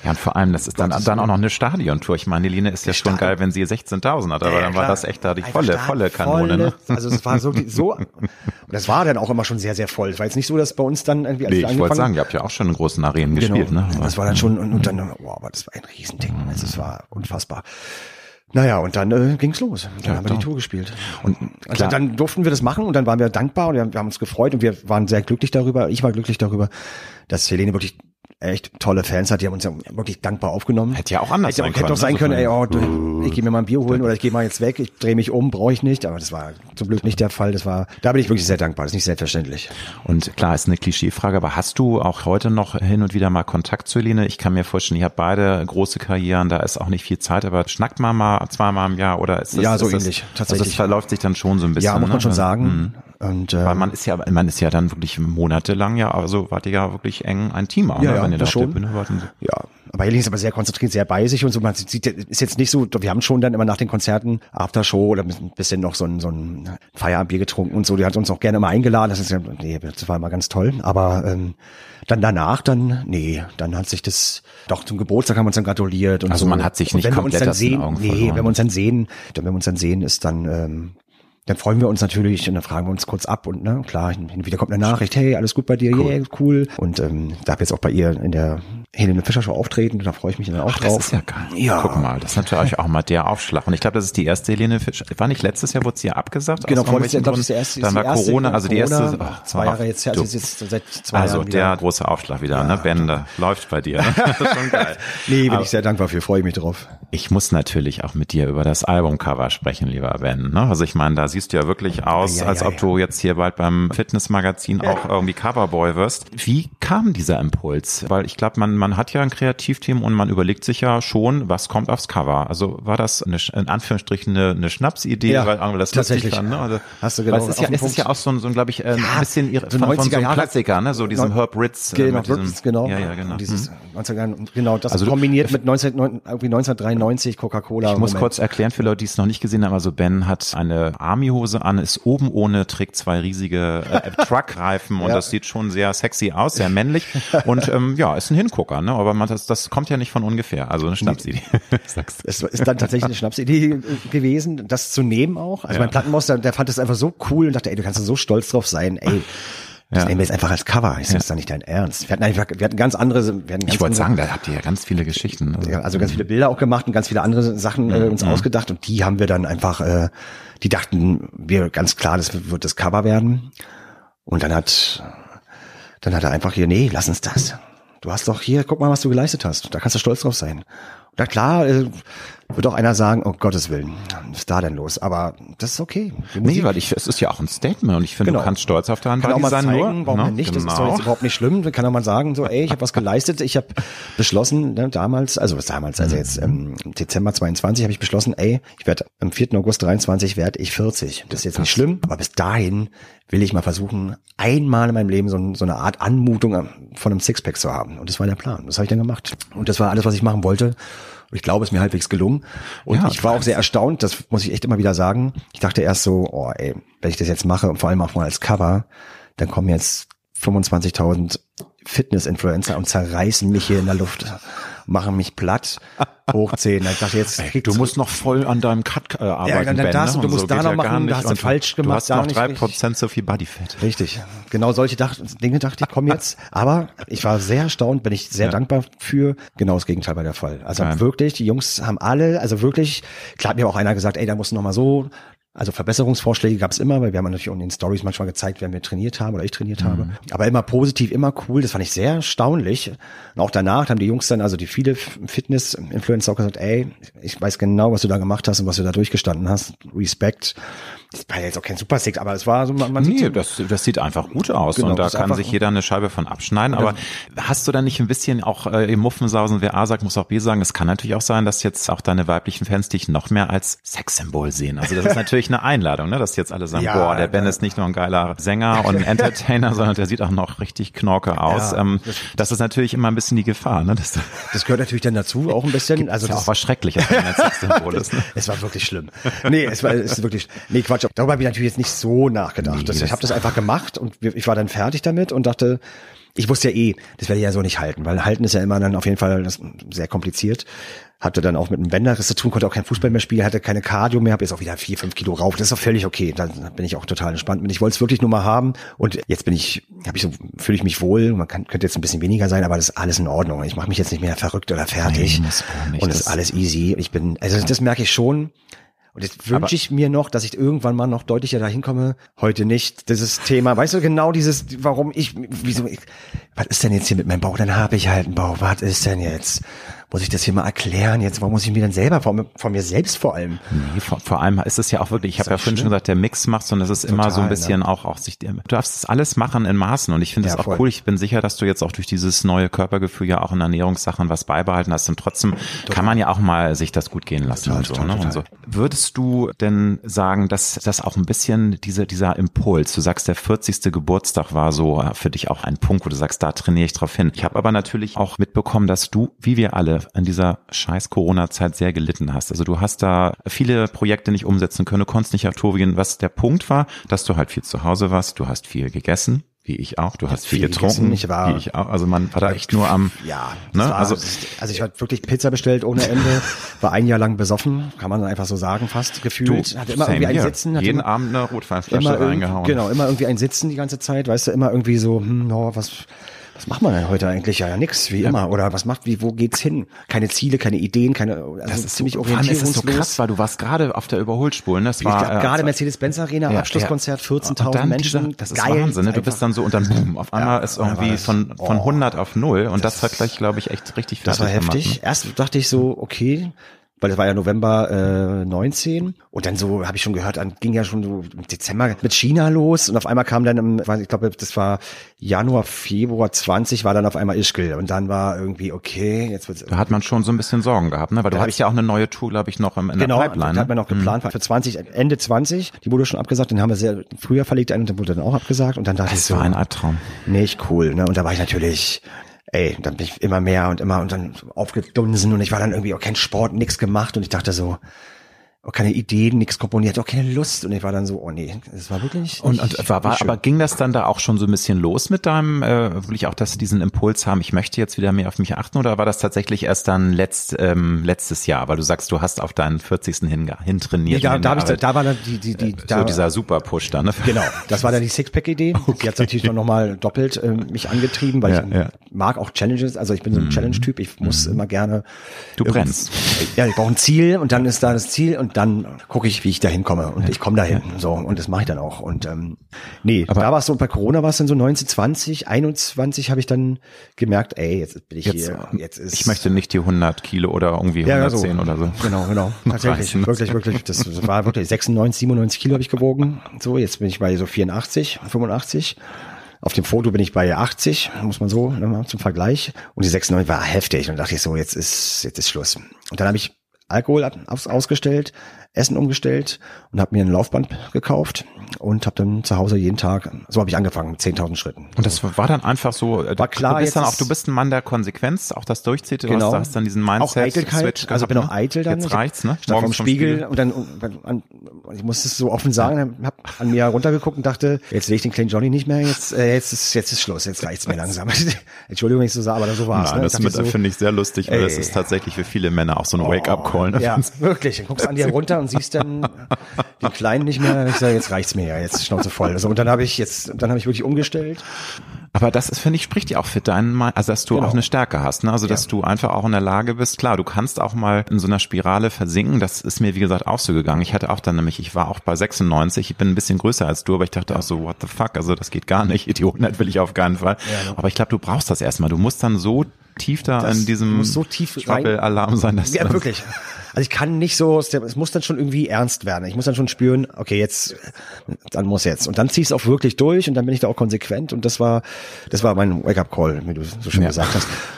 Ja, und vor allem, das ist dann, Gottes dann auch Willen. noch eine Stadiontour. Ich meine, Helene ist ja schon Stadion. geil, wenn sie sechzehntausend hat, aber Ja, dann war klar. das echt da die Einfach volle, da, volle Kanone. Ne? volle, Also es war so, so, und das war dann auch immer schon sehr, sehr voll. Es war jetzt nicht so, dass bei uns dann irgendwie, als Nee, wir ich wollte angefangen sagen, ihr habt ja auch schon in großen Arenen gespielt. Genau. Ne? Aber- Das war dann schon, und, und dann, wow, aber das war ein Riesending. Also es war unfassbar. Naja, und dann äh, ging's los. Dann Ja, haben wir die doch. Tour gespielt. Und Also klar. dann durften wir das machen und dann waren wir dankbar und wir, wir haben uns gefreut und wir waren sehr glücklich darüber. Ich war glücklich darüber, dass Helene wirklich echt tolle Fans hat. Die haben uns ja wirklich dankbar aufgenommen. Hätte ja auch anders Hätte, sein hätte können, doch sein ne? können, So ey, oh, von- du, ich gehe mir mal ein Bier holen oder ich gehe mal jetzt weg, ich drehe mich um, brauche ich nicht. Aber das war zum Glück nicht der Fall. Das war, da bin ich wirklich sehr dankbar. Das ist nicht selbstverständlich. Und klar, ist eine Klischeefrage, aber hast du auch heute noch hin und wieder mal Kontakt zu Helene? Ich kann mir vorstellen, ihr habt beide große Karrieren, da ist auch nicht viel Zeit, aber schnackt man mal zweimal im Jahr oder ist das, Ja, so ist das, ähnlich, Also tatsächlich. das verläuft sich dann schon so ein bisschen. Ja, muss man ne? schon sagen. Mhm. Und, äh, Weil man ist ja, man ist ja dann wirklich monatelang, ja, also wart ihr ja wirklich eng ein Team auch, Ja, ne? ja, wenn ihr da das auf der schon. Bühne wart. Und so. Ja, aber Helene ist aber sehr konzentriert, sehr bei sich und so. Man sieht, ist jetzt nicht so, wir haben schon dann immer nach den Konzerten Aftershow oder ein bisschen noch so ein, so ein Feierabendbier getrunken und so. Die hat uns auch gerne mal eingeladen. Das ist ja, nee, das war immer ganz toll. Aber ähm, dann danach, dann, nee, dann hat sich das, doch zum Geburtstag haben wir uns dann gratuliert und Also so. man hat sich Und nicht wenn wir uns komplett dann aus den sehen, Augen nee, verloren. wenn wir uns dann sehen, dann, wenn wir uns dann sehen, ist dann, ähm, dann freuen wir uns natürlich und dann fragen wir uns kurz ab und ne, klar, hin und wieder kommt eine Nachricht, hey, alles gut bei dir, cool. Yeah, cool. Und ähm, darf jetzt auch bei ihr in der Helene Fischer Show auftreten, da freue ich mich dann auch Ach, drauf. das ist ja geil. Ja. Guck mal, das ist natürlich auch mal der Aufschlag. Und ich glaube, das ist die erste Helene Fischer. War nicht letztes Jahr, wurde sie ja abgesagt? Genau, aus vorletztes Jahr, irgendwelchen ich glaube, das ist der erste. Gründen? Dann ist war die erste, Corona, also die erste. Corona, Oh, zwei Jahre jetzt, also du. jetzt, jetzt seit zwei Also Jahren der wieder. große Aufschlag wieder, ne? Ben, da läuft bei dir. Ne? Das ist schon geil. Nee, bin Aber ich sehr dankbar für, freue ich mich drauf. ich muss natürlich auch mit dir über das Albumcover sprechen, lieber Ben. Ne? Also ich meine, da siehst du ja wirklich aus, Ja, ja, als ja, ob ja. du jetzt hier bald beim Fitnessmagazin auch irgendwie Coverboy wirst. Wie kam dieser Impuls? Weil ich glaube, man man hat ja ein Kreativteam und man überlegt sich ja schon, was kommt aufs Cover. Also war das eine, in Anführungsstrichen eine, eine Schnapsidee, Ja, weil irgendwie das lustig tatsächlich. fand, ne? Also, Hast du genau weil es ist auf ja, den es ist Punkt. ja auch so ein, so ein glaube ich, äh, ein Ja, bisschen ihre, so von, von so neunziger einem Jahre. Klassiker, ne? So diesem Neun- Herb Ritz. äh, Genau, mit diesem, Ritz, genau. Ja, ja, genau. Und dieses Mhm. neunzehn, genau, das Also du- kombiniert mit neunzehn, irgendwie neunzehnhundertdreiundneunzig Coca-Cola. Ich muss Moment. kurz erklären für Leute, die es noch nicht gesehen haben. Also Ben hat eine Army-Hose an, ist oben ohne, trägt zwei riesige äh, Truckreifen und Ja. das sieht schon sehr sexy aus, sehr männlich und ähm, ja, ist ein Hingucker, ne? Aber man, das, das kommt ja nicht von ungefähr. Also eine Schnapsidee. Sagst du. Es ist dann tatsächlich eine Schnapsidee gewesen, das zu nehmen auch. Also Ja. mein Plattenboss, der, der fand das einfach so cool und dachte, ey, du kannst da so stolz drauf sein, ey. Das Ja. nehmen wir jetzt einfach als Cover. Ich so, das ist doch nicht dein Ernst. Wir hatten einfach, wir hatten ganz andere, wir hatten ganz Ich wollte andere, sagen, da habt ihr ja ganz viele Geschichten. Also, also ganz viele Bilder auch gemacht und ganz viele andere Sachen äh, uns ausgedacht und die haben wir dann einfach, äh, die dachten wir ganz klar, das wird das Cover werden. Und dann hat, dann hat er einfach hier, nee, lass uns das. Du hast doch hier, guck mal, was du geleistet hast. Da kannst du stolz drauf sein. Na klar, äh, wird auch einer sagen, oh Gottes Willen, was ist da denn los? Aber das ist okay. Die nee, Musik weil ich, es ist ja auch ein Statement und ich finde, Genau. du kannst stolz auf deinen kann auch Body mal sein. zeigen, nur, warum ne? denn nicht? Das ist doch Genau. jetzt überhaupt nicht schlimm. Da kann auch mal sagen, so, ey, ich habe was geleistet. Ich habe beschlossen, ne, damals, also was damals, also jetzt im Dezember zweiundzwanzig habe ich beschlossen, ey, ich werde am vierten August dreiundzwanzig werde ich vierzig. Das ist jetzt nicht schlimm, aber bis dahin will ich mal versuchen, einmal in meinem Leben so, so eine Art Anmutung von einem Sixpack zu haben. Und das war der Plan. Das habe ich dann gemacht. Und das war alles, was ich machen wollte. Und ich glaube, es ist mir halbwegs gelungen. Und Ja, ich war auch sehr erstaunt, das muss ich echt immer wieder sagen. Ich dachte erst so, oh ey, wenn ich das jetzt mache und vor allem auch mal als Cover, dann kommen jetzt fünfundzwanzigtausend Fitness-Influencer und zerreißen mich hier in der Luft, machen mich platt, hochziehen. Ich dachte jetzt, Du musst noch voll an deinem Cut äh, arbeiten, dann Ben, das ne? und du Und musst so da geht noch ja gar machen, nicht. da hast du Und falsch Du gemacht, hast da noch nicht drei richtig. Prozent so viel Bodyfat. Richtig. Genau solche Dach Dinge dachte ich, komm jetzt. Aber ich war sehr erstaunt, bin ich sehr Ja. dankbar für. Genau das Gegenteil war der Fall. Also Geil. wirklich, die Jungs haben alle, also wirklich, klar hat mir auch einer gesagt, ey, da musst du noch mal so. Also Verbesserungsvorschläge gab es immer, weil wir haben natürlich auch in den Stories manchmal gezeigt, wenn wir trainiert haben oder ich trainiert Mhm. habe. Aber immer positiv, immer cool. Das fand ich sehr erstaunlich. Und auch danach haben die Jungs dann, also die viele Fitness-Influencer auch gesagt, ey, ich weiß genau, was du da gemacht hast und was du da durchgestanden hast. Respekt. Das war jetzt auch kein Super Six, aber es war so, man, man sieht Nee, so, das, das sieht einfach gut aus Genau, und da das ist kann einfach- sich jeder eine Scheibe von abschneiden. Aber hast du da nicht ein bisschen auch äh, im Muffensausen, wer A sagt, muss auch B sagen. Es kann natürlich auch sein, dass jetzt auch deine weiblichen Fans dich noch mehr als Sexsymbol sehen. Also das ist natürlich eine Einladung, ne? Dass jetzt alle sagen, Ja, boah, der Ben ja. ist nicht nur ein geiler Sänger und ein Entertainer, sondern der sieht auch noch richtig knorke aus. Ja, ähm, das- das ist natürlich immer ein bisschen die Gefahr, ne? Das, das gehört natürlich dann dazu, auch ein bisschen. Also ist ja das, auch was Schreckliches, wenn ein Sexsymbol ist. Ne? es war wirklich schlimm. Nee, es war es ist wirklich, nee, Quatsch. Darüber habe ich natürlich jetzt nicht so nachgedacht. Nee, das, das- ich habe das einfach gemacht und wir- ich war dann fertig damit und dachte, ich wusste ja eh, das werde ich ja so nicht halten, weil halten ist ja immer dann auf jeden Fall das sehr kompliziert. Hatte dann auch mit einem Bänderriss zu tun, konnte auch kein Fußball mehr spielen, hatte keine Cardio mehr, habe jetzt auch wieder vier, fünf Kilo rauf. Das ist auch völlig okay. Da bin ich auch total entspannt mit. Ich wollte es wirklich nur mal haben und jetzt bin ich, habe ich so, fühle ich mich wohl. Man kann, könnte jetzt ein bisschen weniger sein, aber das ist alles in Ordnung. Ich mache mich jetzt nicht mehr verrückt oder fertig. Nein, und es ist alles easy. Ich bin, also das merke ich schon. Und jetzt wünsche ich mir noch, dass ich irgendwann mal noch deutlicher dahin komme. Heute nicht. Dieses Thema, weißt du genau dieses, warum ich, wieso, ich, was ist denn jetzt hier mit meinem Bauch? Dann habe ich halt einen Bauch. Was ist denn jetzt? Muss ich das hier mal erklären jetzt? Warum muss ich mir dann selber, von, von mir selbst vor allem? Nee, vor, vor allem ist es ja auch wirklich, ich habe ja vorhin schon gesagt, der Mix machst und es ist Total, immer so ein bisschen ne? auch, auch sich, du darfst das alles machen in Maßen und ich finde es ja, auch voll. cool. Ich bin sicher, dass du jetzt auch durch dieses neue Körpergefühl ja auch in Ernährungssachen was beibehalten hast und trotzdem total. kann man ja auch mal sich das gut gehen lassen total, und so, total, ne? Total. Und so. Würdest du denn sagen, dass das auch ein bisschen diese, dieser Impuls, du sagst, der vierzigste Geburtstag war so für dich auch ein Punkt, wo du sagst, da trainiere ich drauf hin. Ich habe aber natürlich auch mitbekommen, dass du, wie wir alle, in dieser scheiß Corona-Zeit sehr gelitten hast. Also du hast da viele Projekte nicht umsetzen können, du konntest nicht auf Tour gehen. Was der Punkt war, dass du halt viel zu Hause warst, du hast viel gegessen, wie ich auch, du hast viel, viel getrunken, ich war, wie ich auch. Also man war da echt nur am, ja, ne? War, also, also ich habe wirklich Pizza bestellt ohne Ende, war ein Jahr lang besoffen, kann man einfach so sagen, fast gefühlt. Du, hatte immer irgendwie ein Sitzen. Hatte jeden immer, Abend eine Rotweinflasche reingehauen. Genau, immer irgendwie ein Sitzen die ganze Zeit, weißt du, immer irgendwie so, hm, no, was... Was macht man denn heute eigentlich? Ja, ja nix, wie ja. immer. Oder was macht, wie, wo geht's hin? Keine Ziele, keine Ideen, keine, also das ist ziemlich so, orientierungslos. Das ist so krass, weil du warst gerade auf der Überholspur, ne? Das war ich glaub, gerade äh, Mercedes-Benz Arena, ja, Abschlusskonzert, vierzehntausend Menschen. Dieser, das ist geil, Wahnsinn, ne? Du bist dann so und dann boom, auf einmal ja, ist irgendwie das, von, von hundert auf null und das, das hat gleich, glaube ich, echt richtig fertig Das war heftig. Gemacht, ne? Erst dachte ich so, okay, weil das war ja November äh, neunzehn und dann so habe ich schon gehört, dann ging ja schon so im Dezember mit China los und auf einmal kam dann im, ich glaube, das war Januar, Februar zwanzig war dann auf einmal Ischgl und dann war irgendwie okay, jetzt wird's. Da hat man schon so ein bisschen Sorgen gehabt, ne? Weil du hattest ja auch eine neue Tour, glaube ich, noch im, in genau, der Pipeline. Genau, hat man noch geplant mhm. für zwanzig, Ende zwanzig, die wurde schon abgesagt, den haben wir sehr früher verlegt, und dann wurde dann auch abgesagt und dann dachte das ich so. Das war ein Albtraum. Nicht cool, ne? Und da war ich natürlich ey, dann bin ich immer mehr und immer und dann aufgedunsen und ich war dann irgendwie auch kein Sport, nix gemacht und ich dachte so, auch keine Ideen, nichts komponiert, auch keine Lust und ich war dann so, oh nee, das war wirklich nicht. Und, und war, war aber ging das dann da auch schon so ein bisschen los mit deinem, äh, will ich auch, dass diesen Impuls haben, ich möchte jetzt wieder mehr auf mich achten oder war das tatsächlich erst dann letzt, ähm, letztes Jahr, weil du sagst, du hast auf deinen vierzigsten hin, hin trainiert. Nee, da, da, hab ich, da, da war dann die, die, die, äh, da, so dieser Super-Push dann, ne? Genau, das war dann die Sixpack-Idee. Okay. Die hat natürlich noch mal doppelt äh, mich angetrieben, weil ja, ich ja. mag auch Challenges, also ich bin so ein mm. Challenge-Typ, ich muss mm. immer gerne. Du brennst. Ja, ich brauche ein Ziel und dann ist da das Ziel und dann gucke ich, wie ich da hinkomme und ja. ich komme dahin, so, und das mache ich dann auch und ähm, nee, aber da war es so, bei Corona war es dann so neunzehn, zwanzig, einundzwanzig habe ich dann gemerkt, ey, jetzt bin ich jetzt, hier, jetzt ist... Ich möchte nicht die hundert Kilo oder irgendwie hundertzehn ja, so. Oder so. Genau, genau, tatsächlich, wirklich, wirklich, das, das war wirklich sechsundneunzig, siebenundneunzig Kilo habe ich gewogen, so, jetzt bin ich bei so vierundachtzig, fünfundachtzig. Auf dem Foto bin ich bei achtzig, muss man so, ne, zum Vergleich, und die sechsundneunzig war heftig und dachte ich so, jetzt ist, jetzt ist Schluss. Und dann habe ich Alkohol aus, ausgestellt, Essen umgestellt und habe mir ein Laufband gekauft und habe dann zu Hause jeden Tag, so habe ich angefangen mit zehntausend Schritten. Und das war dann einfach so, war klar, du bist dann auch, du bist ein Mann der Konsequenz, auch das durchzieht, du genau. hast, hast dann diesen Mindset-Switch. Also ich bin auch eitel dann. Jetzt reicht's, ne? Stand vom Spiegel, Spiegel und dann, und, und, ich muss es so offen sagen, habe an mir runtergeguckt und dachte, jetzt sehe ich den kleinen Johnny nicht mehr, jetzt, äh, jetzt ist, jetzt ist Schluss, jetzt reicht's mir langsam. Entschuldigung, wenn ich so sage, aber so war es. Nein, ne? das so, finde ich sehr lustig, weil ey. Das ist tatsächlich für viele Männer auch so ein oh, Wake-up-Call. Ne? Ja, wirklich. Dann guckst du an dir runter und siehst dann den Kleinen nicht mehr. Und ich sage, jetzt reicht's mir ja, jetzt Schnauze voll. Also, und dann habe ich jetzt, dann habe ich wirklich umgestellt. Aber das ist, finde ich, spricht ja auch für deinen, also dass du genau. auch eine Stärke hast, ne? Also dass ja. du einfach auch in der Lage bist. Klar, du kannst auch mal in so einer Spirale versinken. Das ist mir, wie gesagt, auch so gegangen. Ich hatte auch dann nämlich, ich war auch bei sechsundneunzig. Ich bin ein bisschen größer als du, aber ich dachte ja. auch so, what the fuck? Also das geht gar nicht. Die hundert will ich auf keinen Fall. Ja, ne? Aber ich glaube, du brauchst das erstmal. Du musst dann so tief da das in diesem so Alarm sein. Dass ja, das wirklich. Also ich kann nicht so, es muss dann schon irgendwie ernst werden. Ich muss dann schon spüren, okay, jetzt, dann muss jetzt. Und dann zieh ich es auch wirklich durch und dann bin ich da auch konsequent und das war, das war mein Wake-up-Call, wie du so schön ja. gesagt hast.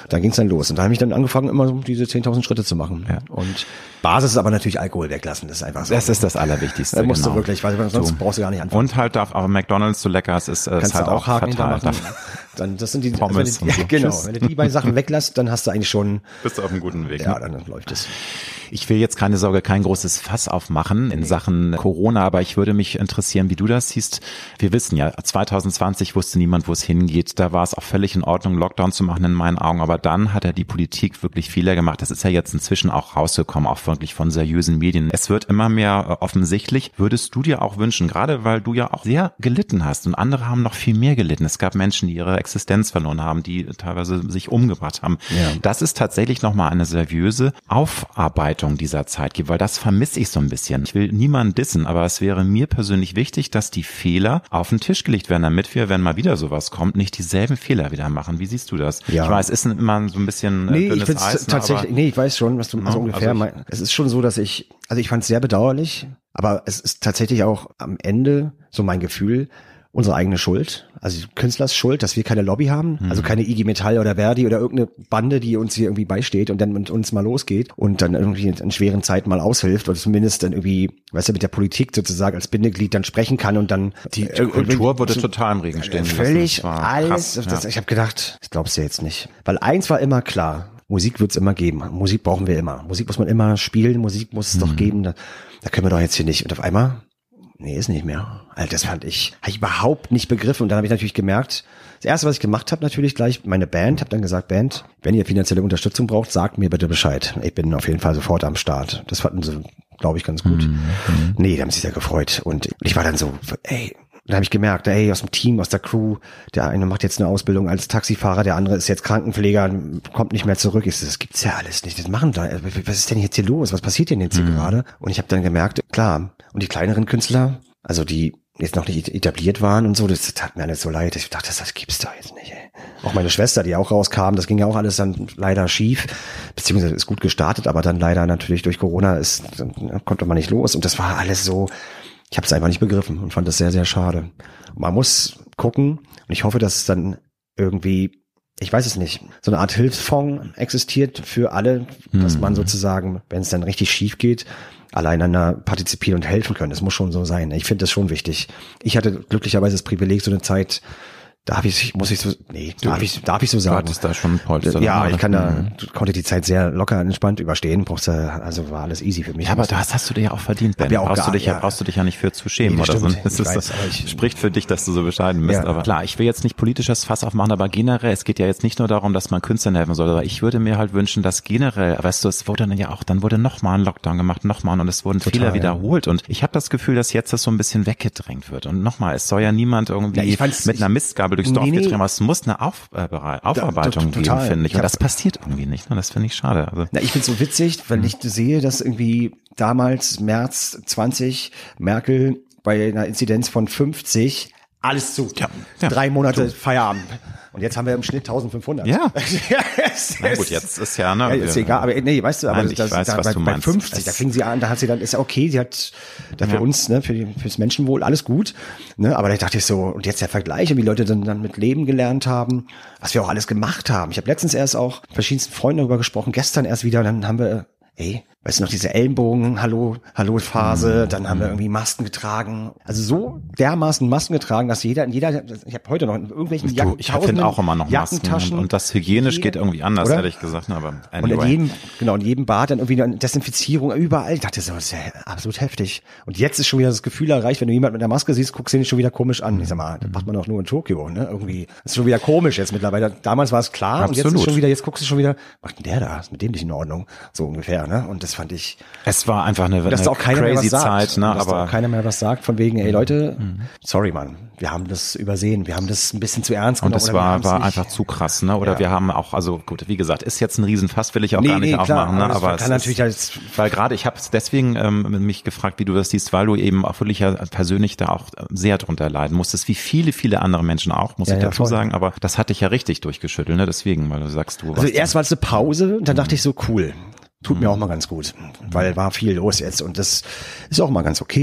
da ging's dann los. Und da habe ich dann angefangen, immer so diese zehntausend Schritte zu machen. Ja. Und Basis ist aber natürlich Alkohol weglassen, das ist einfach so. Das ist das Allerwichtigste. Da musst genau. du wirklich, weil sonst so. brauchst du gar nicht anfangen. Und halt darf auch McDonald's so lecker, es ist, es Kannst halt du auch Haken fatal. machen. Dann, das sind die, Pommes also wenn du, und so. ja, genau. Tschüss. Wenn du die beiden Sachen weglässt, dann hast du eigentlich schon, Bist du auf einem guten Weg. ja, Ne? dann läuft es. Ich will jetzt keine Sorge, kein großes Fass aufmachen in Sachen Corona, aber ich würde mich interessieren, wie du das siehst. Wir wissen ja, zwanzig zwanzig wusste niemand, wo es hingeht. Da war es auch völlig in Ordnung, Lockdown zu machen in meinen Augen. Aber dann hat ja die Politik wirklich Fehler gemacht. Das ist ja jetzt inzwischen auch rausgekommen, auch wirklich von seriösen Medien. Es wird immer mehr offensichtlich. Würdest du dir auch wünschen, gerade weil du ja auch sehr gelitten hast und andere haben noch viel mehr gelitten. Es gab Menschen, die ihre Existenz verloren haben, die teilweise sich umgebracht haben. Ja. Das ist tatsächlich nochmal eine seriöse Aufarbeitung dieser Zeit gibt, weil das vermisse ich so ein bisschen. Ich will niemanden dissen, aber es wäre mir persönlich wichtig, dass die Fehler auf den Tisch gelegt werden, damit wir, wenn mal wieder sowas kommt, nicht dieselben Fehler wieder machen. Wie siehst du das? Ja. Ich weiß, es ist immer so ein bisschen Nee, ich dünnes find's Eis. tatsächlich, aber, nee, ich weiß schon, was du No, so ungefähr also ich- meinst. Es ist schon so, dass ich, also ich fand es sehr bedauerlich, aber es ist tatsächlich auch am Ende so mein Gefühl, unsere eigene Schuld, also Künstlers Schuld, dass wir keine Lobby haben, Mhm. also keine I G Metall oder Verdi oder irgendeine Bande, die uns hier irgendwie beisteht und dann mit uns mal losgeht und dann irgendwie in schweren Zeiten mal aushilft oder zumindest dann irgendwie, weißt du, mit der Politik sozusagen als Bindeglied dann sprechen kann und dann die äh, Kultur wurde so- total im Regen stehen. Völlig lassen. Das war alles. krass, Das, ja. Ich habe gedacht, das glaubst du jetzt nicht. Weil eins war immer klar, Musik wird's immer geben. Musik brauchen wir immer. Musik muss man immer spielen, Musik muss es Mhm. doch geben. Da, da können wir doch jetzt hier nicht. Und auf einmal, nee, ist nicht mehr. Alter, das fand ich, habe ich überhaupt nicht begriffen. Und dann habe ich natürlich gemerkt, das Erste, was ich gemacht habe, natürlich gleich meine Band, habe dann gesagt, Band, wenn ihr finanzielle Unterstützung braucht, sagt mir bitte Bescheid. Ich bin auf jeden Fall sofort am Start. Das fanden sie, glaube ich, ganz gut. Mhm. Nee, da haben sie sich sehr gefreut. Und ich war dann so, ey, da habe ich gemerkt, ey, aus dem Team, aus der Crew, der eine macht jetzt eine Ausbildung als Taxifahrer, der andere ist jetzt Krankenpfleger, kommt nicht mehr zurück. Ich so, das gibt's ja alles nicht. Das machen da. Was ist denn jetzt hier los? Was passiert denn jetzt hier Mhm. gerade? Und ich habe dann gemerkt, klar, und die kleineren Künstler, also die jetzt noch nicht etabliert waren und so, das tat mir alles so leid. Ich dachte, das, das gibt's da jetzt nicht, ey. Auch meine Schwester, die auch rauskam, das ging ja auch alles dann leider schief, beziehungsweise ist gut gestartet, aber dann leider natürlich durch Corona ist, dann konnte man nicht los und das war alles so, ich habe es einfach nicht begriffen und fand das sehr, sehr schade. Und man muss gucken und ich hoffe, dass es dann irgendwie, ich weiß es nicht, so eine Art Hilfsfonds existiert für alle, dass man sozusagen, wenn es dann richtig schief geht, alle einander partizipieren und helfen können. Das muss schon so sein. Ich finde das schon wichtig. Ich hatte glücklicherweise das Privileg, so eine Zeit, darf ich, muss ich so, nee, darf ich, darf ich so Du sagen. hattest da schon ein Polster. Ja, oder? ich kann da, Mhm. konnte die Zeit sehr locker entspannt überstehen, brauchst du, also war alles easy für mich. Ja, aber das hast du dir ja auch verdient, Ben. ja auch brauchst, du gar- dich ja, ja. brauchst du dich ja nicht für zu schämen Nee, das oder so. stimmt. Das Ich ist weiß, so, aber ich- spricht für dich, dass du so bescheiden bist. Ja. Aber klar, ich will jetzt nicht politisches Fass aufmachen, aber generell, es geht ja jetzt nicht nur darum, dass man Künstlern helfen soll, aber ich würde mir halt wünschen, dass generell, weißt du, es wurde dann ja auch, dann wurde nochmal ein Lockdown gemacht, nochmal und es wurden Total, Fehler ja. wiederholt und ich habe das Gefühl, dass jetzt das so ein bisschen weggedrängt wird und nochmal, es soll ja niemand irgendwie Ja, ich fand's- mit einer Mistgabel durchs Dorf Nee, nee. getrieben, aber es muss eine Auf, äh, Aufarbeitung to- geben, total. finde ich. Ich Und hab- das passiert irgendwie nicht, ne? Das finde ich schade. Also, Na, ich find's so witzig, wenn ich sehe, dass irgendwie damals März zwanzig Merkel bei einer Inzidenz von fünfzig alles zu. Ja, ja. Drei Monate Feierabend. Und jetzt haben wir im Schnitt eintausendfünfhundert. Ja. Ja, es- na gut, es- jetzt ist ja, ne? Ja, ist egal, aber nee, weißt du, aber Nein, ich das, weiß, da, was bei, du bei meinst. fünfzig, da Es- fing sie an, da hat sie dann, ist ja okay, sie hat da für Ja. uns, ne, für die, fürs Menschenwohl alles gut, ne, aber da dachte ich so, und jetzt der Vergleich, und wie Leute dann, dann mit Leben gelernt haben, was wir auch alles gemacht haben. Ich habe letztens erst auch mit verschiedensten Freunden darüber gesprochen, gestern erst wieder, dann haben wir, ey, weißt du noch, diese Ellenbogen, Hallo, Hallo-Phase, dann haben wir irgendwie Masken getragen. Also so dermaßen Masken getragen, dass jeder, in jeder, ich habe heute noch in irgendwelchen Du, Jacken, ich finde auch immer noch Masken Jackentaschen. und, und das hygienisch Jeder- geht irgendwie anders, oder? ehrlich gesagt, ne, aber Und in anyway. jedem, genau, in jedem Bad dann irgendwie eine Desinfizierung, überall. Ich dachte so, das ist ja absolut heftig. Und jetzt ist schon wieder das Gefühl erreicht, wenn du jemanden mit der Maske siehst, guckst du den schon wieder komisch an. Ich sag mal, das macht man doch nur in Tokio, ne? Irgendwie, das ist schon wieder komisch jetzt mittlerweile. Damals war es klar und jetzt Absolut. ist schon wieder, jetzt guckst du schon wieder, was macht denn der da? Ist mit dem nicht in Ordnung? So ungefähr, ne? Und das fand ich, Es war einfach eine, dass eine da auch keiner mehr crazy was sagt. Zeit, ne, dass da aber auch keiner mehr was sagt, von wegen, ey Leute, sorry Mann, wir haben das übersehen, wir haben das ein bisschen zu ernst und genommen. es oder wir war, haben's war nicht- einfach zu krass, ne? Oder Ja. wir haben auch, also gut, wie gesagt, ist jetzt ein Riesenfass, will ich auch Nee, gar nicht nee, klar, aufmachen, ne? aber das Aber kann es natürlich ist, als- weil gerade ich habe deswegen ähm, mich gefragt, wie du das siehst, weil du eben auch wirklich ja persönlich da auch sehr drunter leiden musstest, wie viele, viele andere Menschen auch, muss Ja, ich ja, dazu voll. sagen. Aber das hat dich ja richtig durchgeschüttelt, ne? Deswegen, weil du sagst, du Also warst erst war es eine Pause und dann dachte ich so, cool, tut mir auch mal ganz gut, weil war viel los jetzt und das ist auch mal ganz okay.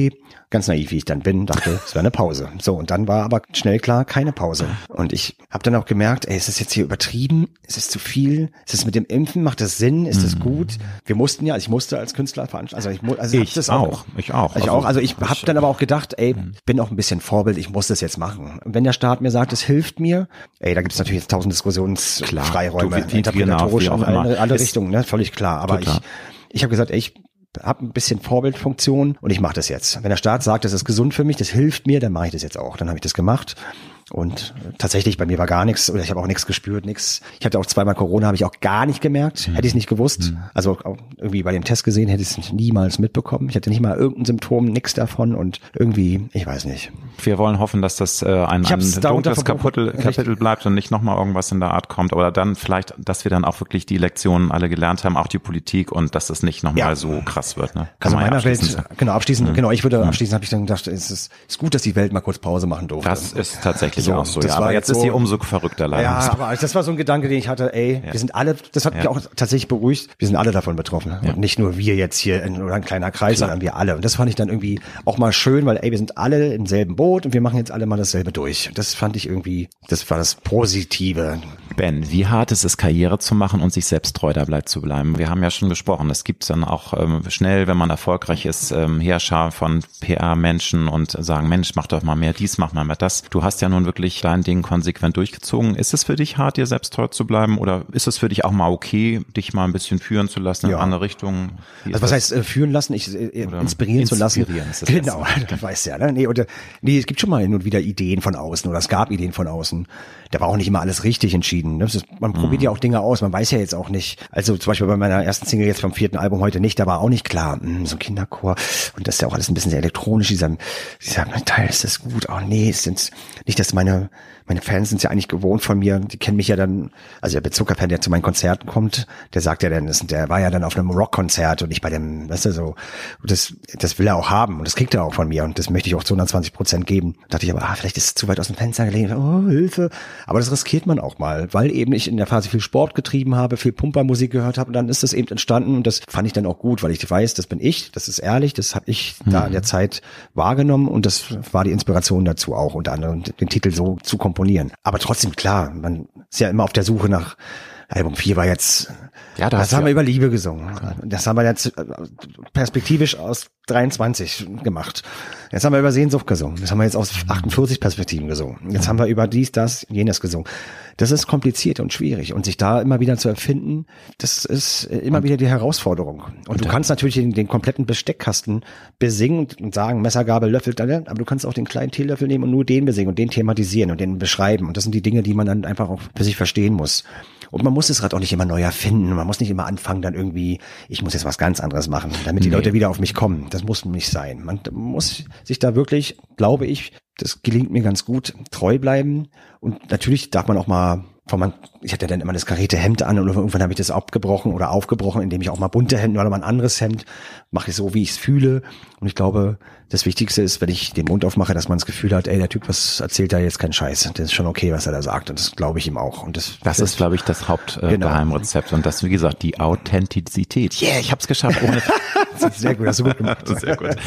ganz naiv wie ich dann bin, dachte, es wäre eine Pause. So, und dann war aber schnell klar, keine Pause. Und ich habe dann auch gemerkt, ey, ist das jetzt hier übertrieben? Ist es zu viel? Ist es mit dem Impfen? Macht das Sinn? Ist das gut? Wir mussten ja, also ich musste als Künstler veranstalten, also ich, mu- also ich das auch, ich auch. Ich also, auch, also ich habe dann aber auch gedacht, ey, Mhm. bin auch ein bisschen Vorbild, ich muss das jetzt machen. Und wenn der Staat mir sagt, es hilft mir, ey, da gibt es natürlich jetzt tausend Diskussionsfreiräume, Klar, du, wie- interpretatorisch genau, wie in auch immer. alle, alle Ist- Richtungen, ne, völlig klar. Aber Total. ich, ich habe gesagt, ey, ich habe ein bisschen Vorbildfunktion und ich mache das jetzt. Wenn der Staat sagt, das ist gesund für mich, das hilft mir, dann mache ich das jetzt auch. Dann habe ich das gemacht. Und tatsächlich, bei mir war gar nichts, oder ich habe auch nichts gespürt, nichts. Ich hatte auch zweimal Corona, habe ich auch gar nicht gemerkt, hätte ich es nicht gewusst. Also auch irgendwie bei dem Test gesehen, hätte ich es niemals mitbekommen. Ich hatte nicht mal irgendein Symptom, nichts davon und irgendwie, ich weiß nicht. Wir wollen hoffen, dass das äh, ein, Ich ein hab's darunter dunkles verbuchen. Kapitel, Kapitel bleibt und nicht nochmal irgendwas in der Art kommt. Oder dann vielleicht, dass wir dann auch wirklich die Lektionen alle gelernt haben, auch die Politik, und dass das nicht nochmal Ja. so krass wird. Ne? Kann Also man ja meiner Welt, abschließend sagen. genau, abschließend, genau, ich würde abschließend habe ich dann gedacht, es ist, ist gut, dass die Welt mal kurz Pause machen durfte. Das ist tatsächlich So, auch so. das Ja. war Aber jetzt jetzt ist sie so- umso verrückter leider. Ja, aber das war so ein Gedanke, den ich hatte, ey, Ja. wir sind alle, das hat mich Ja. auch tatsächlich beruhigt, wir sind alle davon betroffen. Ja. Und nicht nur wir jetzt hier in, oder ein kleiner Kreis, sondern wir alle. Und das fand ich dann irgendwie auch mal schön, weil ey, wir sind alle im selben Boot und wir machen jetzt alle mal dasselbe durch. Das fand ich irgendwie, das war das Positive. Ben, wie hart ist es, Karriere zu machen und sich selbst treu dabei zu bleiben? Wir haben ja schon gesprochen, es gibt dann auch ähm, schnell, wenn man erfolgreich ist, ähm, Heerschar von P R-Menschen und sagen, Mensch, mach doch mal mehr dies, mach mal mehr das. Du hast ja nun wirklich dein Ding konsequent durchgezogen. Ist es für dich hart, dir selbst treu zu bleiben, oder ist es für dich auch mal okay, dich mal ein bisschen führen zu lassen in Ja. andere Richtungen? Wie Also ist was das? heißt äh, führen lassen, ich äh, Oder inspirieren zu lassen. inspirieren ist das Genau, Beste. du weißt ja, ne? Nee, oder nee, es gibt schon mal hin und wieder Ideen von außen oder es gab Ideen von außen. Da war auch nicht immer alles richtig entschieden. Ne? Das ist, man probiert ja auch Dinge aus, man weiß ja jetzt auch nicht. Also zum Beispiel bei meiner ersten Single jetzt vom vierten Album heute nicht, da war auch nicht klar, mh, so ein Kinderchor und das ist ja auch alles ein bisschen sehr elektronisch, dieser, dieser Teil, ist das gut? Oh nee, es sind nicht, dass meine meine Fans sind ja eigentlich gewohnt von mir, die kennen mich ja dann, also der Bezuckerfan, der zu meinen Konzerten kommt, der sagt ja dann, das, der war ja dann auf einem Rockkonzert und nicht bei dem, weißt du, so, und das, das will er auch haben und das kriegt er auch von mir und das möchte ich auch zu hundertzwanzig Prozent geben. Da dachte ich aber, ah, vielleicht ist es zu weit aus dem Fenster gelegen, oh, Hilfe. Aber das riskiert man auch mal, weil eben ich in der Phase viel Sport getrieben habe, viel Pumpermusik gehört habe und dann ist das eben entstanden und das fand ich dann auch gut, weil ich weiß, das bin ich, das ist ehrlich, das habe ich mhm. da in der Zeit wahrgenommen und das war die Inspiration dazu auch, unter anderem den Titel so zu komponieren. Aber trotzdem, klar, man ist ja immer auf der Suche nach, Album vier war jetzt, ja, da das haben ja wir über Liebe gesungen. Das haben wir jetzt perspektivisch aus dreiundzwanzig gemacht. Jetzt haben wir über Sehnsucht gesungen. Das haben wir jetzt aus achtundvierzig Perspektiven gesungen. Jetzt haben wir über dies, das, jenes gesungen. Das ist kompliziert und schwierig. Und sich da immer wieder zu erfinden, das ist immer wieder die Herausforderung. Und, und du kannst natürlich den, den kompletten Besteckkasten besingen und sagen, Messer, Gabel, Löffel, aber du kannst auch den kleinen Teelöffel nehmen und nur den besingen und den thematisieren und den beschreiben. Und das sind die Dinge, die man dann einfach auch für sich verstehen muss. Und man muss das Rad auch nicht immer neu erfinden. Man muss nicht immer anfangen, dann irgendwie, ich muss jetzt was ganz anderes machen, damit die nee. Leute wieder auf mich kommen. Das muss nicht sein. Man muss sich da wirklich, glaube ich, das gelingt mir ganz gut, treu bleiben. Und natürlich darf man auch mal, von man, ich hatte dann immer das karierte Hemd an und irgendwann habe ich das abgebrochen oder aufgebrochen, indem ich auch mal bunte Hemden oder mal ein anderes Hemd mache, ich so, wie ich es fühle. Und ich glaube, das Wichtigste ist, wenn ich den Mund aufmache, dass man das Gefühl hat, ey, der Typ, was erzählt da jetzt kein Scheiß. Das ist schon okay, was er da sagt. Und das glaube ich ihm auch. Und das, das, das ist, glaube ich, das Hauptgeheimrezept. Genau. Und das, wie gesagt, die Authentizität. Yeah, ich hab's geschafft. Ohne sehr gut, hast du gut gemacht. Sehr gut.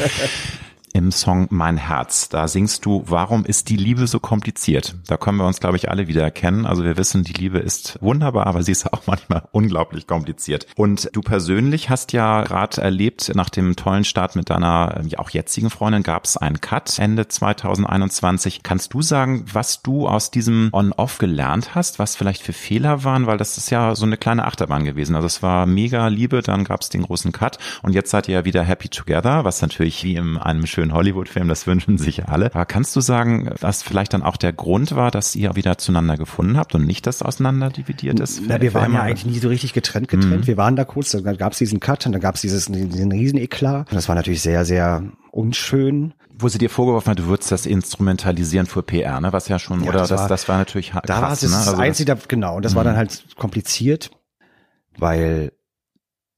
Im Song Mein Herz, da singst du, warum ist die Liebe so kompliziert? Da können wir uns, glaube ich, alle wieder erkennen. Also wir wissen, die Liebe ist wunderbar, aber sie ist auch manchmal unglaublich kompliziert. Und du persönlich hast ja gerade erlebt, nach dem tollen Start mit deiner ja auch jetzigen Freundin gab es einen Cut Ende zwanzig einundzwanzig. Kannst du sagen, was du aus diesem On-Off gelernt hast, was vielleicht für Fehler waren? Weil das ist ja so eine kleine Achterbahn gewesen. Also es war mega Liebe, dann gab es den großen Cut und jetzt seid ihr ja wieder happy together, was natürlich wie in einem schönen Hollywood-Film, das wünschen sich alle. Aber kannst du sagen, was vielleicht dann auch der Grund war, dass ihr wieder zueinander gefunden habt und nicht das auseinander dividiert ist? Na, wir waren ja eigentlich nie so richtig getrennt getrennt. Mhm. Wir waren da kurz, dann gab es diesen Cut und dann gab es dieses, diesen Rieseneklat. Das war natürlich sehr, sehr unschön. Wo sie dir vorgeworfen hat, du würdest das instrumentalisieren für P R, ne? Was ja schon, ja, oder das, das, war, das war natürlich krass. Da war es das, ne? Also Einzige, das, genau, und das mh. war dann halt kompliziert, weil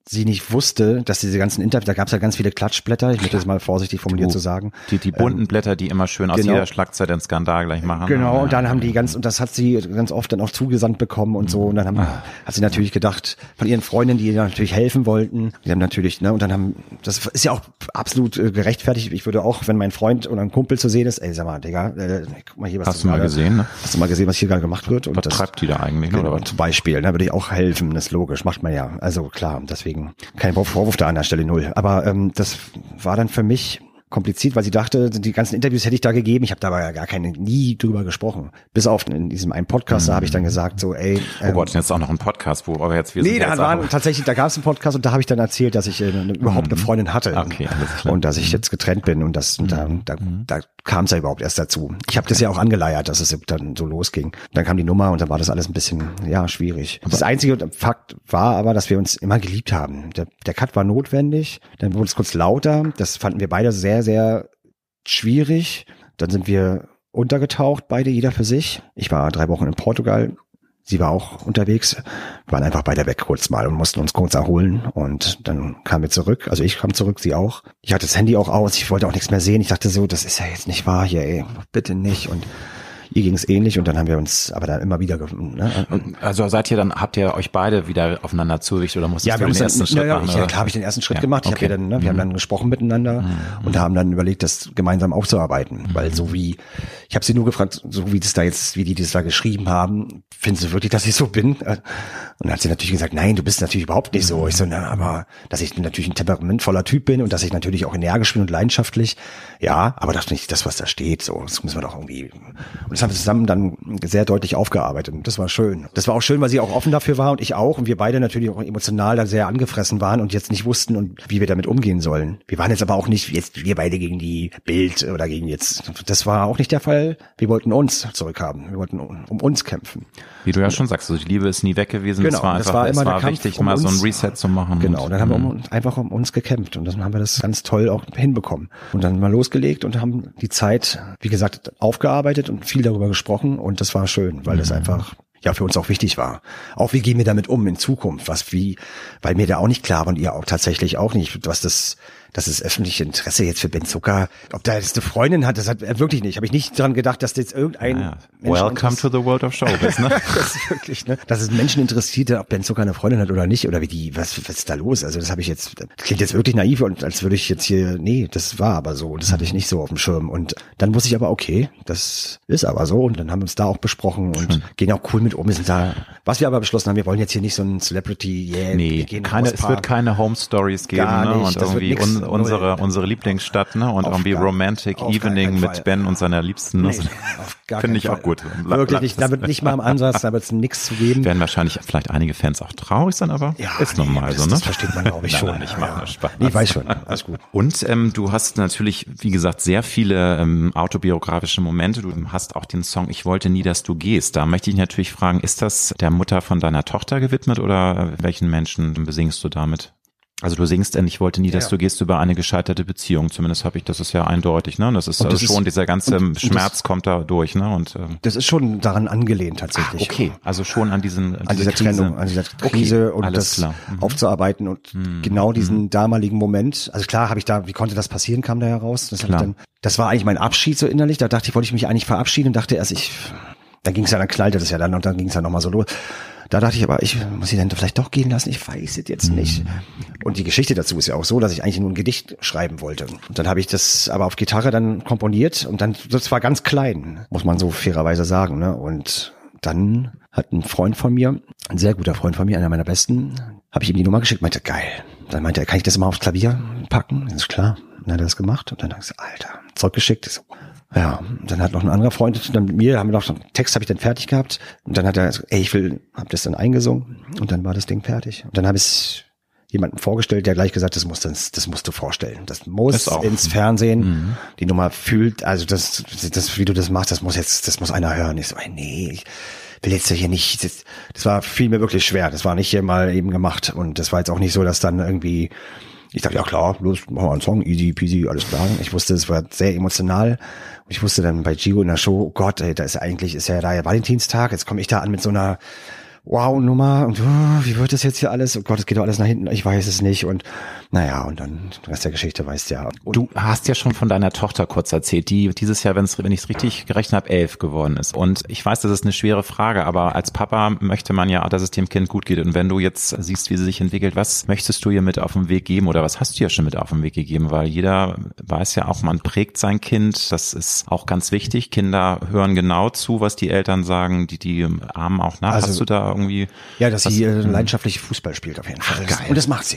sie nicht wusste, dass diese ganzen Interviews, da gab es ja ganz viele Klatschblätter, ich möchte das mal vorsichtig formuliert du, zu sagen. Die, die bunten ähm, Blätter, die immer schön aus genau. jeder Schlagzeile einen Skandal gleich machen. Genau, ja. und dann haben die ganz, und das hat sie ganz oft dann auch zugesandt bekommen und so, und dann haben, ah. hat sie natürlich gedacht, von ihren Freundinnen, die ihr natürlich helfen wollten, die haben natürlich, ne, und dann haben, das ist ja auch absolut äh, gerechtfertigt, ich würde auch, wenn mein Freund oder ein Kumpel zu sehen ist, ey, sag mal, Digga, äh, guck mal hier, was hast du mal gerade, gesehen, ne? Hast du mal gesehen, was hier gerade gemacht wird? Und was das treibt die da eigentlich, genau, oder was? Zum Beispiel, da ne, würde ich auch helfen, das ist logisch, macht man ja, also klar, deswegen kein Vorwurf da an der Stelle null. Aber ähm, das war dann für mich kompliziert, weil sie dachte, die ganzen Interviews hätte ich da gegeben. Ich habe da aber ja gar keine, nie drüber gesprochen. Bis auf in diesem einen Podcast, mhm. da habe ich dann gesagt, so ey. Ähm, oh Gott, jetzt auch noch ein Podcast, wo aber jetzt wir nee, sind da jetzt war tatsächlich, da gab es einen Podcast und da habe ich dann erzählt, dass ich äh, eine, überhaupt eine Freundin hatte. Okay, alles klar. Und dass ich jetzt getrennt bin und das, und da, da, da kam es ja überhaupt erst dazu. Ich habe das ja auch angeleiert, dass es dann so losging. Dann kam die Nummer und dann war das alles ein bisschen, ja, schwierig. Aber das einzige Fakt war aber, dass wir uns immer geliebt haben. Der, der Cut war notwendig, dann wurde es kurz lauter. Das fanden wir beide sehr, sehr schwierig. Dann sind wir untergetaucht, beide, jeder für sich. Ich war drei Wochen in Portugal. Sie war auch unterwegs. Wir waren einfach beide weg kurz mal und mussten uns kurz erholen. Und dann kamen wir zurück. Also ich kam zurück, sie auch. Ich hatte das Handy auch aus. Ich wollte auch nichts mehr sehen. Ich dachte so, das ist ja jetzt nicht wahr hier, ey. Bitte nicht. Und ihr ging es ähnlich und dann haben wir uns aber dann immer wieder gefunden. Ne? Also seid ihr dann, habt ihr euch beide wieder aufeinander zugewicht oder musstet ja, du den dann, ersten Schritt ja, ja, machen? Ich, ja, klar habe ich den ersten Schritt ja, gemacht. Ich okay. hab ja dann, ne, wir mhm. haben dann gesprochen miteinander mhm. und haben dann überlegt, das gemeinsam aufzuarbeiten. Mhm. Weil so wie, ich habe sie nur gefragt, so wie das da jetzt, wie die das da geschrieben haben, findest du wirklich, dass ich so bin? Und dann hat sie natürlich gesagt, nein, du bist natürlich überhaupt nicht so. Ich so, na, aber dass ich natürlich ein temperamentvoller Typ bin und dass ich natürlich auch energisch bin und leidenschaftlich. Ja, aber das nicht das, was da steht. So, das müssen wir doch irgendwie. Und das haben wir zusammen dann sehr deutlich aufgearbeitet. Und das war schön. Das war auch schön, weil sie auch offen dafür war und ich auch. Und wir beide natürlich auch emotional da sehr angefressen waren und jetzt nicht wussten, und wie wir damit umgehen sollen. Wir waren jetzt aber auch nicht jetzt wir beide gegen die Bild oder gegen jetzt. Das war auch nicht der Fall. Wir wollten uns zurückhaben. Wir wollten um uns kämpfen. Wie du ja schon sagst, also die Liebe ist nie weg gewesen. Genau, es war einfach, das war immer es war der Kampf wichtig, um mal uns. so ein Reset zu machen. Genau, dann haben wir mhm. um, einfach um uns gekämpft und dann haben wir das ganz toll auch hinbekommen. Und dann mal losgelegt und haben die Zeit, wie gesagt, aufgearbeitet und viel darüber gesprochen und das war schön, weil mhm. das einfach ja für uns auch wichtig war. Auch wie gehen wir damit um in Zukunft, was wie, weil mir da auch nicht klar war und ihr auch tatsächlich auch nicht, was das das ist öffentliche Interesse jetzt für Ben Zucker. Ob da jetzt eine Freundin hat, das hat er wirklich nicht. Habe ich nicht dran gedacht, dass jetzt irgendein ja, Welcome to the world of showbiz, ne? Das ist wirklich, ne? Dass es Menschen interessiert, ob Ben Zucker eine Freundin hat oder nicht oder wie die, was, was ist da los? Also das habe ich jetzt, das klingt jetzt wirklich naiv und als würde ich jetzt hier, nee, das war aber so. Das hatte ich nicht so auf dem Schirm. Und dann wusste ich aber, okay, das ist aber so. Und dann haben wir uns da auch besprochen und Schön. gehen auch cool mit um. Wir sind da, was wir aber beschlossen haben, wir wollen jetzt hier nicht so ein Celebrity, yeah, nee, wir gehen keine, es wird keine Home Stories geben, Gar ne? nicht, Und irgendwie un, unsere, unsere Lieblingsstadt, ne? Und auf irgendwie gar, Romantic Evening mit Ben und seiner Liebsten. Nee, ne? Finde ich Fall. auch gut. Wirklich nicht, da wird nicht mal im Ansatz, da wird es nichts zu geben. Werden wahrscheinlich vielleicht einige Fans auch traurig sein, aber ja, ist nee, normal das, so, ne? Das versteht man, glaube ich, schon. Nein, nein, ich mache ja. Spaß. Nee, ich weiß schon, alles gut. Und ähm, du hast natürlich, wie gesagt, sehr viele ähm, autobiografische Momente. Du hast auch den Song Ich wollte nie, dass du gehst. Da möchte ich natürlich fragen, ist das der Mutter von deiner Tochter gewidmet oder welchen Menschen besingst du damit? Also du singst denn, ich wollte nie, dass ja, ja. du gehst über eine gescheiterte Beziehung. Zumindest habe ich, das ist ja eindeutig, ne? Das ist das also schon, ist, dieser ganze und, Schmerz und kommt da durch, ne? Und ähm, das ist schon daran angelehnt tatsächlich. Ach, okay, also schon an diesen an, an dieser Krise. Trennung, an dieser Krise okay, und das mhm. aufzuarbeiten und mhm. genau diesen mhm. damaligen Moment. Also klar, habe ich da, wie konnte das passieren, kam da heraus. Das, hab ich dann, das war eigentlich mein Abschied so innerlich. Da dachte ich, wollte ich mich eigentlich verabschieden und dachte erst, ich, dann ging es ja, dann knallte das ja dann und dann ging es ja nochmal so los. Da dachte ich aber, ich muss sie dann vielleicht doch gehen lassen, ich weiß es jetzt nicht. Und die Geschichte dazu ist ja auch so, dass ich eigentlich nur ein Gedicht schreiben wollte. Und dann habe ich das aber auf Gitarre dann komponiert und dann, das war ganz klein, muss man so fairerweise sagen, ne? Und dann hat ein Freund von mir, ein sehr guter Freund von mir, einer meiner besten, habe ich ihm die Nummer geschickt, meinte, geil. Dann meinte er, kann ich das mal aufs Klavier packen? Das ist klar. Und dann hat er das gemacht und dann habe ich gesagt, Alter, Zeug geschickt, so. Ja, dann hat noch ein anderer Freund, dann mit mir, haben wir noch so einen Text, habe ich dann fertig gehabt und dann hat er gesagt, ey, ich will, hab das dann eingesungen und dann war das Ding fertig. Und dann habe ich jemanden vorgestellt, der gleich gesagt, das musst du, das musst du vorstellen. Das muss das ins Fernsehen. Mhm. Die Nummer fühlt, also das, das, wie du das machst, das muss jetzt, das muss einer hören. Ich so, ey, nee, ich will jetzt hier nicht, das, das war, fiel mir wirklich schwer. Das war nicht hier mal eben gemacht und das war jetzt auch nicht so, dass dann irgendwie, ich dachte, ja klar, los, machen wir einen Song, easy peasy, alles klar. Ich wusste, es war sehr emotional. Und ich wusste dann bei Gio in der Show, oh Gott, ey, da ist ja eigentlich, ist ja da ja Valentinstag, jetzt komme ich da an mit so einer Wow-Nummer und oh, wie wird das jetzt hier alles? Oh Gott, es geht doch alles nach hinten, ich weiß es nicht und naja, und dann der Rest der Geschichte weißt du ja. Und du hast ja schon von deiner Tochter kurz erzählt, die dieses Jahr, wenn es, wenn ich es richtig gerechnet habe, elf geworden ist. Und ich weiß, das ist eine schwere Frage, aber als Papa möchte man ja, dass es dem Kind gut geht. Und wenn du jetzt siehst, wie sie sich entwickelt, was möchtest du ihr mit auf den Weg geben oder was hast du ja schon mit auf den Weg gegeben? Weil jeder weiß ja auch, man prägt sein Kind. Das ist auch ganz wichtig. Kinder hören genau zu, was die Eltern sagen. Die, die ahmen auch nach. Also, hast du da irgendwie? Ja, dass was, sie äh, leidenschaftlich Fußball spielt auf jeden Fall. Ach, geil. Und das macht sie.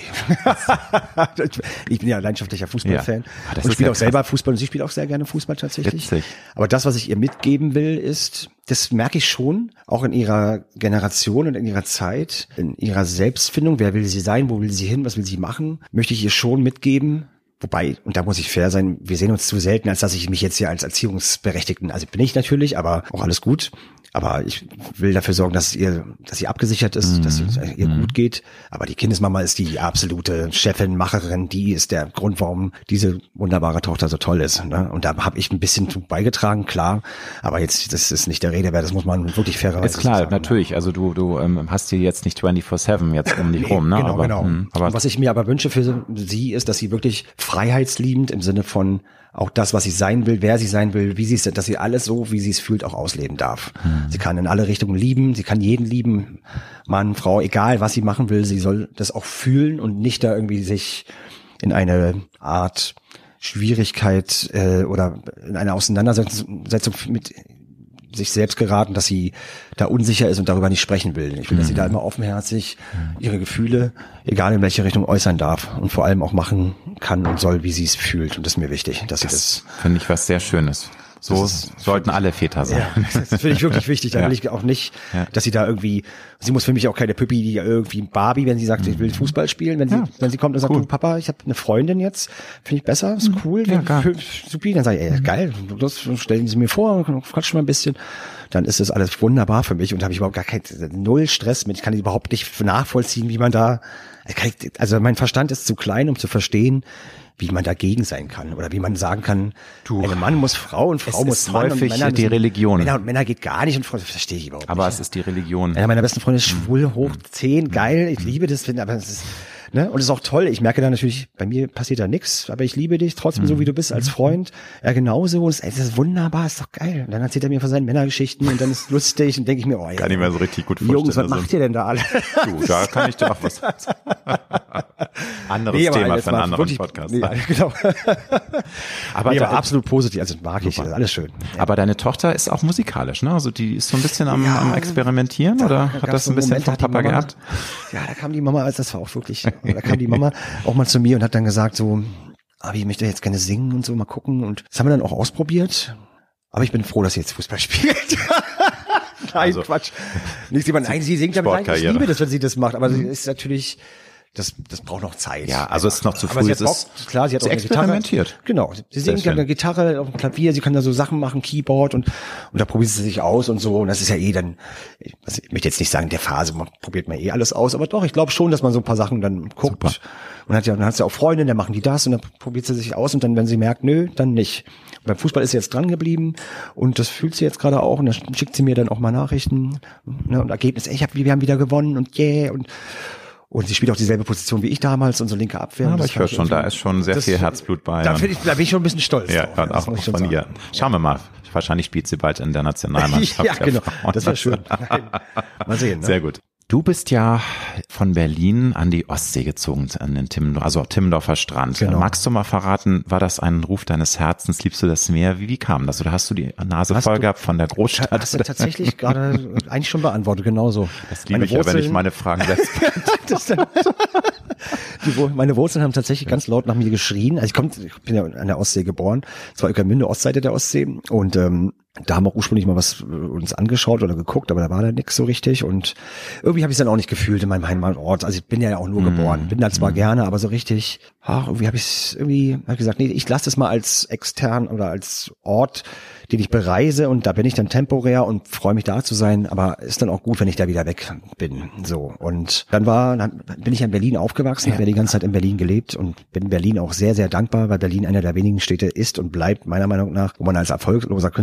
Ich bin ja leidenschaftlicher Fußballfan ja. und spiele auch selber Fußball und sie spielt auch sehr gerne Fußball tatsächlich. Witzig. Aber das, was ich ihr mitgeben will, ist, das merke ich schon, auch in ihrer Generation und in ihrer Zeit, in ihrer Selbstfindung, wer will sie sein, wo will sie hin, was will sie machen, möchte ich ihr schon mitgeben. Wobei, und da muss ich fair sein, wir sehen uns zu selten, als dass ich mich jetzt hier als Erziehungsberechtigten, also bin ich natürlich, aber auch alles gut. Aber ich will dafür sorgen, dass es ihr, dass sie abgesichert ist, mhm. dass es ihr mhm. gut geht. Aber die Kindesmama ist die absolute Chefin, Macherin, die ist der Grund, warum diese wunderbare Tochter so toll ist. Ne? Und da habe ich ein bisschen zu beigetragen, klar. Aber jetzt, das ist nicht der Rede wert, das muss man wirklich fairerweise sagen. Ist klar, sagen, natürlich. Ne? Also du, du ähm, hast hier jetzt nicht vierundzwanzig sieben jetzt um dich nee, rum. Ne? Genau, aber, genau. Mh, aber was ich mir aber wünsche für sie ist, dass sie wirklich freiheitsliebend im Sinne von auch das, was sie sein will, wer sie sein will, wie sie es, dass sie alles so, wie sie es fühlt, auch ausleben darf. Hm. Sie kann in alle Richtungen lieben, sie kann jeden lieben, Mann, Frau, egal was sie machen will, sie soll das auch fühlen und nicht da irgendwie sich in eine Art Schwierigkeit äh, oder in eine Auseinandersetzung mit sich selbst geraten, dass sie da unsicher ist und darüber nicht sprechen will. Ich will, dass sie da immer offenherzig ihre Gefühle, egal in welche Richtung, äußern darf und vor allem auch machen kann und soll, wie sie es fühlt. Und das ist mir wichtig, dass sie das... Das finde ich was sehr Schönes. So ist, sollten alle Väter sein. Ja, das finde ich wirklich wichtig. Da ja. will ich auch nicht, ja. dass sie da irgendwie, sie muss für mich auch keine Püppi, die irgendwie Barbie, wenn sie sagt, ich will Fußball spielen, wenn sie, ja. wenn sie kommt und sagt, cool. du Papa, ich habe eine Freundin jetzt, finde ich besser, ist cool, ja, super, dann sage ich, ey, geil, das stellen Sie mir vor, quatschen mal ein bisschen. Dann ist das alles wunderbar für mich und habe ich überhaupt gar keinen, null Stress mit. Ich kann überhaupt nicht nachvollziehen, wie man da, also mein Verstand ist zu klein, um zu verstehen, wie man dagegen sein kann oder wie man sagen kann, du, ein Mann muss Frau und Frau es muss ist Mann häufig und Männer die Religion. Männer und Männer geht gar nicht und Frau, das verstehe ich überhaupt aber nicht. Aber es ist die Religion. Einer meiner besten Freunde ist schwul, hoch zehn, geil, ich liebe das, aber es ist, ne, und es ist auch toll, ich merke da natürlich, bei mir passiert da nichts, aber ich liebe dich trotzdem so, wie du bist, als Freund, er genauso, und es, ey, das ist wunderbar, ist doch geil. Und dann erzählt er mir von seinen Männergeschichten und dann ist es lustig und denke ich mir, oh, ey, kann ich mir so richtig gut vorstellen. Jungs, was macht ihr denn da alle? Du, da kann ich dir auch was anderes nee, Thema für einen anderen wirklich, Podcast. Nee, genau. aber nee, da, aber absolut positiv, also mag super. Ich, also alles schön. Ja. Aber deine Tochter ist auch musikalisch, ne? Also die ist so ein bisschen am, ja, am Experimentieren da, oder da hat das ein bisschen Moment, vom Papa Mama, gehabt? Ja, da kam die Mama, also das war auch wirklich, da kam die Mama auch mal zu mir und hat dann gesagt so, aber ich möchte jetzt gerne singen und so, mal gucken, und das haben wir dann auch ausprobiert, aber ich bin froh, dass sie jetzt Fußball spielt. Nein, also, Quatsch. Nicht, nein, sie singt damit rein, ich liebe das, wenn sie das macht, aber mhm. sie ist natürlich, das, das braucht noch Zeit. Ja, also es ist noch zu früh. Aber sie hat Bock, ist, klar, sie hat sie auch eine experimentiert. Gitarre. Genau. Sie singt ja eine Gitarre auf dem Klavier, sie kann da so Sachen machen, Keyboard und, und da probiert sie sich aus und so. Und das ist ja eh dann, also ich möchte jetzt nicht sagen, in der Phase, man probiert man eh alles aus, aber doch, ich glaube schon, dass man so ein paar Sachen dann guckt. Super. Und hat ja, dann hat sie auch Freunde, dann machen die das und dann probiert sie sich aus und dann, wenn sie merkt, nö, dann nicht. Und beim Fußball ist sie jetzt dran geblieben und das fühlt sie jetzt gerade auch und dann schickt sie mir dann auch mal Nachrichten, ne, und Ergebnis, ey, ich hab, wir haben wieder gewonnen und yeah, und Und sie spielt auch dieselbe Position wie ich damals, unsere linke Abwehr. Ja, aber ich höre schon, da ist schon sehr das, viel Herzblut bei. Da, ich, da bin ich schon ein bisschen stolz ja, drauf. Ja, auch, auch von ihr. Schauen wir mal. Wahrscheinlich spielt sie bald in der Nationalmannschaft. Ja, genau. Das wäre schön. Mal sehen. Ne? Sehr gut. Du bist ja von Berlin an die Ostsee gezogen, an den Timmendorf, also Timmendorfer Strand. Genau. Magst du mal verraten, war das ein Ruf deines Herzens? Liebst du das Meer? Wie, wie kam das? Oder hast du die Nase hast voll du, gehabt von der Großstadt? Hast du tatsächlich gerade eigentlich schon beantwortet, genauso. Das liebe meine ich Wurzeln, ja, wenn ich meine Fragen selbst das dann, die, Meine Wurzeln haben tatsächlich ganz laut nach mir geschrien. Also ich, komm, ich bin ja an der Ostsee geboren. Es war Ueckermünde, Ostseite der Ostsee. Und ähm, da haben wir auch ursprünglich mal was uns angeschaut oder geguckt, aber da war da nix so richtig. Und irgendwie habe ich es dann auch nicht gefühlt in meinem Heimatort. Also ich bin ja auch nur mm. geboren, bin da zwar mm. gerne, aber so richtig, ach, irgendwie habe ich es irgendwie hab ich gesagt, nee, ich lasse es mal als extern oder als Ort, den ich bereise, und da bin ich dann temporär und freue mich da zu sein, aber ist dann auch gut, wenn ich da wieder weg bin. So, und dann war, dann bin ich in Berlin aufgewachsen, ja. habe ja die ganze Zeit in Berlin gelebt und bin Berlin auch sehr, sehr dankbar, weil Berlin einer der wenigen Städte ist und bleibt, meiner Meinung nach, wo man als erfolgloser Künstler noch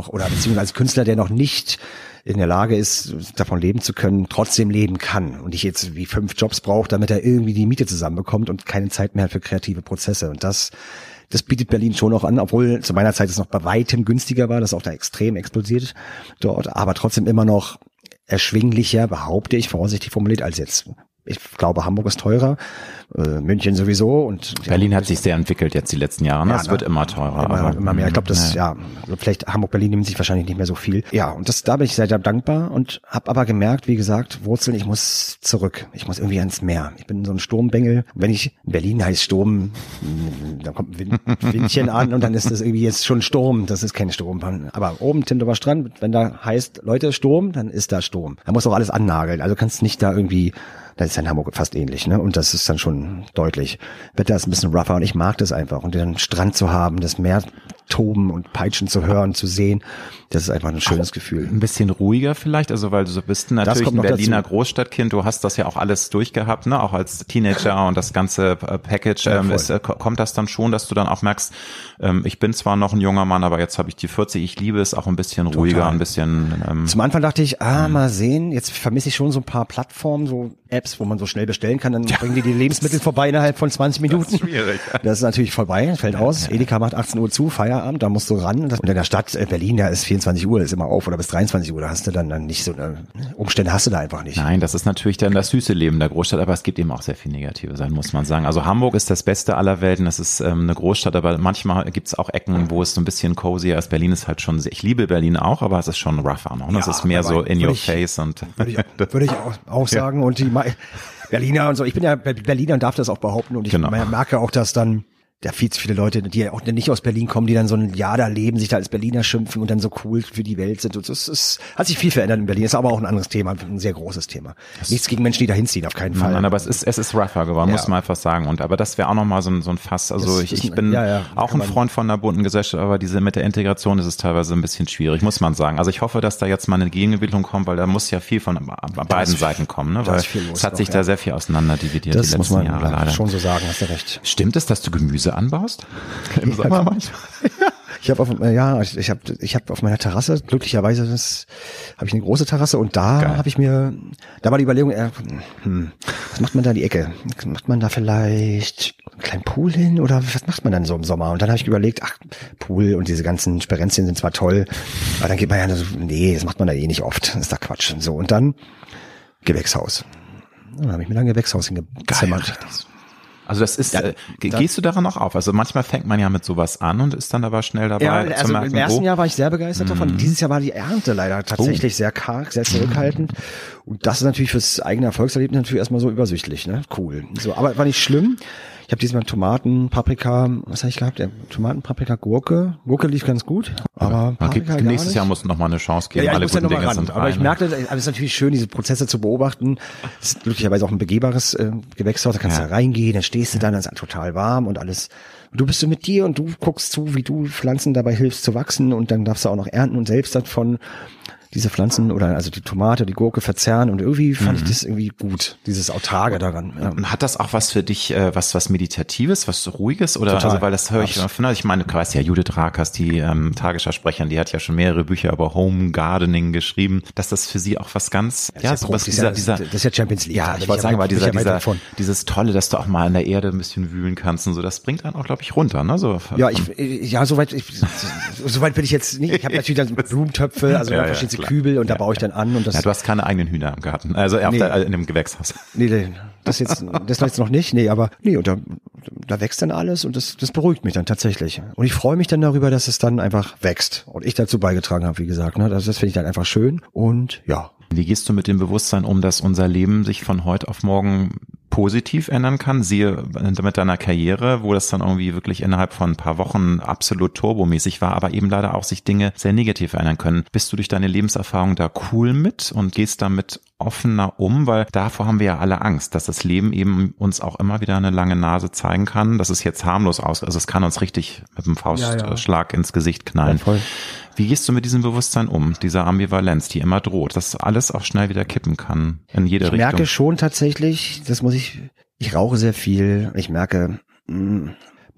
oder beziehungsweise als Künstler, der noch nicht in der Lage ist, davon leben zu können, trotzdem leben kann und nicht jetzt wie fünf Jobs braucht, damit er irgendwie die Miete zusammenbekommt und keine Zeit mehr hat für kreative Prozesse. Und das, das bietet Berlin schon auch an, obwohl zu meiner Zeit es noch bei weitem günstiger war, das ist auch da extrem explodiert dort, aber trotzdem immer noch erschwinglicher, behaupte ich, vorsichtig formuliert, als jetzt. Ich glaube, Hamburg ist teurer, äh, München sowieso und Berlin hat sich sehr entwickelt jetzt die letzten Jahre. Ne? Ja, es ne? wird immer teurer. Immer, aber, immer mehr. Ich glaube, das ja. ja, vielleicht Hamburg, Berlin nehmen sich wahrscheinlich nicht mehr so viel. Ja, und das da bin ich sehr, sehr dankbar und habe aber gemerkt, wie gesagt, Wurzeln, ich muss zurück. Ich muss irgendwie ans Meer. Ich bin so ein Sturmbengel. Wenn ich Berlin heißt Sturm, dann kommt ein Wind, Windchen an und dann ist das irgendwie jetzt schon Sturm. Das ist kein Sturm. Aber oben Timmendorfer Strand, wenn da heißt Leute Sturm, dann ist da Sturm. Da muss auch alles annageln. Also kannst nicht da irgendwie. Das ist in Hamburg fast ähnlich, ne? Und das ist dann schon deutlich. Wetter ist ein bisschen rougher und ich mag das einfach. Und den Strand zu haben, das Meer toben und peitschen zu hören, zu sehen, das ist einfach ein schönes auch Gefühl. Ein bisschen ruhiger vielleicht, also weil du so bist natürlich ein Berliner dazu. Großstadtkind, du hast das ja auch alles durchgehabt, ne? Auch als Teenager und das ganze Package. Ja, ähm, ist, äh, kommt das dann schon, dass du dann auch merkst, ähm, ich bin zwar noch ein junger Mann, aber jetzt habe ich die vierzig, ich liebe es auch ein bisschen ruhiger, Total. ein bisschen... Ähm, Zum Anfang dachte ich, ah, mal sehen, jetzt vermisse ich schon so ein paar Plattformen, so Apps, wo man so schnell bestellen kann, dann ja. bringen die die Lebensmittel vorbei innerhalb von zwanzig Minuten. Das ist schwierig. Das ist natürlich vorbei, fällt aus. Ja. Edeka macht achtzehn Uhr zu, Feierabend, da musst du ran. Und in der Stadt Berlin, da ist vierundzwanzig Uhr, ist immer auf oder bis dreiundzwanzig Uhr, da hast du dann, dann nicht so eine Umstände hast du da einfach nicht. Nein, das ist natürlich dann das süße Leben der Großstadt, aber es gibt eben auch sehr viel Negative sein, muss man sagen. Also Hamburg ist das Beste aller Welten, das ist ähm, eine Großstadt, aber manchmal gibt es auch Ecken, wo es so ein bisschen cozier ist. Berlin ist halt schon, ich liebe Berlin auch, aber es ist schon rougher noch. Und es ja, ist mehr so in your ich, face und würde ich, würde ich auch, auch sagen. Und die Berliner und so, ich bin ja Berliner und darf das auch behaupten und ich genau. merke auch, dass dann da viel zu viele Leute, die auch nicht aus Berlin kommen, die dann so ein Jahr da leben, sich da als Berliner schimpfen und dann so cool für die Welt sind. Und das ist, hat sich viel verändert in Berlin. Ist aber auch ein anderes Thema, ein sehr großes Thema. Das Nichts gegen Menschen, die da hinziehen, auf keinen Fall. Nein, aber es ist, es ist rougher geworden, ja. muss man einfach sagen. Und aber das wäre auch nochmal so ein, so ein Fass. Also das, ich, ich bin ja, ja, auch ein Freund von einer bunten Gesellschaft, aber diese mit der Integration ist es teilweise ein bisschen schwierig, muss man sagen. Also ich hoffe, dass da jetzt mal eine Gegenentwicklung kommt, weil da muss ja viel von beiden ist, Seiten kommen. Ne? Weil es hat sich noch, da ja. sehr viel auseinander dividiert das die letzten muss man Jahre leider. Schon so sagen, hast du recht. Stimmt es, dass du Gemüse anbaust? Im Sommer manchmal? Ich habe auf ja, ich, ich habe ich habe auf meiner Terrasse glücklicherweise das habe ich eine große Terrasse und da habe ich mir da war die Überlegung, äh, hm, was macht man da in die Ecke? Macht man da vielleicht einen kleinen Pool hin oder was macht man dann so im Sommer? Und dann habe ich überlegt, ach, Pool und diese ganzen Sperenzien sind zwar toll, aber dann geht man ja so, nee, das macht man da eh nicht oft. Das ist da Quatsch und so und dann Gewächshaus. Dann habe ich mir da ein Gewächshaus hingezimmert. Also das ist, ja, äh, gehst du daran auch auf? Also manchmal fängt man ja mit sowas an und ist dann aber schnell dabei ja, zu also merken, im ersten oh, Jahr war ich sehr begeistert mm. davon. Dieses Jahr war die Ernte leider tatsächlich oh. sehr karg, sehr zurückhaltend. Und das ist natürlich fürs eigene Erfolgserlebnis natürlich erstmal so übersichtlich, ne? Cool. So, aber war nicht schlimm. Ich habe diesmal Tomaten, Paprika, was habe ich gehabt? Ja, Tomaten, Paprika, Gurke. Gurke lief ganz gut, aber Paprika gar nächstes nicht. Jahr musst du noch mal eine Chance geben. Ja, ja, alle ich muss guten ja noch mal Dinge ran. sind Aber rein, ich merkte, es ist natürlich schön, diese Prozesse zu beobachten. Es ist glücklicherweise auch ein begehbares äh, Gewächshaus. Da kannst du ja. da reingehen, dann stehst du da, dann ist total warm und alles. Und du bist so mit dir und du guckst zu, wie du Pflanzen dabei hilfst zu wachsen und dann darfst du auch noch ernten und selbst davon diese Pflanzen oder also die Tomate, die Gurke verzehren und irgendwie fand mhm. ich das irgendwie gut, dieses Autarke daran. Ja. Und hat das auch was für dich, äh, was was Meditatives, was Ruhiges oder Total. Also weil das höre ich immer von, ich meine, du weißt ja, Judith Rakers, die ähm, Tagesschau-Sprecherin, die hat ja schon mehrere Bücher über Home Gardening geschrieben, dass das für sie auch was ganz, ja, ja so was dieser, dieser, das ist ja Champions League. Ja, ich wollte sagen, aber dieser, dieser, dieses Tolle, dass du auch mal in der Erde ein bisschen wühlen kannst und so, das bringt einen auch, glaube ich, runter, ne? So, ja, ich, ja, soweit, ich, soweit bin ich jetzt nicht. Ich habe natürlich dann Blumentöpfe, also ja, verschiedene ja, Kübel und da baue ich dann an und das. Ja, du hast keine eigenen Hühner im Garten, also nee. der, in dem Gewächshaus. Nee, nee, das jetzt, das jetzt noch nicht, nee, aber nee, und da, da wächst dann alles und das, das beruhigt mich dann tatsächlich. Und ich freue mich dann darüber, dass es dann einfach wächst und ich dazu beigetragen habe, wie gesagt, ne, das, das finde ich dann einfach schön und ja. Wie gehst du mit dem Bewusstsein um, dass unser Leben sich von heute auf morgen positiv ändern kann? Siehe mit deiner Karriere, wo das dann irgendwie wirklich innerhalb von ein paar Wochen absolut turbomäßig war, aber eben leider auch sich Dinge sehr negativ verändern können. Bist du durch deine Lebenserfahrung da cool mit und gehst damit offener um? Weil davor haben wir ja alle Angst, dass das Leben eben uns auch immer wieder eine lange Nase zeigen kann. Das ist jetzt harmlos aus, also es kann uns richtig mit dem Faustschlag ja, ja. ins Gesicht knallen. Ja, voll. Wie gehst du mit diesem Bewusstsein um, dieser Ambivalenz, die immer droht, dass alles auch schnell wieder kippen kann, in jede ich Richtung? Ich merke schon tatsächlich, das muss ich, ich rauche sehr viel, ich merke, man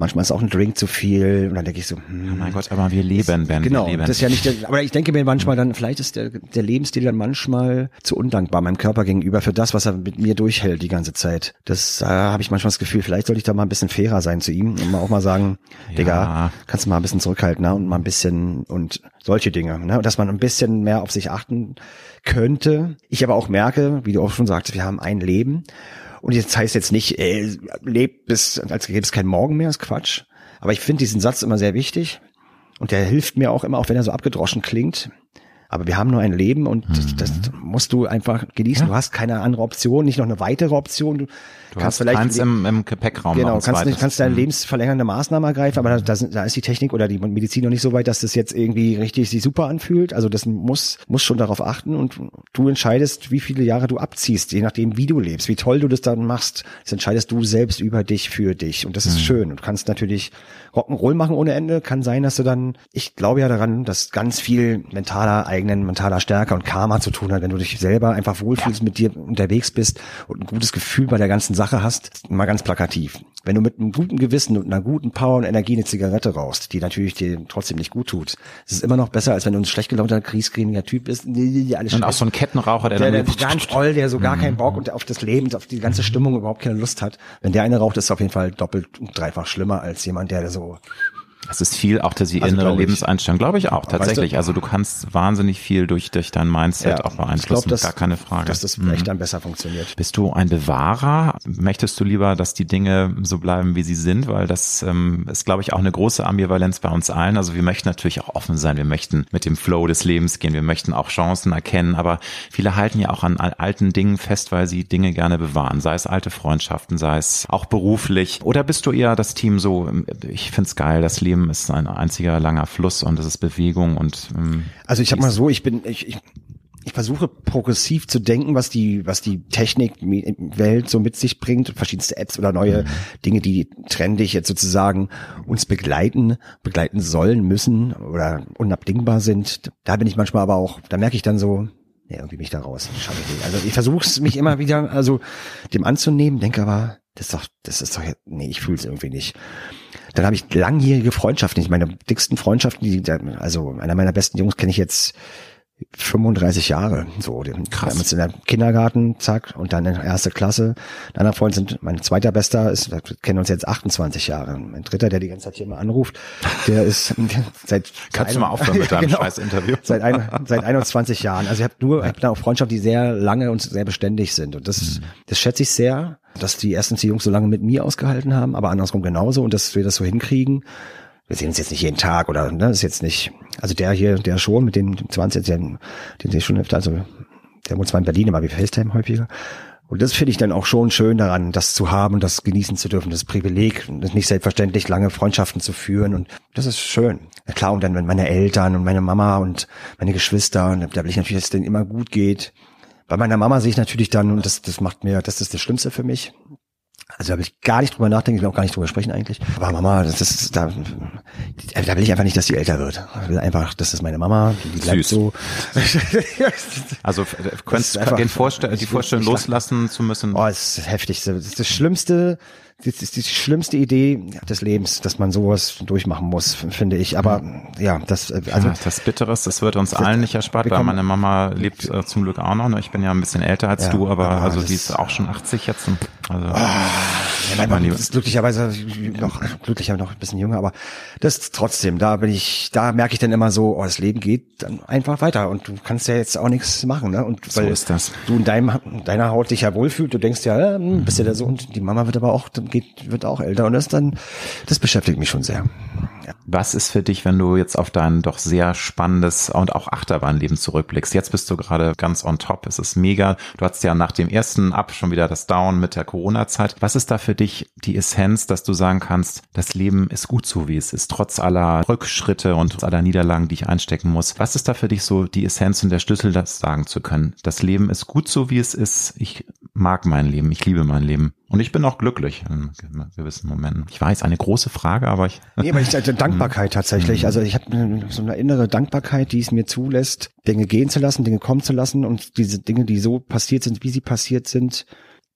Manchmal ist auch ein Drink zu viel und dann denke ich so, hm, oh mein Gott, aber wir leben, Ben. genau, wir leben. das ist ja nicht, der, aber ich denke mir manchmal dann, vielleicht ist der, der Lebensstil dann manchmal zu undankbar meinem Körper gegenüber für das, was er mit mir durchhält die ganze Zeit. Das äh, habe ich manchmal das Gefühl, vielleicht sollte ich da mal ein bisschen fairer sein zu ihm und mal auch mal sagen, ja. Digga, kannst du mal ein bisschen zurückhalten, ne? Und mal ein bisschen und solche Dinge, ne? Und dass man ein bisschen mehr auf sich achten könnte. Ich aber auch merke, wie du auch schon sagst, wir haben ein Leben. Und jetzt heißt jetzt nicht, äh, lebt bis, als gäbe es keinen Morgen mehr, ist Quatsch. Aber ich finde diesen Satz immer sehr wichtig. Und der hilft mir auch immer, auch wenn er so abgedroschen klingt. Aber wir haben nur ein Leben und mhm. das musst du einfach genießen. Ja. Du hast keine andere Option, nicht noch eine weitere Option. Du, du kannst vielleicht eins im, im Gepäckraum. Genau, kannst nicht, kannst deine mhm. lebensverlängernde Maßnahme ergreifen, aber da, da, da ist die Technik oder die Medizin noch nicht so weit, dass das jetzt irgendwie richtig sich super anfühlt. Also das muss muss schon darauf achten und du entscheidest, wie viele Jahre du abziehst, je nachdem, wie du lebst, wie toll du das dann machst. Das entscheidest du selbst über dich, für dich und das ist mhm. schön. Du kannst natürlich Rock'n'Roll machen ohne Ende. Kann sein, dass du dann, ich glaube ja daran, dass ganz viel mentaler, eigenen, mentaler Stärke und Karma zu tun hat, wenn du dich selber einfach wohlfühlst, ja. mit dir unterwegs bist und ein gutes Gefühl bei der ganzen Sache hast. Mal ganz plakativ. Wenn du mit einem guten Gewissen und einer guten Power und Energie eine Zigarette rauchst, die natürlich dir trotzdem nicht gut tut, es ist immer noch besser, als wenn du ein schlecht gelaunter, kriesgrämiger Typ bist. Alles und auch so ein Kettenraucher, der, der, der dann ganz voll, der so gar keinen Bock und auf das Leben, auf die ganze Stimmung überhaupt keine Lust hat. Wenn der eine raucht, ist es auf jeden Fall doppelt und dreifach schlimmer als jemand, der so. Es ist viel auch die also innere Lebenseinstellung, glaube ich auch, tatsächlich. Weißt du, also du kannst wahnsinnig viel durch durch dein Mindset ja, auch beeinflussen, ich glaub, dass, gar keine Frage. Dass das mhm. echt dann besser funktioniert. Bist du ein Bewahrer? Möchtest du lieber, dass die Dinge so bleiben, wie sie sind? Weil das ähm, ist, glaube ich, auch eine große Ambivalenz bei uns allen. Also wir möchten natürlich auch offen sein, wir möchten mit dem Flow des Lebens gehen, wir möchten auch Chancen erkennen, aber viele halten ja auch an alten Dingen fest, weil sie Dinge gerne bewahren, sei es alte Freundschaften, sei es auch beruflich. Oder bist du eher das Team so, ich find's geil, das Leben ist ein einziger langer Fluss und es ist Bewegung und ähm, also ich sag mal so, ich bin ich, ich ich versuche progressiv zu denken, was die was die Technikwelt so mit sich bringt, verschiedenste Apps oder neue mhm. Dinge, die trendig jetzt sozusagen uns begleiten, begleiten sollen, müssen oder unabdingbar sind. Da bin ich manchmal aber auch, da merke ich dann so, ja, irgendwie bin ich da raus. Schaffe ich nicht. Also ich versuche es mich immer wieder, also dem anzunehmen, denke aber, das ist doch, das ist doch, nee, ich fühle es irgendwie nicht. Dann habe ich langjährige Freundschaften. Ich meine dicksten Freundschaften, die, also einer meiner besten Jungs kenne ich jetzt fünfunddreißig Jahre. So, krass. Wir haben uns in der Kindergarten, zack, und dann in der erste Klasse. Ein anderer Freund sind, mein zweiter Bester ist, wir kennen uns jetzt achtundzweiundzwanzig Jahre. Mein dritter, der die ganze Zeit hier immer anruft, der ist seit Kannst du mal aufhören mit deinem genau, Scheiß-Interview? Seit, ein, seit einundzwanzig Jahren. Also ich habe nur, ich habe da auch Freundschaften, die sehr lange und sehr beständig sind. Und das, mhm. das schätze ich sehr, dass die erstens die Jungs so lange mit mir ausgehalten haben, aber andersrum genauso und dass wir das so hinkriegen. Wir sehen uns jetzt nicht jeden Tag oder, ne, das ist jetzt nicht, also der hier, der schon mit dem zwanzig, den, den sehe ich schon öfter, also der wohnt zwar in Berlin, aber wir FaceTime häufiger. Und das finde ich dann auch schon schön daran, das zu haben und das genießen zu dürfen, das Privileg, das ist nicht selbstverständlich, lange Freundschaften zu führen und das ist schön. Ja klar, und dann wenn meine Eltern und meine Mama und meine Geschwister, und da will ich natürlich, dass es denen immer gut geht. Bei meiner Mama sehe ich natürlich dann, und das, das macht mir, das ist das Schlimmste für mich. Also da will ich gar nicht drüber nachdenken, ich will auch gar nicht drüber sprechen eigentlich. Aber Mama, das ist, da, da will ich einfach nicht, dass die älter wird. Ich will einfach, das ist meine Mama, die bleibt Süß. so. Also könntest du den Vorstell- die Vorstellung loslassen zu müssen? Oh, es ist heftig. Das ist das Schlimmste, das ist die schlimmste Idee des Lebens, dass man sowas durchmachen muss, finde ich. Aber ja, das also ja, das Bitteres, das wird uns das, allen nicht erspart, weil meine Mama lebt äh, zum Glück auch noch. Ne? Ich bin ja ein bisschen älter als ja, du, aber, aber also die ist auch schon achtzig jetzt. Also, oh, ja, mein Mann ist glücklicherweise noch glücklicher noch ein bisschen jünger, aber das trotzdem, da bin ich, da merke ich dann immer so, oh, das Leben geht dann einfach weiter und du kannst ja jetzt auch nichts machen, ne? Und weil so ist das. Du in deinem deiner Haut dich ja wohlfühlst, du denkst ja, äh, bist ja der Sohn, die Mama wird aber auch geht wird auch älter und das dann das beschäftigt mich schon sehr. Ja. Was ist für dich, wenn du jetzt auf dein doch sehr spannendes und auch Achterbahnleben zurückblickst? Jetzt bist du gerade ganz on top, es ist mega. Du hattest ja nach dem ersten Up schon wieder das Down mit der Corona-Zeit. Was ist da für dich die Essenz, dass du sagen kannst, das Leben ist gut so, wie es ist, trotz aller Rückschritte und trotz aller Niederlagen, die ich einstecken muss? Was ist da für dich so die Essenz und der Schlüssel, das sagen zu können? Das Leben ist gut so, wie es ist. Ich mag mein Leben, ich liebe mein Leben. Und ich bin auch glücklich in gewissen Momenten. Ich weiß, eine große Frage, aber ich... Nee, aber ich sage Dankbarkeit tatsächlich. Also ich habe so eine innere Dankbarkeit, die es mir zulässt, Dinge gehen zu lassen, Dinge kommen zu lassen und diese Dinge, die so passiert sind, wie sie passiert sind,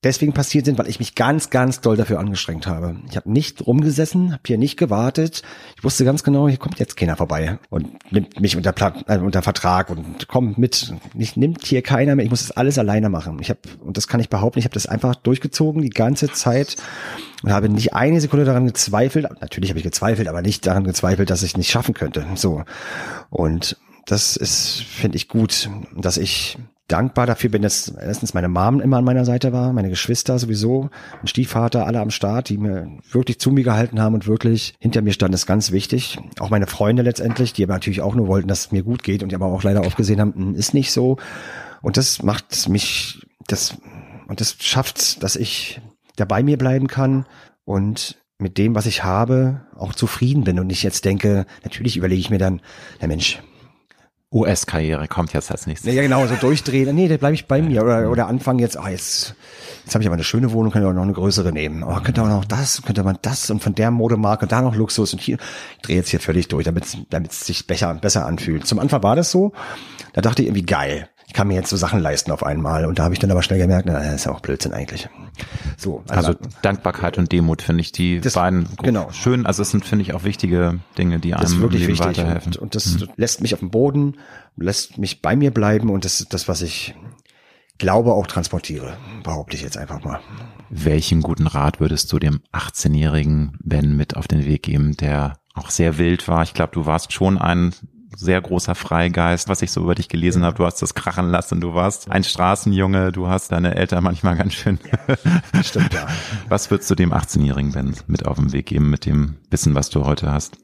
deswegen passiert sind, weil ich mich ganz, ganz doll dafür angestrengt habe. Ich habe nicht rumgesessen, habe hier nicht gewartet. Ich wusste ganz genau, hier kommt jetzt keiner vorbei und nimmt mich unter, Pla- äh, unter Vertrag und kommt mit. Nicht, nimmt hier keiner mehr. Ich muss das alles alleine machen. Ich habe, und das kann ich behaupten, ich habe das einfach durchgezogen die ganze Zeit und habe nicht eine Sekunde daran gezweifelt. Natürlich habe ich gezweifelt, aber nicht daran gezweifelt, dass ich es nicht schaffen könnte. So. Und das ist, finde ich, gut, dass ich dankbar dafür bin, dass erstens meine Mom immer an meiner Seite war, meine Geschwister sowieso, mein Stiefvater, alle am Start, die mir wirklich zu mir gehalten haben und wirklich hinter mir standen, ist ganz wichtig. Auch meine Freunde letztendlich, die aber natürlich auch nur wollten, dass es mir gut geht und die aber auch leider aufgesehen haben, ist nicht so. Und das macht mich, das, und das schafft, dass ich da bei mir bleiben kann und mit dem, was ich habe, auch zufrieden bin und nicht jetzt denke, natürlich überlege ich mir dann, der Mensch, U S-Karriere kommt jetzt als nächstes. Ja, genau, so durchdrehen. Nee, da bleibe ich bei mir. Oder, oder anfangen jetzt, ah, jetzt, jetzt habe ich aber eine schöne Wohnung, könnte auch noch eine größere nehmen. Oh, könnte auch noch das, könnte man das und von der Modemarke da noch Luxus und hier. Ich drehe jetzt hier völlig durch, damit damit es sich besser, besser anfühlt. Zum Anfang war das so, da dachte ich irgendwie geil. Ich kann mir jetzt so Sachen leisten auf einmal. Und da habe ich dann aber schnell gemerkt, na, das ist ja auch Blödsinn eigentlich. So, also, also Dankbarkeit und Demut finde ich die das, beiden genau. schön. Also es sind, finde ich, auch wichtige Dinge, die einem wirklich im Leben wichtig weiterhelfen. Und, und das hm. lässt mich auf dem Boden, lässt mich bei mir bleiben und das ist das, was ich glaube, auch transportiere, behaupte ich jetzt einfach mal. Welchen guten Rat würdest du dem achtzehnjährigen Ben mit auf den Weg geben, der auch sehr wild war? Ich glaube, du warst schon ein sehr großer Freigeist, was ich so über dich gelesen habe. Du hast das krachen lassen, du warst ein Straßenjunge, du hast deine Eltern manchmal ganz schön. Ja, stimmt, ja. Was würdest du dem achtzehnjährigen Ben mit auf den Weg geben, mit dem Wissen, was du heute hast?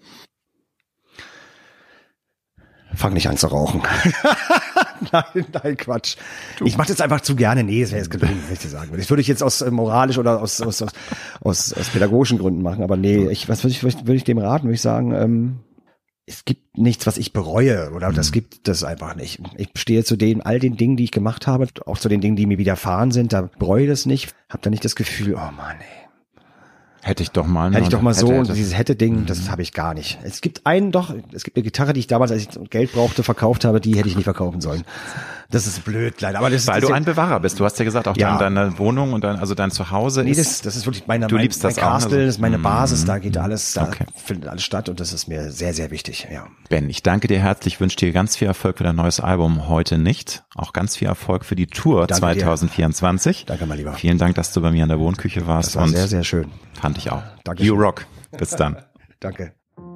Fang nicht an zu rauchen. nein, nein, Quatsch. Du. Ich mache das einfach zu gerne. Nee, das wäre jetzt gelungen, wenn ich das sagen würde. Das würde ich jetzt aus äh, moralisch oder aus, aus, aus, aus, aus pädagogischen Gründen machen. Aber nee, ich, was würde ich, würde ich dem raten? Würde ich sagen, ähm, es gibt nichts, was ich bereue oder mhm. das gibt das einfach nicht. Ich stehe zu den, all den Dingen, die ich gemacht habe, auch zu den Dingen, die mir widerfahren sind, da bereue ich das nicht. Hab da nicht das Gefühl, oh Mann, ey. Hätte ich doch mal. Hätte ich doch mal so, hätte, und hätte. dieses Hätte-Ding, das habe ich gar nicht. Es gibt einen doch, es gibt eine Gitarre, die ich damals, als ich Geld brauchte, verkauft habe, die hätte ich nicht verkaufen sollen. Das ist blöd, leider. Aber das Weil ist, du ein Bewahrer bist. Du hast ja gesagt, auch ja. dein, deine Wohnung und dein, also dein Zuhause nee, ist. das, das ist wirklich meine, du mein, liebst mein das auch, Castle, also. das ist meine Basis, mm. da geht alles, da okay. findet alles statt und das ist mir sehr, sehr wichtig, ja. Ben, ich danke dir herzlich, wünsche dir ganz viel Erfolg für dein neues Album heute nicht. Auch ganz viel Erfolg für die Tour danke zwanzig vierundzwanzig. Dir. Danke, mein Lieber. Vielen Dank, dass du bei mir in der Wohnküche warst. Das war und sehr, sehr schön. Fand ich auch. Danke. You rock. Bis dann. Danke.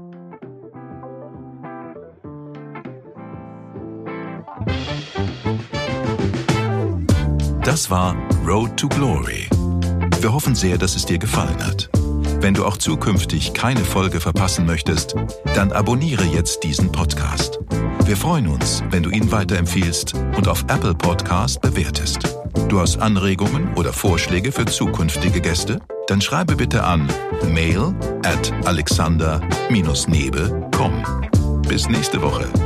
Das war Road to Glory. Wir hoffen sehr, dass es dir gefallen hat. Wenn du auch zukünftig keine Folge verpassen möchtest, dann abonniere jetzt diesen Podcast. Wir freuen uns, wenn du ihn weiterempfiehlst und auf Apple Podcast bewertest. Du hast Anregungen oder Vorschläge für zukünftige Gäste? Dann schreibe bitte an mail at alexander Bindestrich nebe punkt com. Bis nächste Woche.